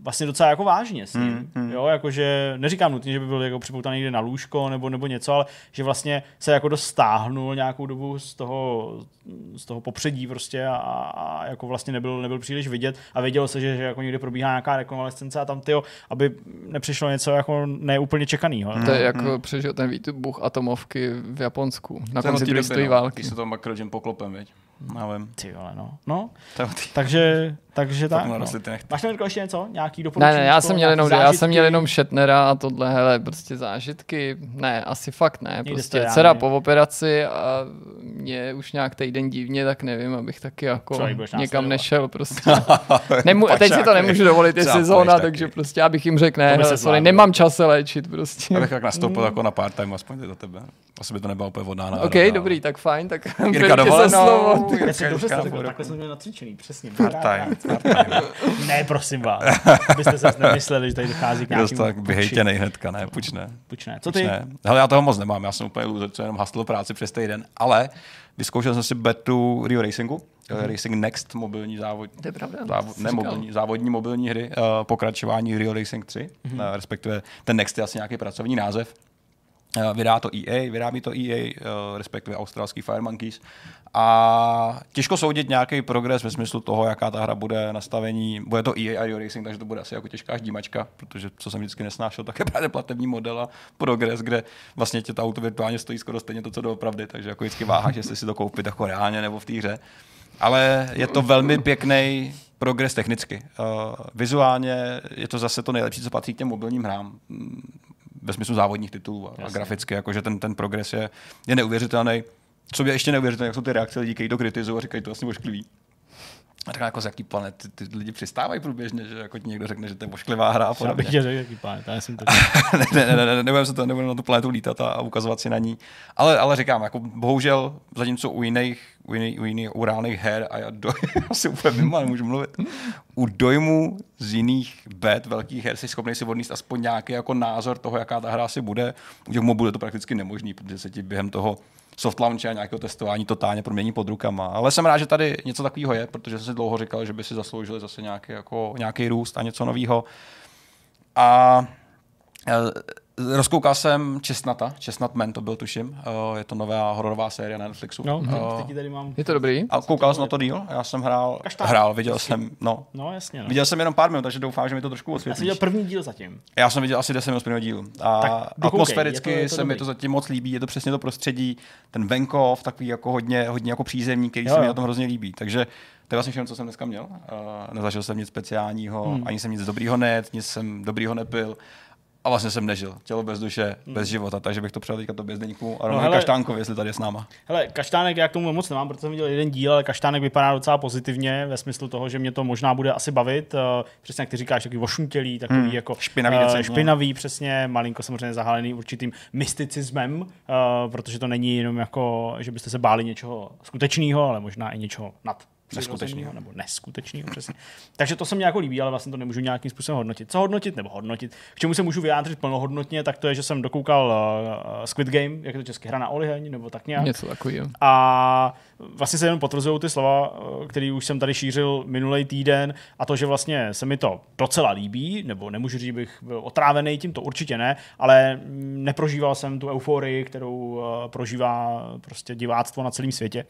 vlastně docela jako vážně s ním. Mm, mm. Jo, jakože neříkám nutně, že by byl jako připoutaný někde na lůžko nebo, nebo něco, ale že vlastně se jako dost stáhnul nějakou dobu z toho, z toho popředí prostě a, a jako vlastně nebyl, nebyl příliš vidět a vědělo se, že, že jako někde probíhá nějaká rekonvalescence a tam tyjo, aby nepřišlo něco jako neúplně čekanýho. To je jako přežil ten výbuch atomovky v Japonsku na To je konci od té druhé doby, světové no, války. když se to makrojím poklopem, viď? Nevím. Ty vole, no. no. To je od té- Takže, takže tak. Fakt No. narostly ty nechty. Máš tam Jirko, ještě něco? Nějaký doporučení? Ne, ne, já jsem měl jenom, já zážitky? jsem měl jenom Shatnera a tohle, hele, prostě zážitky, ne, asi fakt ne, Někde prostě jste dcera rádi. po operaci a mě už nějak týden divně, tak nevím, abych taky jako Co, jí budeš někam následovat? nešel prostě. Nemu, teď si to nemůžu dovolit, je Třeba sezóna, půjdeš takže taky. prostě abych jim řekl, ne, To by se hele, sorry, zvládlo. nemám čas se léčit prostě. Abych tak nastoupil jako na part-time, aspoň za tebe. Asi by to nebyla úplně vodná náhoda. OK, dobrý, tak fajn, tak Jirka beru tě za dovolenou. slovo. Já si dobře jste Jirka řekl, dovolenou. takhle jsme měli nacvičený, přesně. Part-time, part-time. Ne, prosím vás. Abyste se nemysleli, že tady dochází k Dost nějakým tak vyhejtěnej hnedka, ne, puč ne. Pučné. Co ty? Ne. Hele, já toho moc nemám, já jsem úplně loser, co jenom hustl práci přes týden, ale vyzkoušel jsem si betu Rio Racingu, mm-hmm. Racing Next, mobilní závod, To je pravda. závod, jsi ne, říkal. mobilní, závodní mobilní hry, uh, pokračování Rio Racing tři, mm-hmm. uh, respektive ten Next je asi nějaký pracovní název. Uh, vydá to E A, vyrábí to E A, uh, respektive australský Fire Monkeys. A těžko soudit nějaký progres ve smyslu toho, jaká ta hra bude nastavení. Bude to E A a Rio Racing, takže to bude asi jako těžká ždímačka, protože co jsem vždycky nesnášel, tak je právě platební model a progres, kde vlastně tě to auto virtuálně stojí skoro stejně to, co doopravdy, takže jako vždycky váháš, jestli si to koupit jako reálně nebo v té hře. Ale je to velmi pěkný progres technicky. Uh, vizuálně je to zase to nejlepší, co patří k těm mobilním hrám. Ve smyslu závodních titulů a, a graficky, jakože ten, ten progres je, je neuvěřitelný. Co je ještě neuvěřitelné, jak jsou ty reakce lidí, kteří to kritizují a říkají, to vlastně ošklivý. A tak jako z jaký planety ty, ty lidi přistávají průběžně, že jako ti někdo řekne, že to je ošklivá hra a Já bych podobně. tě řekl, jaký pán, já jsem to... ne, ne, ne, ne, nebudeme se to, nebudeme na tu planetu lítat a, a ukazovat si na ní. Ale, ale říkám, jako bohužel, zatímco u jiných, u jiných, u jiných u reálných her, a já do, asi úplně mimo, nemůžu mluvit, u dojmu z jiných bet velkých her jsi schopný si odníst aspoň nějaký jako názor toho, jaká ta hra asi bude. U těch mobilů je to prakticky nemožný, protože se ti během toho soft launche a nějakého testování totálně promění pod rukama. Ale jsem rád, že tady něco takového je, protože jsem si dlouho říkal, že by si zasloužili zase nějaký, jako, nějaký růst a něco nového. A rozkoukal jsem Chestnuta, Chestnut Man to byl, tuším. Je to nová hororová série na Netflixu. No, Uh, teď tady mám... Je to dobrý? a koukal jsi na to díl? Já jsem hrál, Kaštán. hrál, viděl jsem, no. No, jasně, no. Viděl jsem jenom pár minut, takže doufám, že mi to trošku Já jsem osvětlíš. viděl první díl zatím. Já jsem viděl asi deset minut z prvního dílu. A Tak dokoukej, atmosféricky je to- je to se mi dobrý. to zatím moc líbí, je to přesně to prostředí, ten venkov, takový jako hodně, hodně jako přízemní, který Jo, se mi jo. na tom hrozně líbí. Takže to je vlastně všechno, co jsem dneska měl. Uh, nezažil jsem nic speciálního, Hmm. ani jsem nic dobrýho net, nic jsem dobrýho nepil. A vlastně jsem nežil. Tělo bez duše, Hmm. bez života, takže bych to předal teďka tobě Zdeňku a No no, hele- Kaštánkovi, jestli tady je s náma. Hele, Kaštánek já k tomu moc nemám, protože jsem viděl jeden díl, ale Kaštánek vypadá docela pozitivně ve smyslu toho, že mě to možná bude asi bavit. Uh, přesně jak ty říkáš, takový ošuntělý, takový Hmm. jako Špinavý uh, decentně. špinavý, přesně, malinko samozřejmě zahálený určitým mysticismem, uh, protože to není jenom jako, že byste se báli něčeho skutečného, ale možná i něčeho nad Neskutečného. nebo neskutečného, přesně. Takže to se mě jako líbí, ale vlastně to nemůžu nějakým způsobem hodnotit. Co hodnotit nebo hodnotit? K čemu se můžu vyjádřit plnohodnotně, tak to je, že jsem dokoukal uh, Squid Game, jak je to česky, hra na oliheň, nebo tak nějak. Něco takového. A vlastně se jenom potvrzují ty slova, které už jsem tady šířil minulý týden, a to, že vlastně se mi to docela líbí, nebo nemůžu říct, že bych byl otrávený tím, to určitě ne, ale neprožíval jsem tu euforii, kterou prožívá prostě diváctvo na celém světě.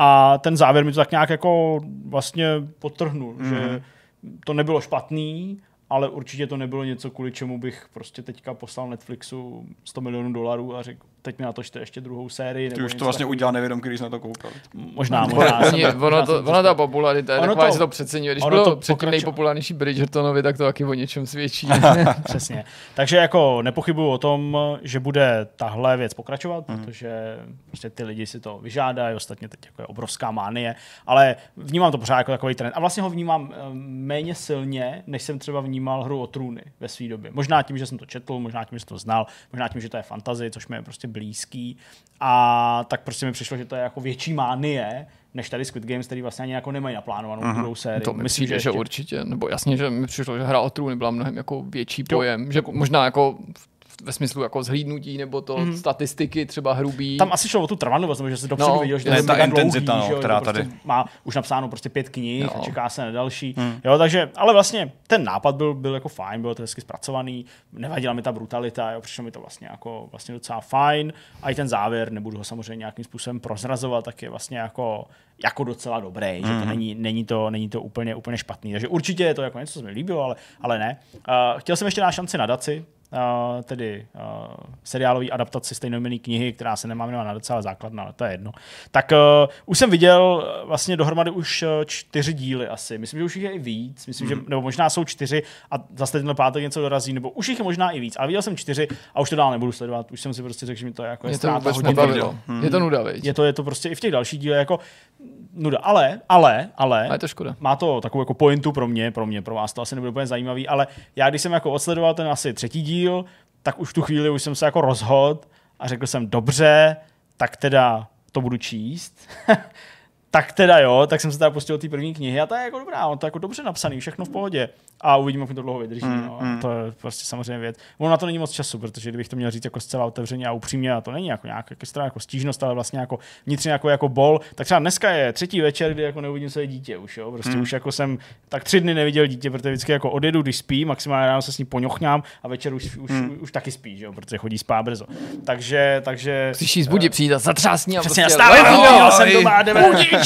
A ten závěr mi to tak nějak jako vlastně podtrhnul, mm-hmm. že to nebylo špatný, ale určitě to nebylo něco, kvůli čemu bych prostě teďka poslal Netflixu sto milionů dolarů a řekl, teď mi natočte ještě druhou sérii. Ty nebo už to něco vlastně takového. udělal nevědomky, když jsi na to koukal. Možná, možná. Oni, jsem- ono, možná to, jsem ono ta popularita je Ono taková, to- že se to přeceňuje. Když ono bylo to předtím pokračo- nejpopulárnější Bridgertonovi, tak to taky o něčem svědčí. Přesně. Takže jako nepochybuju o tom, že bude tahle věc pokračovat, Mhm. protože prostě ty lidi si to vyžádají, ostatně teď jako je obrovská mánie, ale vnímám to pořád jako takový trend. A vlastně ho vnímám eh, méně silně, než jsem třeba vnímal Hru o trůny ve své době. Možná tím, že jsem to četl, možná tím, že jsem to znal, možná tím, že to je fantasy, což mi je prostě blízký. A tak prostě mi přišlo, že to je jako větší mánie, než tady Squid Games, který vlastně ani jako nemají naplánovanou uh-huh. druhou sérii. To mi Myslím, přijde, že, ještě... určitě, nebo jasně, že mi přišlo, že Hra o trůny byla mnohem jako větší pojem, že možná jako v ve smyslu jako zhlídnutí nebo to mm. statistiky třeba hrubý. Tam asi šlo o tu trvanlivost, že se dopředu no, viděl, že to je ta intenzita, dlouhý, no, že, která že prostě tady má už napsáno prostě pět knih, no. čeká se na další. Hmm. Jo, takže, ale vlastně ten nápad byl, byl jako fajn, bylo to hezky zpracovaný, nevadila mi ta brutalita, jo, přišlo mi to vlastně jako vlastně docela fajn. A i ten závěr, nebudu ho samozřejmě nějakým způsobem prozrazovat, tak je vlastně jako, jako docela dobrý, mm-hmm. že to není, není, to, není to úplně, úplně špatný. Takže určitě je to jako něco, co se mi líbilo, ale, ale ne. Uh, chtěl jsem ještě dát šanci na Daci, Uh, tedy uh, seriálový adaptaci stejnojmenné knihy, která se nemá jmenovat na docela základna, ale to je jedno. Tak uh, už jsem viděl vlastně dohromady už uh, čtyři díly asi. Myslím, že už jich je i víc. Myslím, mm. že, nebo možná jsou čtyři a zase tenhle pátek něco dorazí, nebo už jich je možná i víc. Ale viděl jsem čtyři a už to dál nebudu sledovat. Už jsem si prostě řekl, že mi to je jako je to vůbec nebavilo. Hmm. Je to nuda, veď? Je to, je to prostě i v těch dalších dílech jako nuda. Ale, ale, ale, a je to škoda. Má to takovou jako pointu pro mě, pro mě, pro vás to asi nebude úplně zajímavý, ale já když jsem jako odsledoval ten asi třetí díl, tak už v tu chvíli už jsem se jako rozhodl a řekl jsem, dobře, tak teda to budu číst. Tak teda jo, tak jsem se teda pustil do té první knihy a ta je jako dobrá, on to je jako dobře napsaný, všechno v pohodě. A uvidíme, jak mi to dlouho vydrží. Mm, no. mm. To je prostě samozřejmě věc. Ono na to není moc času, protože kdybych to měl říct jako zcela otevřeně a upřímně, a to není jako nějaká jako stížnost, ale vlastně jako vnitřně jako, jako bol. Tak třeba dneska je třetí večer, kdy jako neuvidím své dítě už, jo. Prostě mm. už jako jsem tak tři dny neviděl dítě, protože vždycky jako odjedu, když spí, maximálně ráno se s ní poňochňám a večer už, už, mm. už taky spí, jo, protože chodí spát brzo. Takže, takže musíš jí zbudit, přijít a zatřásní a prostě já jsem doma, jdeme.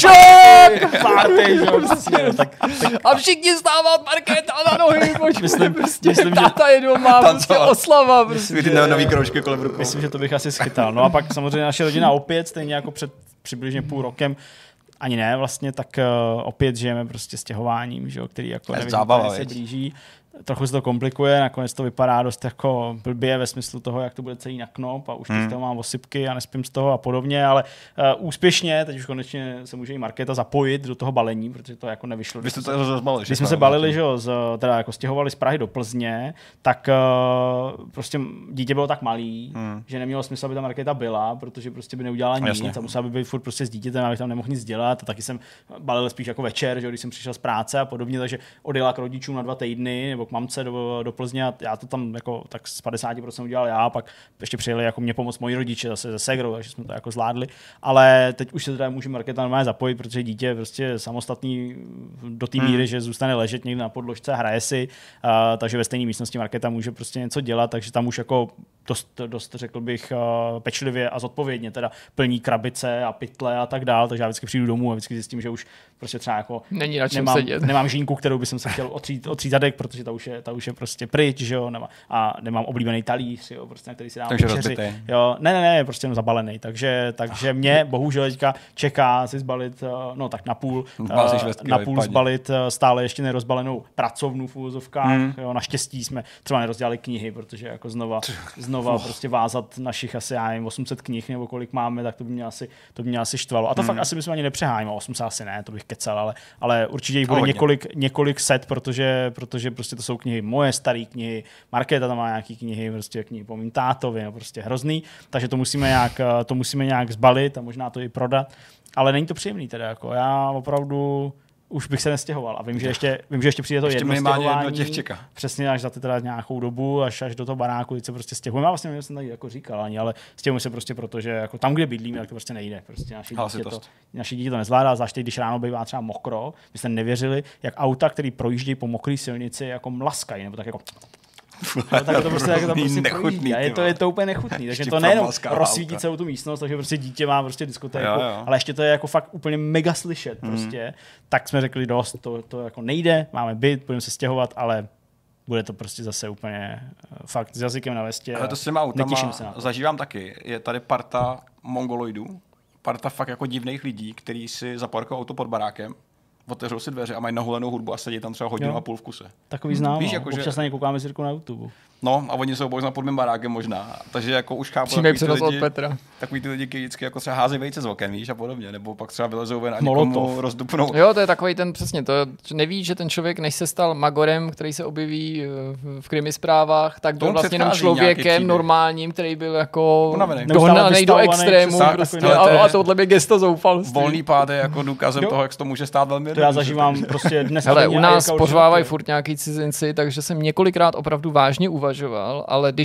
Party, jo, prostě, tak, tak. A všichni stávat Markéta na nohy, myslím, prostě myslím, táta je doma, prostě oslava. Prostě. Ty nový kroužky kolem rukou. Myslím, že to bych asi schytal. No a pak samozřejmě naše rodina opět, stejně jako před přibližně půl rokem, ani ne vlastně, tak uh, opět žijeme prostě stěhováním, že jo, který jako nevím, zábava, se blíží. Trochu se to komplikuje, nakonec to vypadá dost jako blbě ve smyslu toho, jak to bude celý na knop a už hmm. z toho mám osypky a nespím z toho a podobně, ale uh, úspěšně, teď už konečně se může i Markéta zapojit do toho balení, protože to jako nevyšlo. Vy jste to rozbalili, když jsme se balili, že jo, z, teda jako stěhovali z Prahy do Plzně, tak uh, prostě dítě bylo tak malý, hmm. že nemělo smysl, aby ta Markéta byla, protože prostě by neudělala nic. Jasně. A musela by být furt prostě s dítětem, abych tam nemohl nic dělat. A taky jsem balil spíš jako večer, že jo, když jsem přišel z práce a podobně, takže odjela k rodičům na dva týdny nebo k mamce do, do Plzně a já to tam jako tak z padesát procent udělal já, pak ještě přijeli jako mě pomoct moji rodiče zase ze segrou, takže jsme to jako zvládli, ale teď už se teda může Markéta normálně zapojit, protože dítě je prostě samostatný do té míry, hmm. že zůstane ležet někde na podložce, hraje si, uh, takže ve stejné místnosti Markéta může prostě něco dělat, takže tam už jako dost, dost řekl bych uh, pečlivě a zodpovědně teda plní krabice a pytle a tak dál, takže já vždycky přijdu domů a vždycky zjistím, že už prostě třeba jako není na čem nemám, sedět. nemám žínku, kterou bych se chtěl otřít, otřít zadek, protože ta už je, ta už je prostě pryč, že jo, nemá, a nemám oblíbený talíř, jo, prostě, na který si dám večeři. Jo, ne, ne, ne, prostě jenom zabalený, takže, takže mě bohužel teďka čeká si zbalit, no tak na půl, na půl zbalit stále ještě nerozbalenou pracovnu v úvozovkách, hmm. jo, naštěstí jsme třeba nerozdělali knihy, protože jako znova, znova oh. prostě vázat našich asi, já nevím, osm set knih nebo kolik máme, tak to by mě asi, to by mě asi štvalo. A to hmm. fakt asi bychom ani nepřeháním, osm set asi ne, to bych kecel, ale, ale určitě jich bude oh, několik, několik set, protože, protože prostě to jsou knihy moje staré knihy, Markéta tam má nějaký knihy, prostě knihy po mým tátovi, no prostě hrozný, takže to musíme nějak, to musíme nějak zbalit a možná to i prodat, ale není to příjemný teda, jako já opravdu už bych se nestěhoval a vím, že ještě, vím, že ještě přijde to ještě jedno stěhování, jedno přesně až za ty teda nějakou dobu, až, až do toho baráku, teď se prostě stěhujeme, já vlastně nevím, jsem tady jako říkal ani, ale stěhujeme se prostě proto, že jako tam, kde bydlíme, tak to prostě nejde, prostě naše dítě to, naše dítě to nezvládá, zvlášť když ráno bývá třeba mokro, my jste nevěřili, jak auta, který projíždějí po mokré silnici, jako mlaskají, nebo tak jako no, tak to prostě, tak to prostě nechutný, a je to, je to úplně nechutný, takže to nejenom rozsvítí celou tu místnost, takže prostě dítě má prostě diskotéku, jo, jo. ale ještě to je jako fakt úplně mega slyšet, mm. prostě, tak jsme řekli dost, to, to jako nejde, máme byt, budeme se stěhovat, ale bude to prostě zase úplně fakt s jazykem na vestě. Ale to s těma autama zažívám taky, je tady parta mongoloidů, parta fakt jako divných lidí, kteří si zaparkují auto pod barákem, otevřou si dveře a mají nahulenou hudbu a sedí tam třeba hodinu jo. a půl v kuse. Takový znám, víš, jako, občas že... na ně koukáme zirku na YouTube. No a oni jsou možná pod mým barákem možná, takže jako už chápu takový ty, lidi, Petra. takový ty lidi, kteří vždycky jako třeba hází vejce z oken, víš, a podobně, nebo pak třeba vylezou ven a někomu rozdupnou. Jo, to je takový ten přesně, to neví, že ten člověk, než se stal magorem, který se objeví v krimi zprávách, tak byl vlastně jenom člověkem normálním, který byl jako dohnaný do extrému prostě, a, a tohle by gesto zoufalství. Volný pád je jako důkazem toho, jak to může stát velmi. To já zažívám prostě dnes. Hele, u nás pořvávají furt nějaký cizinci, takže jsem několikrát opravdu vážně uvažoval, ale když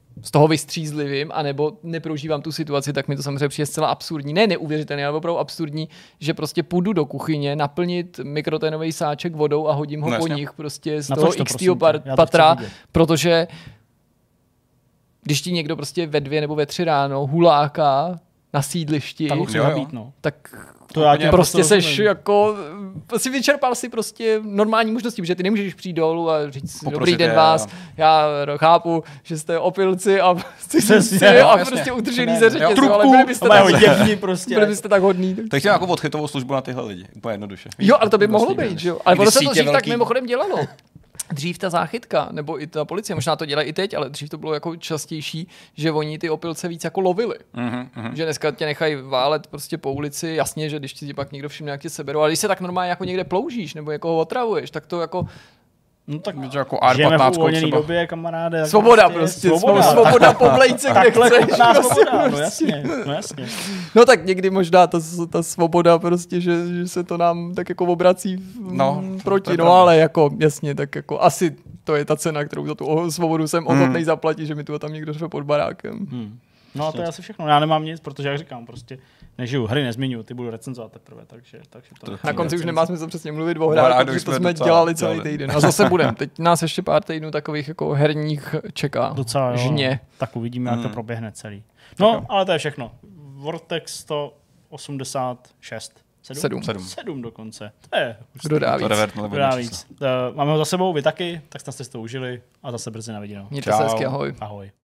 z toho vystřízlivým, anebo neprožívám tu situaci, tak mi to samozřejmě přijde zcela absurdní. Ne neuvěřitelný, ale opravdu absurdní, že prostě půjdu do kuchyně, naplnit mikroténový sáček vodou a hodím ho no, po jasně. nich prostě z Natoč toho to, X prosím par- tě, já to patra, chci vidět. protože když ti někdo prostě ve dvě nebo ve tři ráno huláká na sídlišti, Tak ho chci Jo, jo. zabít, no. tak To já tě prostě naprosto seš rozumím. jako, si vyčerpal si prostě normální možnosti, protože ty nemůžeš přijít dolů a říct Poprosit dobrý den je, vás, jo. já chápu, že jste opilci a Přesně, si jo, a jasně. prostě utržený Ne, ze jo. řetězu, Trubku, ale byli byste, to mají tak, děvní prostě. byli byste tak hodný. Tak... Tak chtěl nějakou odchytovou službu na tyhle lidi. Úplně jednoduše. Jo, ale to by mohlo Prostě být, že jo. Ale Když ono se to sítě dřív tak velký- mimochodem dělalo. Dřív ta záchytka, nebo i ta policie, možná to dělají i teď, ale dřív to bylo jako častější, že oni ty opilce víc jako lovili. Mhm, mhm. Že dneska tě nechají válet prostě po ulici, jasně, že když ti pak někdo všimne, jak tě seberou, ale když se tak normálně jako někde ploužíš, nebo jako ho otravuješ, tak to jako No tak Víš, jako žijeme v R patnáct uvolněný třeba. době, kamaráde. tak svoboda prostě, svoboda, Svoboda, svoboda po blejce, kde Takhle chceš. chutná prostě, svoboda, no prostě. jasně, no jasně. No tak někdy možná ta, ta svoboda prostě, že, že se to nám tak jako obrací v, No, m, to proti, je no pravda. ale jako jasně, tak jako asi to je ta cena, kterou za tu o- svobodu jsem Hmm. ochotnej zaplatit, že mi tu tam někdo řve pod barákem. Hmm. No a to je asi všechno. Já nemám nic, protože jak říkám, prostě nežiju hry, nezmiňuji, ty budu recenzovat teprve, takže, takže to. To- Na konci už recenze. nemá smysl přesně mluvit o hrách, hrách, už protože to jsme jsme docela dělali celý dělali. týden. A zase budeme. Teď nás ještě pár týdnů takových jako herních čeká. Docela jo. Žně. Tak uvidíme, jak to Hmm. proběhne celý. No, ale to je všechno. Vortex sto osmdesát šest. Sedm? Sedm. Sedm. Sedm dokonce. To je Kdo dá To víc? revert na Kdo libovolné dá číslo. víc. Uh, máme ho za sebou, vy taky, tak jste si to užili a zase brzy na viděnou. Mějte Čau. se hezky, ahoj. Ahoj.